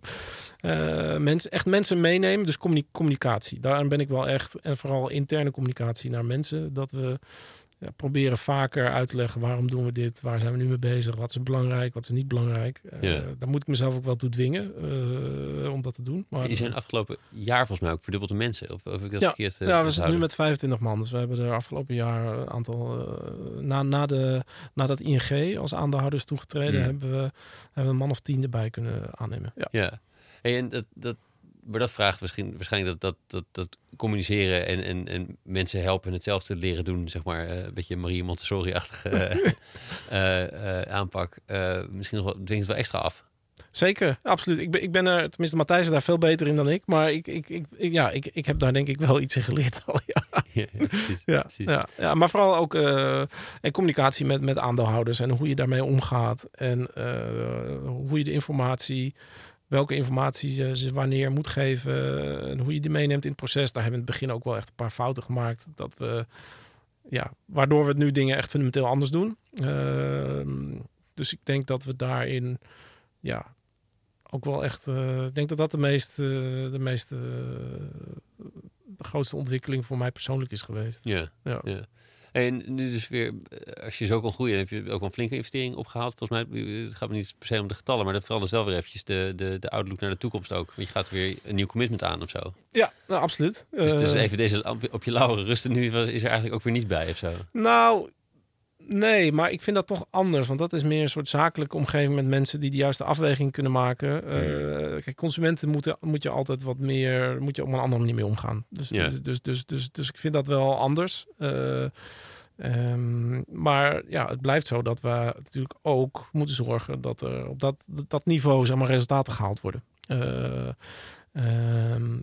[SPEAKER 2] Uh, mensen, echt mensen meenemen, dus communi- communicatie. Daarin ben ik wel echt, en vooral interne communicatie naar mensen, dat we ja, proberen vaker uit te leggen waarom doen we dit, waar zijn we nu mee bezig, wat is belangrijk, wat is niet belangrijk. Uh,
[SPEAKER 1] ja.
[SPEAKER 2] Daar moet ik mezelf ook wel toe dwingen uh, om dat te doen. Maar
[SPEAKER 1] je zijn afgelopen jaar volgens mij ook verdubbelde mensen. Of, of heb ik dat
[SPEAKER 2] ja,
[SPEAKER 1] verkeerd uh,
[SPEAKER 2] ja, we zitten nu met vijfentwintig man. Dus we hebben er afgelopen jaar een aantal uh, na, na, de, nadat I N G als aandeelhouders toegetreden, hmm. hebben, we, hebben we een man of tien erbij kunnen aannemen. Ja,
[SPEAKER 1] ja. Hey, en dat, dat, maar dat vraagt misschien, waarschijnlijk dat, dat, dat, dat communiceren en, en, en mensen helpen hetzelfde leren doen, zeg maar, uh, een beetje Marie Montessori-achtige uh, uh, uh, aanpak. Uh, misschien nog wel, dwingt het wel extra af.
[SPEAKER 2] Zeker, absoluut. Ik ben, ik ben er, tenminste Matthijs is daar veel beter in dan ik, maar ik, ik, ik, ik, ja, ik, ik heb daar denk ik wel iets in geleerd al. Ja,
[SPEAKER 1] ja, ja, precies,
[SPEAKER 2] ja,
[SPEAKER 1] precies.
[SPEAKER 2] Ja, ja, maar vooral ook uh, en communicatie met, met aandeelhouders en hoe je daarmee omgaat en uh, hoe je de informatie, welke informatie ze, ze wanneer moet geven en hoe je die meeneemt in het proces. Daar hebben we in het begin ook wel echt een paar fouten gemaakt, dat we, ja, waardoor we het nu dingen echt fundamenteel anders doen. Uh, dus ik denk dat we daarin, ja, ook wel echt, uh, ik denk dat dat de meest, uh, de meest, uh, de grootste ontwikkeling voor mij persoonlijk is geweest.
[SPEAKER 1] Ja,
[SPEAKER 2] ja.
[SPEAKER 1] ja. En nu dus weer, als je zo kan groeien, heb je ook wel een flinke investering opgehaald. Volgens mij, het gaat me niet per se om de getallen, maar dat vooral dus wel weer eventjes de, de, de outlook naar de toekomst ook. Want je gaat weer een nieuw commitment aan of zo.
[SPEAKER 2] Ja, nou, absoluut.
[SPEAKER 1] Dus,
[SPEAKER 2] uh,
[SPEAKER 1] dus even deze op je lauweren rusten nu is er eigenlijk ook weer niet bij of zo.
[SPEAKER 2] Nou, nee, maar ik vind dat toch anders. Want dat is meer een soort zakelijke omgeving met mensen die de juiste afweging kunnen maken. Uh, kijk, consumenten moeten, moet je altijd wat meer, moet je op een andere manier mee omgaan. Dus,
[SPEAKER 1] ja.
[SPEAKER 2] dus, dus, dus, dus, dus ik vind dat wel anders. Uh, um, maar ja, het blijft zo dat we natuurlijk ook moeten zorgen dat er op dat, dat niveau, zeg maar, resultaten gehaald worden. Uh, um,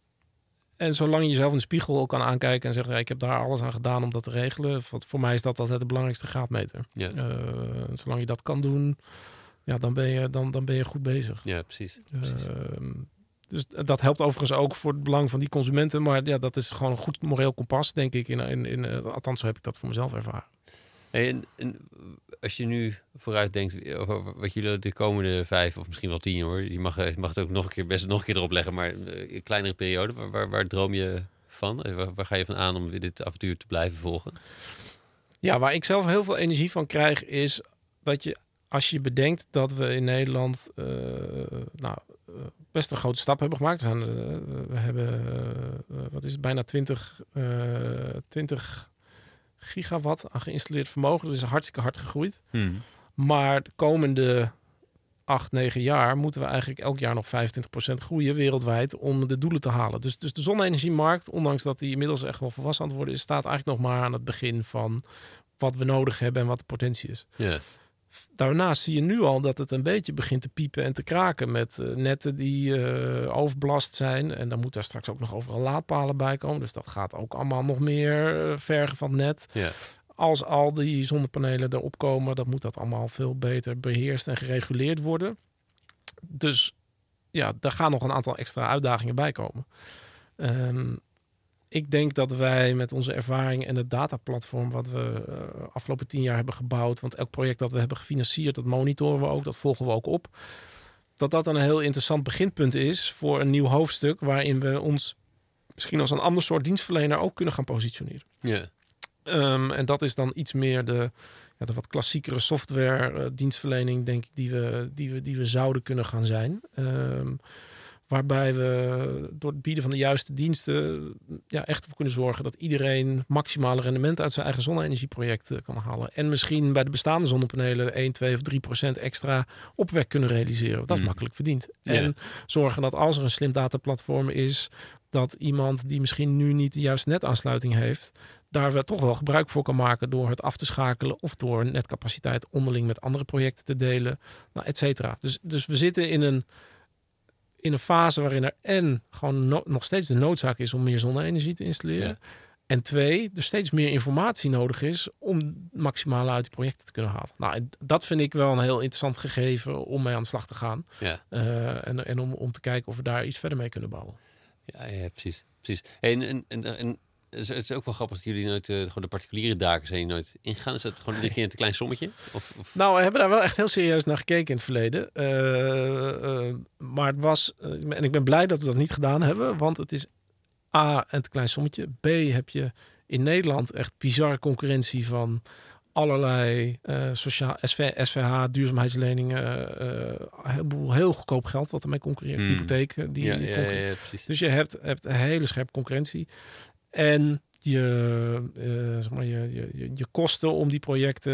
[SPEAKER 2] En zolang je jezelf in de spiegel kan aankijken en zeggen, ja, ik heb daar alles aan gedaan om dat te regelen. Voor mij is dat altijd de belangrijkste graadmeter.
[SPEAKER 1] Ja.
[SPEAKER 2] Uh, zolang je dat kan doen, ja, dan, ben je, dan, dan ben je goed bezig.
[SPEAKER 1] Ja, precies. precies.
[SPEAKER 2] Uh, dus dat helpt overigens ook voor het belang van die consumenten. Maar ja, dat is gewoon een goed moreel kompas, denk ik. In, in, in, uh, althans, zo heb ik dat voor mezelf ervaren.
[SPEAKER 1] Hey, en, en als je nu vooruit denkt over wat jullie de komende vijf of misschien wel tien hoor, je mag, je mag het ook nog een keer best nog een keer erop leggen, maar een kleinere periode. Waar, waar, waar droom je van? Waar, waar ga je van aan om dit avontuur te blijven volgen?
[SPEAKER 2] Ja, waar ik zelf heel veel energie van krijg, is dat je, als je bedenkt dat we in Nederland uh, nou, uh, best een grote stap hebben gemaakt. We, zijn, uh, we hebben, uh, wat is het, bijna twintig, uh, twintig gigawatt aan geïnstalleerd vermogen. Dat is hartstikke hard gegroeid.
[SPEAKER 1] Hmm.
[SPEAKER 2] Maar de komende acht, negen jaar moeten we eigenlijk elk jaar nog vijfentwintig procent groeien wereldwijd om de doelen te halen. Dus, dus de zonne-energiemarkt, ondanks dat die inmiddels echt wel volwassen aan het worden is, staat eigenlijk nog maar aan het begin van wat we nodig hebben en wat de potentie is.
[SPEAKER 1] Yeah.
[SPEAKER 2] Daarnaast zie je nu al dat het een beetje begint te piepen en te kraken met uh, netten die uh, overbelast zijn. En dan moet daar straks ook nog overal laadpalen bij komen. Dus dat gaat ook allemaal nog meer uh, vergen van het net.
[SPEAKER 1] Yeah.
[SPEAKER 2] Als al die zonnepanelen erop komen, dan moet dat allemaal veel beter beheerst en gereguleerd worden. Dus ja, daar gaan nog een aantal extra uitdagingen bij komen. Um, ik denk dat wij met onze ervaring en het dataplatform wat we uh, afgelopen tien jaar hebben gebouwd, want elk project dat we hebben gefinancierd, dat monitoren we ook, dat volgen we ook op, dat dat een heel interessant beginpunt is voor een nieuw hoofdstuk waarin we ons misschien als een ander soort dienstverlener ook kunnen gaan positioneren.
[SPEAKER 1] Ja.
[SPEAKER 2] Um, en dat is dan iets meer de, ja, de wat klassiekere software uh, dienstverlening, denk ik, die we, die, we, die we zouden kunnen gaan zijn. Um, Waarbij we door het bieden van de juiste diensten ja, echt ervoor kunnen zorgen dat iedereen maximale rendement uit zijn eigen zonne-energieproject kan halen. En misschien bij de bestaande zonnepanelen één, twee of drie procent extra opwek kunnen realiseren. Dat is mm. makkelijk verdiend. Ja. En zorgen dat als er een slim dataplatform is, dat iemand die misschien nu niet de juiste netaansluiting heeft, daar we toch wel gebruik voor kan maken door het af te schakelen of door netcapaciteit onderling met andere projecten te delen, nou, et cetera. Dus, dus we zitten in een in een fase waarin er en gewoon no- nog steeds de noodzaak is om meer zonne-energie te installeren. Ja. En twee, er steeds meer informatie nodig is om maximale uit die projecten te kunnen halen. Nou, dat vind ik wel een heel interessant gegeven om mee aan de slag te gaan. Ja. Uh, en en om, om te kijken of we daar iets verder mee kunnen bouwen.
[SPEAKER 1] Ja, ja precies. precies. En, en, en, en het is ook wel grappig dat jullie nooit uh, gewoon de particuliere daken zijn jullie nooit ingegaan. Is dat gewoon een keer een te klein sommetje? Of, of?
[SPEAKER 2] Nou, we hebben daar wel echt heel serieus naar gekeken in het verleden. Uh, uh, maar het was, uh, en ik ben blij dat we dat niet gedaan hebben, want het is A, een te klein sommetje. B, heb je in Nederland echt bizarre concurrentie van allerlei uh, sociaal S V H, duurzaamheidsleningen, uh, heel, heel goedkoop geld wat ermee concurreert, mm. hypotheken. Die,
[SPEAKER 1] ja,
[SPEAKER 2] die
[SPEAKER 1] ja, ja, ja, precies.
[SPEAKER 2] Dus je hebt, hebt een hele scherpe concurrentie. En je, uh, zeg maar, je, je, je kosten om die projecten,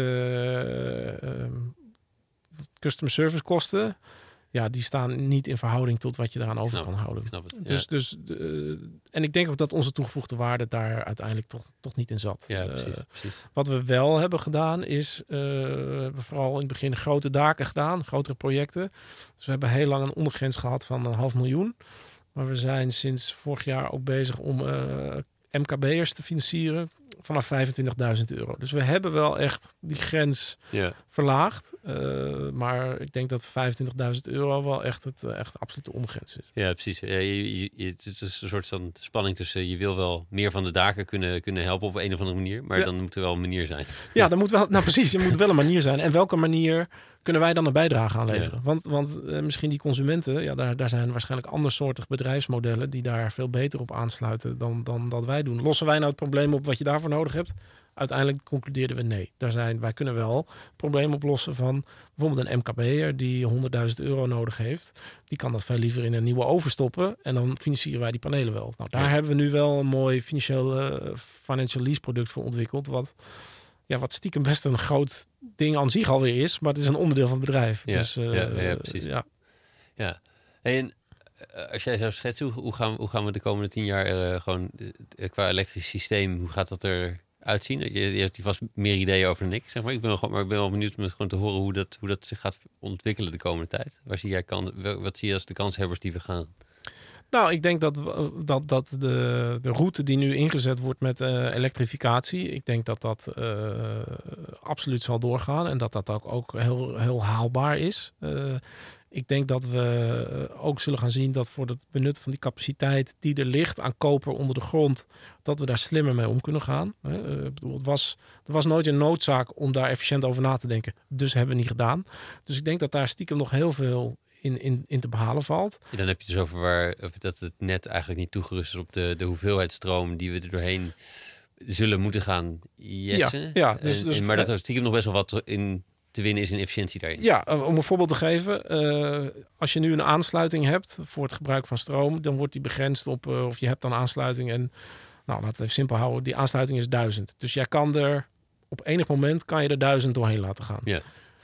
[SPEAKER 2] uh, um, customer service kosten, ja, die staan niet in verhouding tot wat je daaraan over kan houden.
[SPEAKER 1] Snap het,
[SPEAKER 2] dus,
[SPEAKER 1] ja.
[SPEAKER 2] dus, uh, en ik denk ook dat onze toegevoegde waarde daar uiteindelijk toch, toch niet in zat.
[SPEAKER 1] Ja, precies,
[SPEAKER 2] uh,
[SPEAKER 1] precies.
[SPEAKER 2] Wat we wel hebben gedaan is, uh, we hebben vooral in het begin grote daken gedaan, grotere projecten. Dus we hebben heel lang een ondergrens gehad van een half miljoen. Maar we zijn sinds vorig jaar ook bezig om uh, M K B'ers te financieren vanaf vijfentwintigduizend euro. Dus we hebben wel echt die grens yeah. verlaagd. Uh, maar ik denk dat vijfentwintigduizend euro wel echt het uh, echt absolute ondergrens is.
[SPEAKER 1] Ja, precies. Ja, je, je, het is een soort van spanning tussen je wil wel meer van de daken kunnen, kunnen helpen op een of andere manier. Maar ja. dan moet er wel een manier zijn.
[SPEAKER 2] Ja, dan moet wel, nou precies, er moet wel een manier zijn. En welke manier kunnen wij dan een bijdrage aan leveren? Ja. Want, want uh, misschien die consumenten, ja, daar, daar zijn waarschijnlijk andersoortig bedrijfsmodellen die daar veel beter op aansluiten dan, dan dat wij doen. Lossen wij nou het probleem op wat je daarvoor nodig hebt? Uiteindelijk concludeerden we nee. Daar zijn, wij kunnen wel problemen oplossen van bijvoorbeeld een M K B'er die honderdduizend euro nodig heeft. Die kan dat veel liever in een nieuwe oven stoppen en dan financieren wij die panelen wel. Nou, daar ja. hebben we nu wel een mooi financieel uh, financial lease product voor ontwikkeld. Wat, ja, wat stiekem best een groot ding aan zich alweer is, maar het is een onderdeel van het bedrijf.
[SPEAKER 1] Ja,
[SPEAKER 2] dus, uh,
[SPEAKER 1] ja, ja, precies. Ja. ja. En als jij zou schetsen, hoe, hoe, gaan, hoe gaan we de komende tien jaar uh, gewoon uh, qua elektrisch systeem, hoe gaat dat er uitzien? Je, je hebt hier vast meer ideeën over dan ik, zeg maar. Ik ben wel, gewoon, maar ik ben wel benieuwd om gewoon te horen hoe dat, hoe dat zich gaat ontwikkelen de komende tijd. Waar zie jij kan, wat zie je als de kanshebbers die we gaan?
[SPEAKER 2] Nou, ik denk dat, dat, dat de, de route die nu ingezet wordt met uh, elektrificatie, ik denk dat dat uh, absoluut zal doorgaan en dat dat ook, ook heel, heel haalbaar is. Uh, Ik denk dat we ook zullen gaan zien dat voor het benutten van die capaciteit die er ligt aan koper onder de grond, dat we daar slimmer mee om kunnen gaan. Uh, ik bedoel, het was, er was nooit een noodzaak om daar efficiënt over na te denken. Dus hebben we niet gedaan. Dus ik denk dat daar stiekem nog heel veel in, in, in te behalen valt.
[SPEAKER 1] Ja, dan heb je dus over waar dat het net eigenlijk niet toegerust is op de, de hoeveelheid stroom die we er doorheen zullen moeten gaan jetsen.
[SPEAKER 2] Ja, ja, dus,
[SPEAKER 1] en,
[SPEAKER 2] dus,
[SPEAKER 1] en, maar dat er stiekem nog best wel wat in te winnen is in efficiëntie daarin.
[SPEAKER 2] Ja, om een voorbeeld te geven. Uh, als je nu een aansluiting hebt voor het gebruik van stroom, dan wordt die begrensd op, uh, of je hebt dan aansluiting en, nou, laten we het even simpel houden, die aansluiting is duizend. Dus jij kan er, op enig moment kan je er duizend doorheen laten gaan.
[SPEAKER 1] Ja.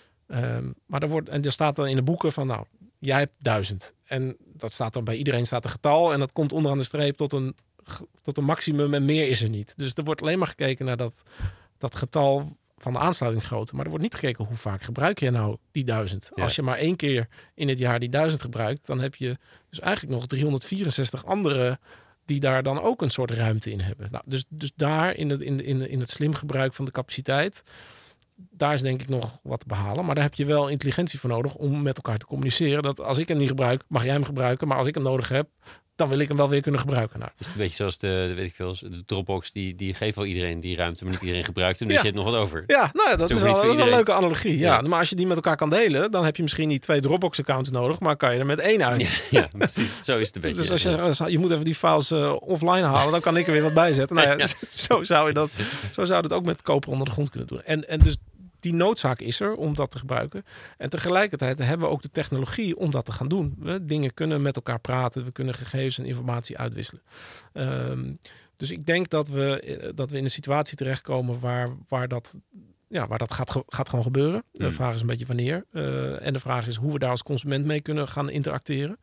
[SPEAKER 2] Um, maar er wordt, en er staat dan in de boeken van, nou, jij hebt duizend. En dat staat dan bij iedereen staat een getal en dat komt onderaan de streep tot een, tot een maximum en meer is er niet. Dus er wordt alleen maar gekeken naar dat, dat getal van de aansluitingsgrootte. Maar er wordt niet gekeken hoe vaak gebruik je nou die duizend. Ja. Als je maar één keer in het jaar die duizend gebruikt, dan heb je dus eigenlijk nog driehonderdvierenzestig andere die daar dan ook een soort ruimte in hebben. Nou, dus, dus daar in het, in, de, in, de, in het slim gebruik van de capaciteit, daar is denk ik nog wat te behalen. Maar daar heb je wel intelligentie voor nodig om met elkaar te communiceren. Dat als ik hem niet gebruik, mag jij hem gebruiken. Maar als ik hem nodig heb, dan wil ik hem wel weer kunnen gebruiken. Nou.
[SPEAKER 1] Dus een beetje zoals de, de weet ik veel, de Dropbox, die, die geeft wel iedereen die ruimte, maar niet iedereen gebruikt hem. Dus ja. je hebt nog wat over.
[SPEAKER 2] Ja, nou ja, dat is wel, wel een leuke analogie. Ja. Ja. Maar als je die met elkaar kan delen, dan heb je misschien niet twee Dropbox-accounts nodig, maar kan je er met één uit.
[SPEAKER 1] Ja, ja precies. Zo is het een beetje.
[SPEAKER 2] Dus als je, ja. je moet even die files uh, offline halen, dan kan ik er weer wat bij zetten. Nou ja, ja. Zo zou je dat, zo zou dat ook met koper onder de grond kunnen doen. En, en dus die noodzaak is er om dat te gebruiken. En tegelijkertijd hebben we ook de technologie om dat te gaan doen. We dingen kunnen met elkaar praten. We kunnen gegevens en informatie uitwisselen. Um, dus ik denk dat we, dat we in een situatie terechtkomen waar, waar dat... Ja, maar dat gaat, gaat gewoon gebeuren. De vraag is een beetje wanneer. Uh, en de vraag is hoe we daar als consument mee kunnen gaan interacteren.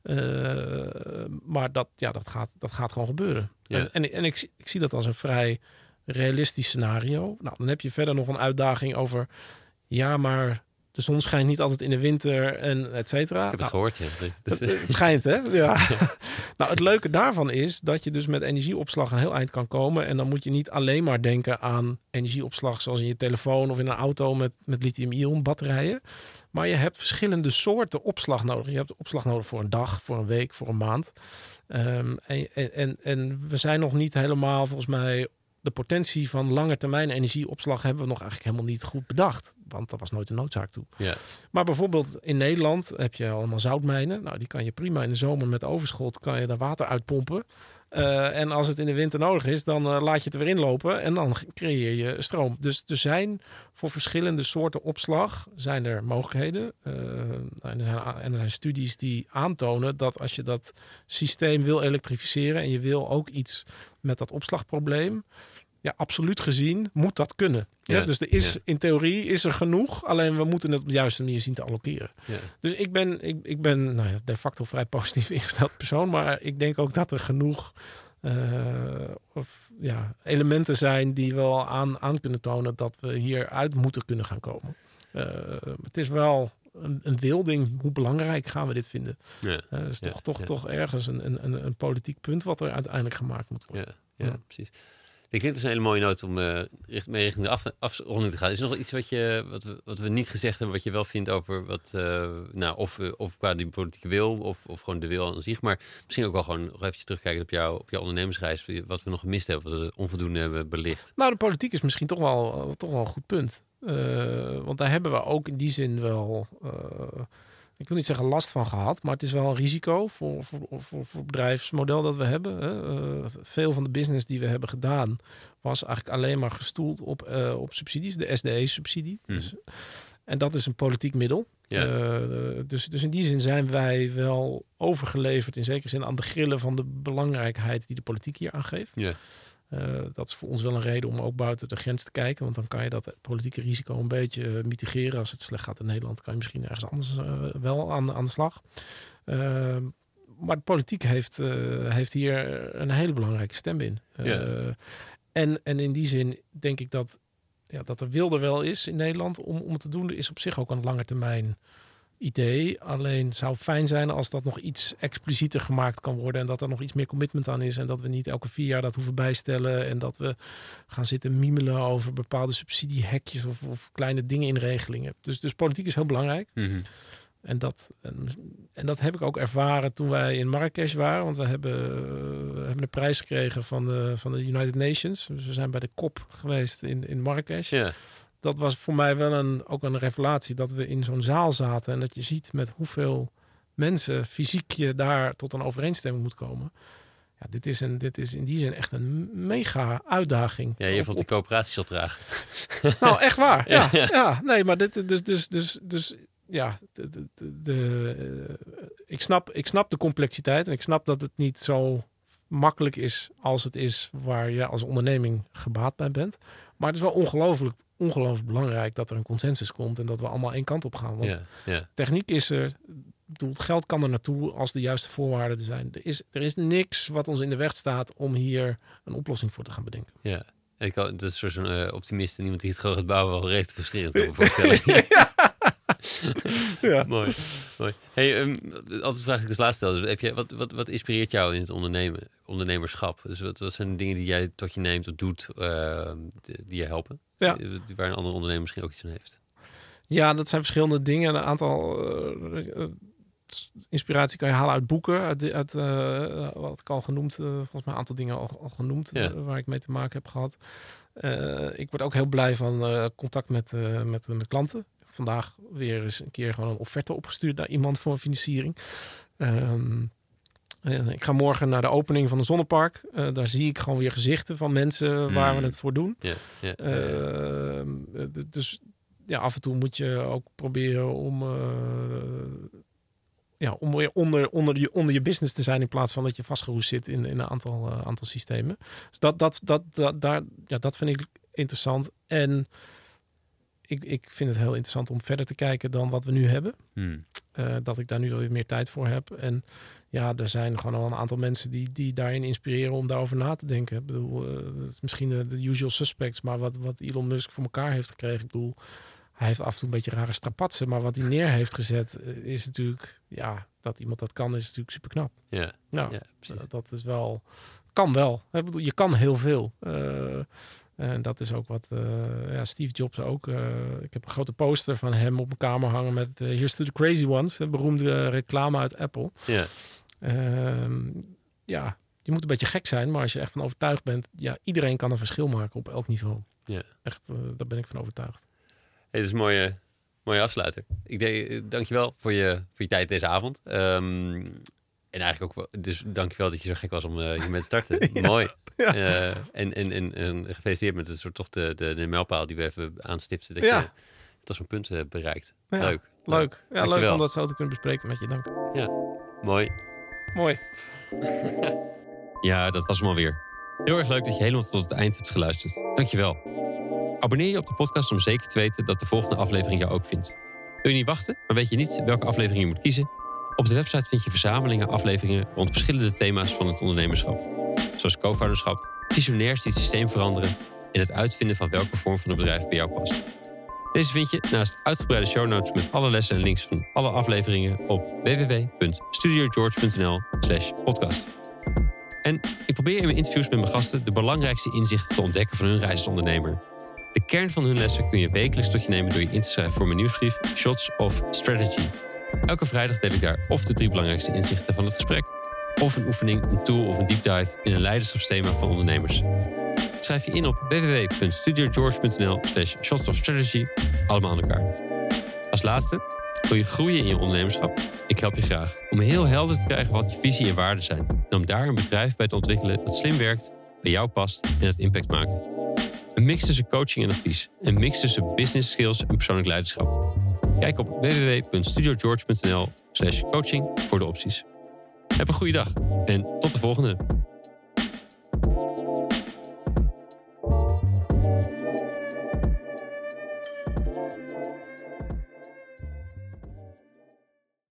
[SPEAKER 2] Uh, maar dat, ja, dat, gaat, dat gaat gewoon gebeuren. Ja. En, en, en ik, ik zie dat als een vrij realistisch scenario. Nou, dan heb je verder nog een uitdaging over... Ja, maar de zon schijnt niet altijd in de winter en et cetera.
[SPEAKER 1] Ik heb het
[SPEAKER 2] nou,
[SPEAKER 1] gehoord, ja.
[SPEAKER 2] Het, het schijnt, hè? Ja. Nou, het leuke daarvan is dat je dus met energieopslag een heel eind kan komen. En dan moet je niet alleen maar denken aan energieopslag zoals in je telefoon of in een auto met, met lithium-ion batterijen. Maar je hebt verschillende soorten opslag nodig. Je hebt opslag nodig voor een dag, voor een week, voor een maand. Um, en, en, en we zijn nog niet helemaal, volgens mij... De potentie van lange termijn energieopslag hebben we nog eigenlijk helemaal niet goed bedacht. Want daar was nooit een noodzaak toe.
[SPEAKER 1] Ja.
[SPEAKER 2] Maar bijvoorbeeld in Nederland heb je allemaal zoutmijnen. Nou, die kan je prima in de zomer met overschot kan je daar water uitpompen. Uh, en als het in de winter nodig is, dan uh, laat je het er weer inlopen en dan creëer je stroom. Dus er zijn voor verschillende soorten opslag zijn er mogelijkheden. Uh, en, er zijn, en er zijn studies die aantonen dat als je dat systeem wil elektrificeren en je wil ook iets met dat opslagprobleem, ja, absoluut gezien moet dat kunnen. Ja, ja, dus er is, ja. in theorie is er genoeg, alleen we moeten het op de juiste manier zien te allokeren. Ja. Dus ik ben, ik, ik ben nou ja, de facto vrij positief ingesteld persoon, maar ik denk ook dat er genoeg uh, of, ja, elementen zijn die wel aan, aan kunnen tonen dat we hieruit moeten kunnen gaan komen. Uh, het is wel een, een wilding. Hoe belangrijk gaan we dit vinden? Ja. Uh, dat is ja, toch, toch, ja. toch ergens een, een, een politiek punt wat er uiteindelijk gemaakt moet worden.
[SPEAKER 1] Ja, ja, ja. precies. Ik denk dat is een hele mooie noot om uh, mee richting de af, afronding te gaan. Is er nog iets wat, je, wat, we, wat we niet gezegd hebben, wat je wel vindt over wat, uh, nou, of, uh, of qua die politieke wil, of, of gewoon de wil aan zich, maar misschien ook wel gewoon nog even terugkijken op, jou, op jouw ondernemersreis, wat we nog gemist hebben, wat we onvoldoende hebben belicht.
[SPEAKER 2] Nou, de politiek is misschien toch wel, toch wel een goed punt. Uh, want daar hebben we ook in die zin wel... Uh, ik wil niet zeggen last van gehad, maar het is wel een risico voor, voor, voor, voor het bedrijfsmodel dat we hebben. Hè. Uh, veel van de business die we hebben gedaan was eigenlijk alleen maar gestoeld op, uh, op subsidies, de S D E-subsidie. Mm. Dus, en dat is een politiek middel. Yeah. Uh, dus, dus in die zin zijn wij wel overgeleverd in zekere zin aan de grillen van de belangrijkheid die de politiek hier aangeeft. Yeah. Uh, dat is voor ons wel een reden om ook buiten de grens te kijken. Want dan kan je dat politieke risico een beetje uh, mitigeren. Als het slecht gaat in Nederland, kan je misschien ergens anders uh, wel aan, aan de slag. Uh, maar de politiek heeft, uh, heeft hier een hele belangrijke stem in. Uh, yeah. en, en in die zin denk ik dat, ja, dat er wil er wel is in Nederland om, om het te doen. Er is op zich ook een lange termijn idee. Alleen zou fijn zijn als dat nog iets explicieter gemaakt kan worden en dat er nog iets meer commitment aan is en dat we niet elke vier jaar dat hoeven bijstellen en dat we gaan zitten miemelen over bepaalde subsidiehekjes of, of kleine dingen in regelingen. Dus, dus politiek is heel belangrijk. Mm-hmm. En dat, en, en dat heb ik ook ervaren toen wij in Marrakesh waren, want we hebben, we hebben een prijs gekregen van de, van de United Nations. Dus we zijn bij de COP geweest in, in Marrakesh. Yeah. Dat was voor mij wel een, ook een revelatie dat we in zo'n zaal zaten en dat je ziet met hoeveel mensen fysiek je daar tot een overeenstemming moet komen. Ja, dit is, een, dit is in die zin echt een mega uitdaging.
[SPEAKER 1] Ja, je
[SPEAKER 2] op,
[SPEAKER 1] vond die coöperatie zo traag.
[SPEAKER 2] Nou, echt waar. Ja, ja. ja nee, maar dit, dus, dus, dus, dus ja, de, de, de, de, ik, snap, ik snap de complexiteit en ik snap dat het niet zo makkelijk is als het is waar je als onderneming gebaat bij bent. Maar het is wel ongelooflijk ongelooflijk belangrijk dat er een consensus komt en dat we allemaal één kant op gaan. Want yeah, yeah. techniek is er, bedoel, het geld kan er naartoe als de juiste voorwaarden er zijn. Er is, er is niks wat ons in de weg staat om hier een oplossing voor te gaan bedenken.
[SPEAKER 1] Ja, ik kan, dat is voor zo'n uh, optimist en iemand die het gewoon gaat bouwen wel redelijk frustrerend kan me voorstellen. ja. ja. Mooi, mooi. Hey, um, altijd vraag ik als laatste stel. Dus heb je, wat, wat, wat inspireert jou in het ondernemen, ondernemerschap? Dus wat, wat zijn de dingen die jij tot je neemt of doet uh, die, die je helpen? Ja. Waar een andere ondernemer misschien ook iets aan heeft.
[SPEAKER 2] Ja, dat zijn verschillende dingen. Een aantal uh, inspiratie kan je halen uit boeken. Uit, uit uh, wat ik al genoemd, uh, volgens mij een aantal dingen al, al genoemd, ja. uh, waar ik mee te maken heb gehad. Uh, ik word ook heel blij van uh, contact met, uh, met, met klanten. Vandaag weer eens een keer gewoon een offerte opgestuurd naar iemand voor financiering. Um, uh, ik ga morgen naar de opening van een zonnepark. Uh, daar zie ik gewoon weer gezichten van mensen waar mm. we het voor doen. Yeah, yeah, uh, yeah. Uh, dus ja, af en toe moet je ook proberen om... Uh, Ja, om weer onder, onder, je, onder je business te zijn in plaats van dat je vastgeroest zit in, in een aantal, uh, aantal systemen. Dus dat, dat, dat, dat, daar, ja, dat vind ik interessant. En ik, ik vind het heel interessant om verder te kijken dan wat we nu hebben. Hmm. Uh, dat ik daar nu wel meer tijd voor heb. En ja, er zijn gewoon al een aantal mensen die, die daarin inspireren om daarover na te denken. Ik bedoel, uh, dat is misschien de, de usual suspects, maar wat, wat Elon Musk voor elkaar heeft gekregen. Ik bedoel, hij heeft af en toe een beetje rare strapatsen, maar wat hij neer heeft gezet is natuurlijk, ja, dat iemand dat kan, is natuurlijk super knap.
[SPEAKER 1] Ja,
[SPEAKER 2] nou,
[SPEAKER 1] ja, precies.
[SPEAKER 2] Dat is wel, kan wel. Ik bedoel, je kan heel veel. Uh, en dat is ook wat uh, ja, Steve Jobs ook. Uh, ik heb een grote poster van hem op mijn kamer hangen met uh, Here's to the Crazy Ones, een beroemde reclame uit Apple.
[SPEAKER 1] Ja.
[SPEAKER 2] Uh, ja, je moet een beetje gek zijn, maar als je echt van overtuigd bent, ja, iedereen kan een verschil maken op elk niveau.
[SPEAKER 1] Ja.
[SPEAKER 2] Echt, uh, daar ben ik van overtuigd.
[SPEAKER 1] Hey, dit is een mooie, mooie afsluiter. Ik denk, dankjewel voor je, voor je tijd deze avond. Um, en eigenlijk ook wel, dus dankjewel dat je zo gek was om uh, hiermee te starten. ja, Mooi. Ja. Uh, en, en, en, en gefeliciteerd met het soort toch de, de, de mijlpaal die we even aanstipten. Dat ja. je tot zo'n punt uh, bereikt.
[SPEAKER 2] Ja,
[SPEAKER 1] leuk.
[SPEAKER 2] Leuk. Ja, leuk om dat zo te kunnen bespreken met je. Dank.
[SPEAKER 1] Ja, mooi.
[SPEAKER 2] Mooi.
[SPEAKER 1] Ja, dat was hem alweer. Heel erg leuk dat je helemaal tot het eind hebt geluisterd. Dankjewel. Abonneer je op de podcast om zeker te weten dat de volgende aflevering jou ook vindt. Wil je niet wachten, maar weet je niet welke aflevering je moet kiezen? Op de website vind je verzamelingen afleveringen rond verschillende thema's van het ondernemerschap. Zoals co-founderschap, visionairs die het systeem veranderen en het uitvinden van welke vorm van het bedrijf bij jou past. Deze vind je naast uitgebreide show notes met alle lessen en links van alle afleveringen op w w w punt studio george punt n l slash podcast. En ik probeer in mijn interviews met mijn gasten de belangrijkste inzichten te ontdekken van hun reis als ondernemer. De kern van hun lessen kun je wekelijks tot je nemen door je in te schrijven voor mijn nieuwsbrief Shots of Strategy. Elke vrijdag deel ik daar of de drie belangrijkste inzichten van het gesprek, of een oefening, een tool of een deep dive in een leiderschapsthema van ondernemers. Schrijf je in op w w w punt studio george punt n l slash shots of strategy, allemaal aan elkaar. Als laatste, wil je groeien in je ondernemerschap? Ik help je graag om heel helder te krijgen wat je visie en waarden zijn en om daar een bedrijf bij te ontwikkelen dat slim werkt, bij jou past en het impact maakt. Een mix tussen coaching en advies. Een mix tussen business skills en persoonlijk leiderschap. Kijk op w w w punt studio george punt n l slash coaching voor de opties. Heb een goede dag en tot de volgende.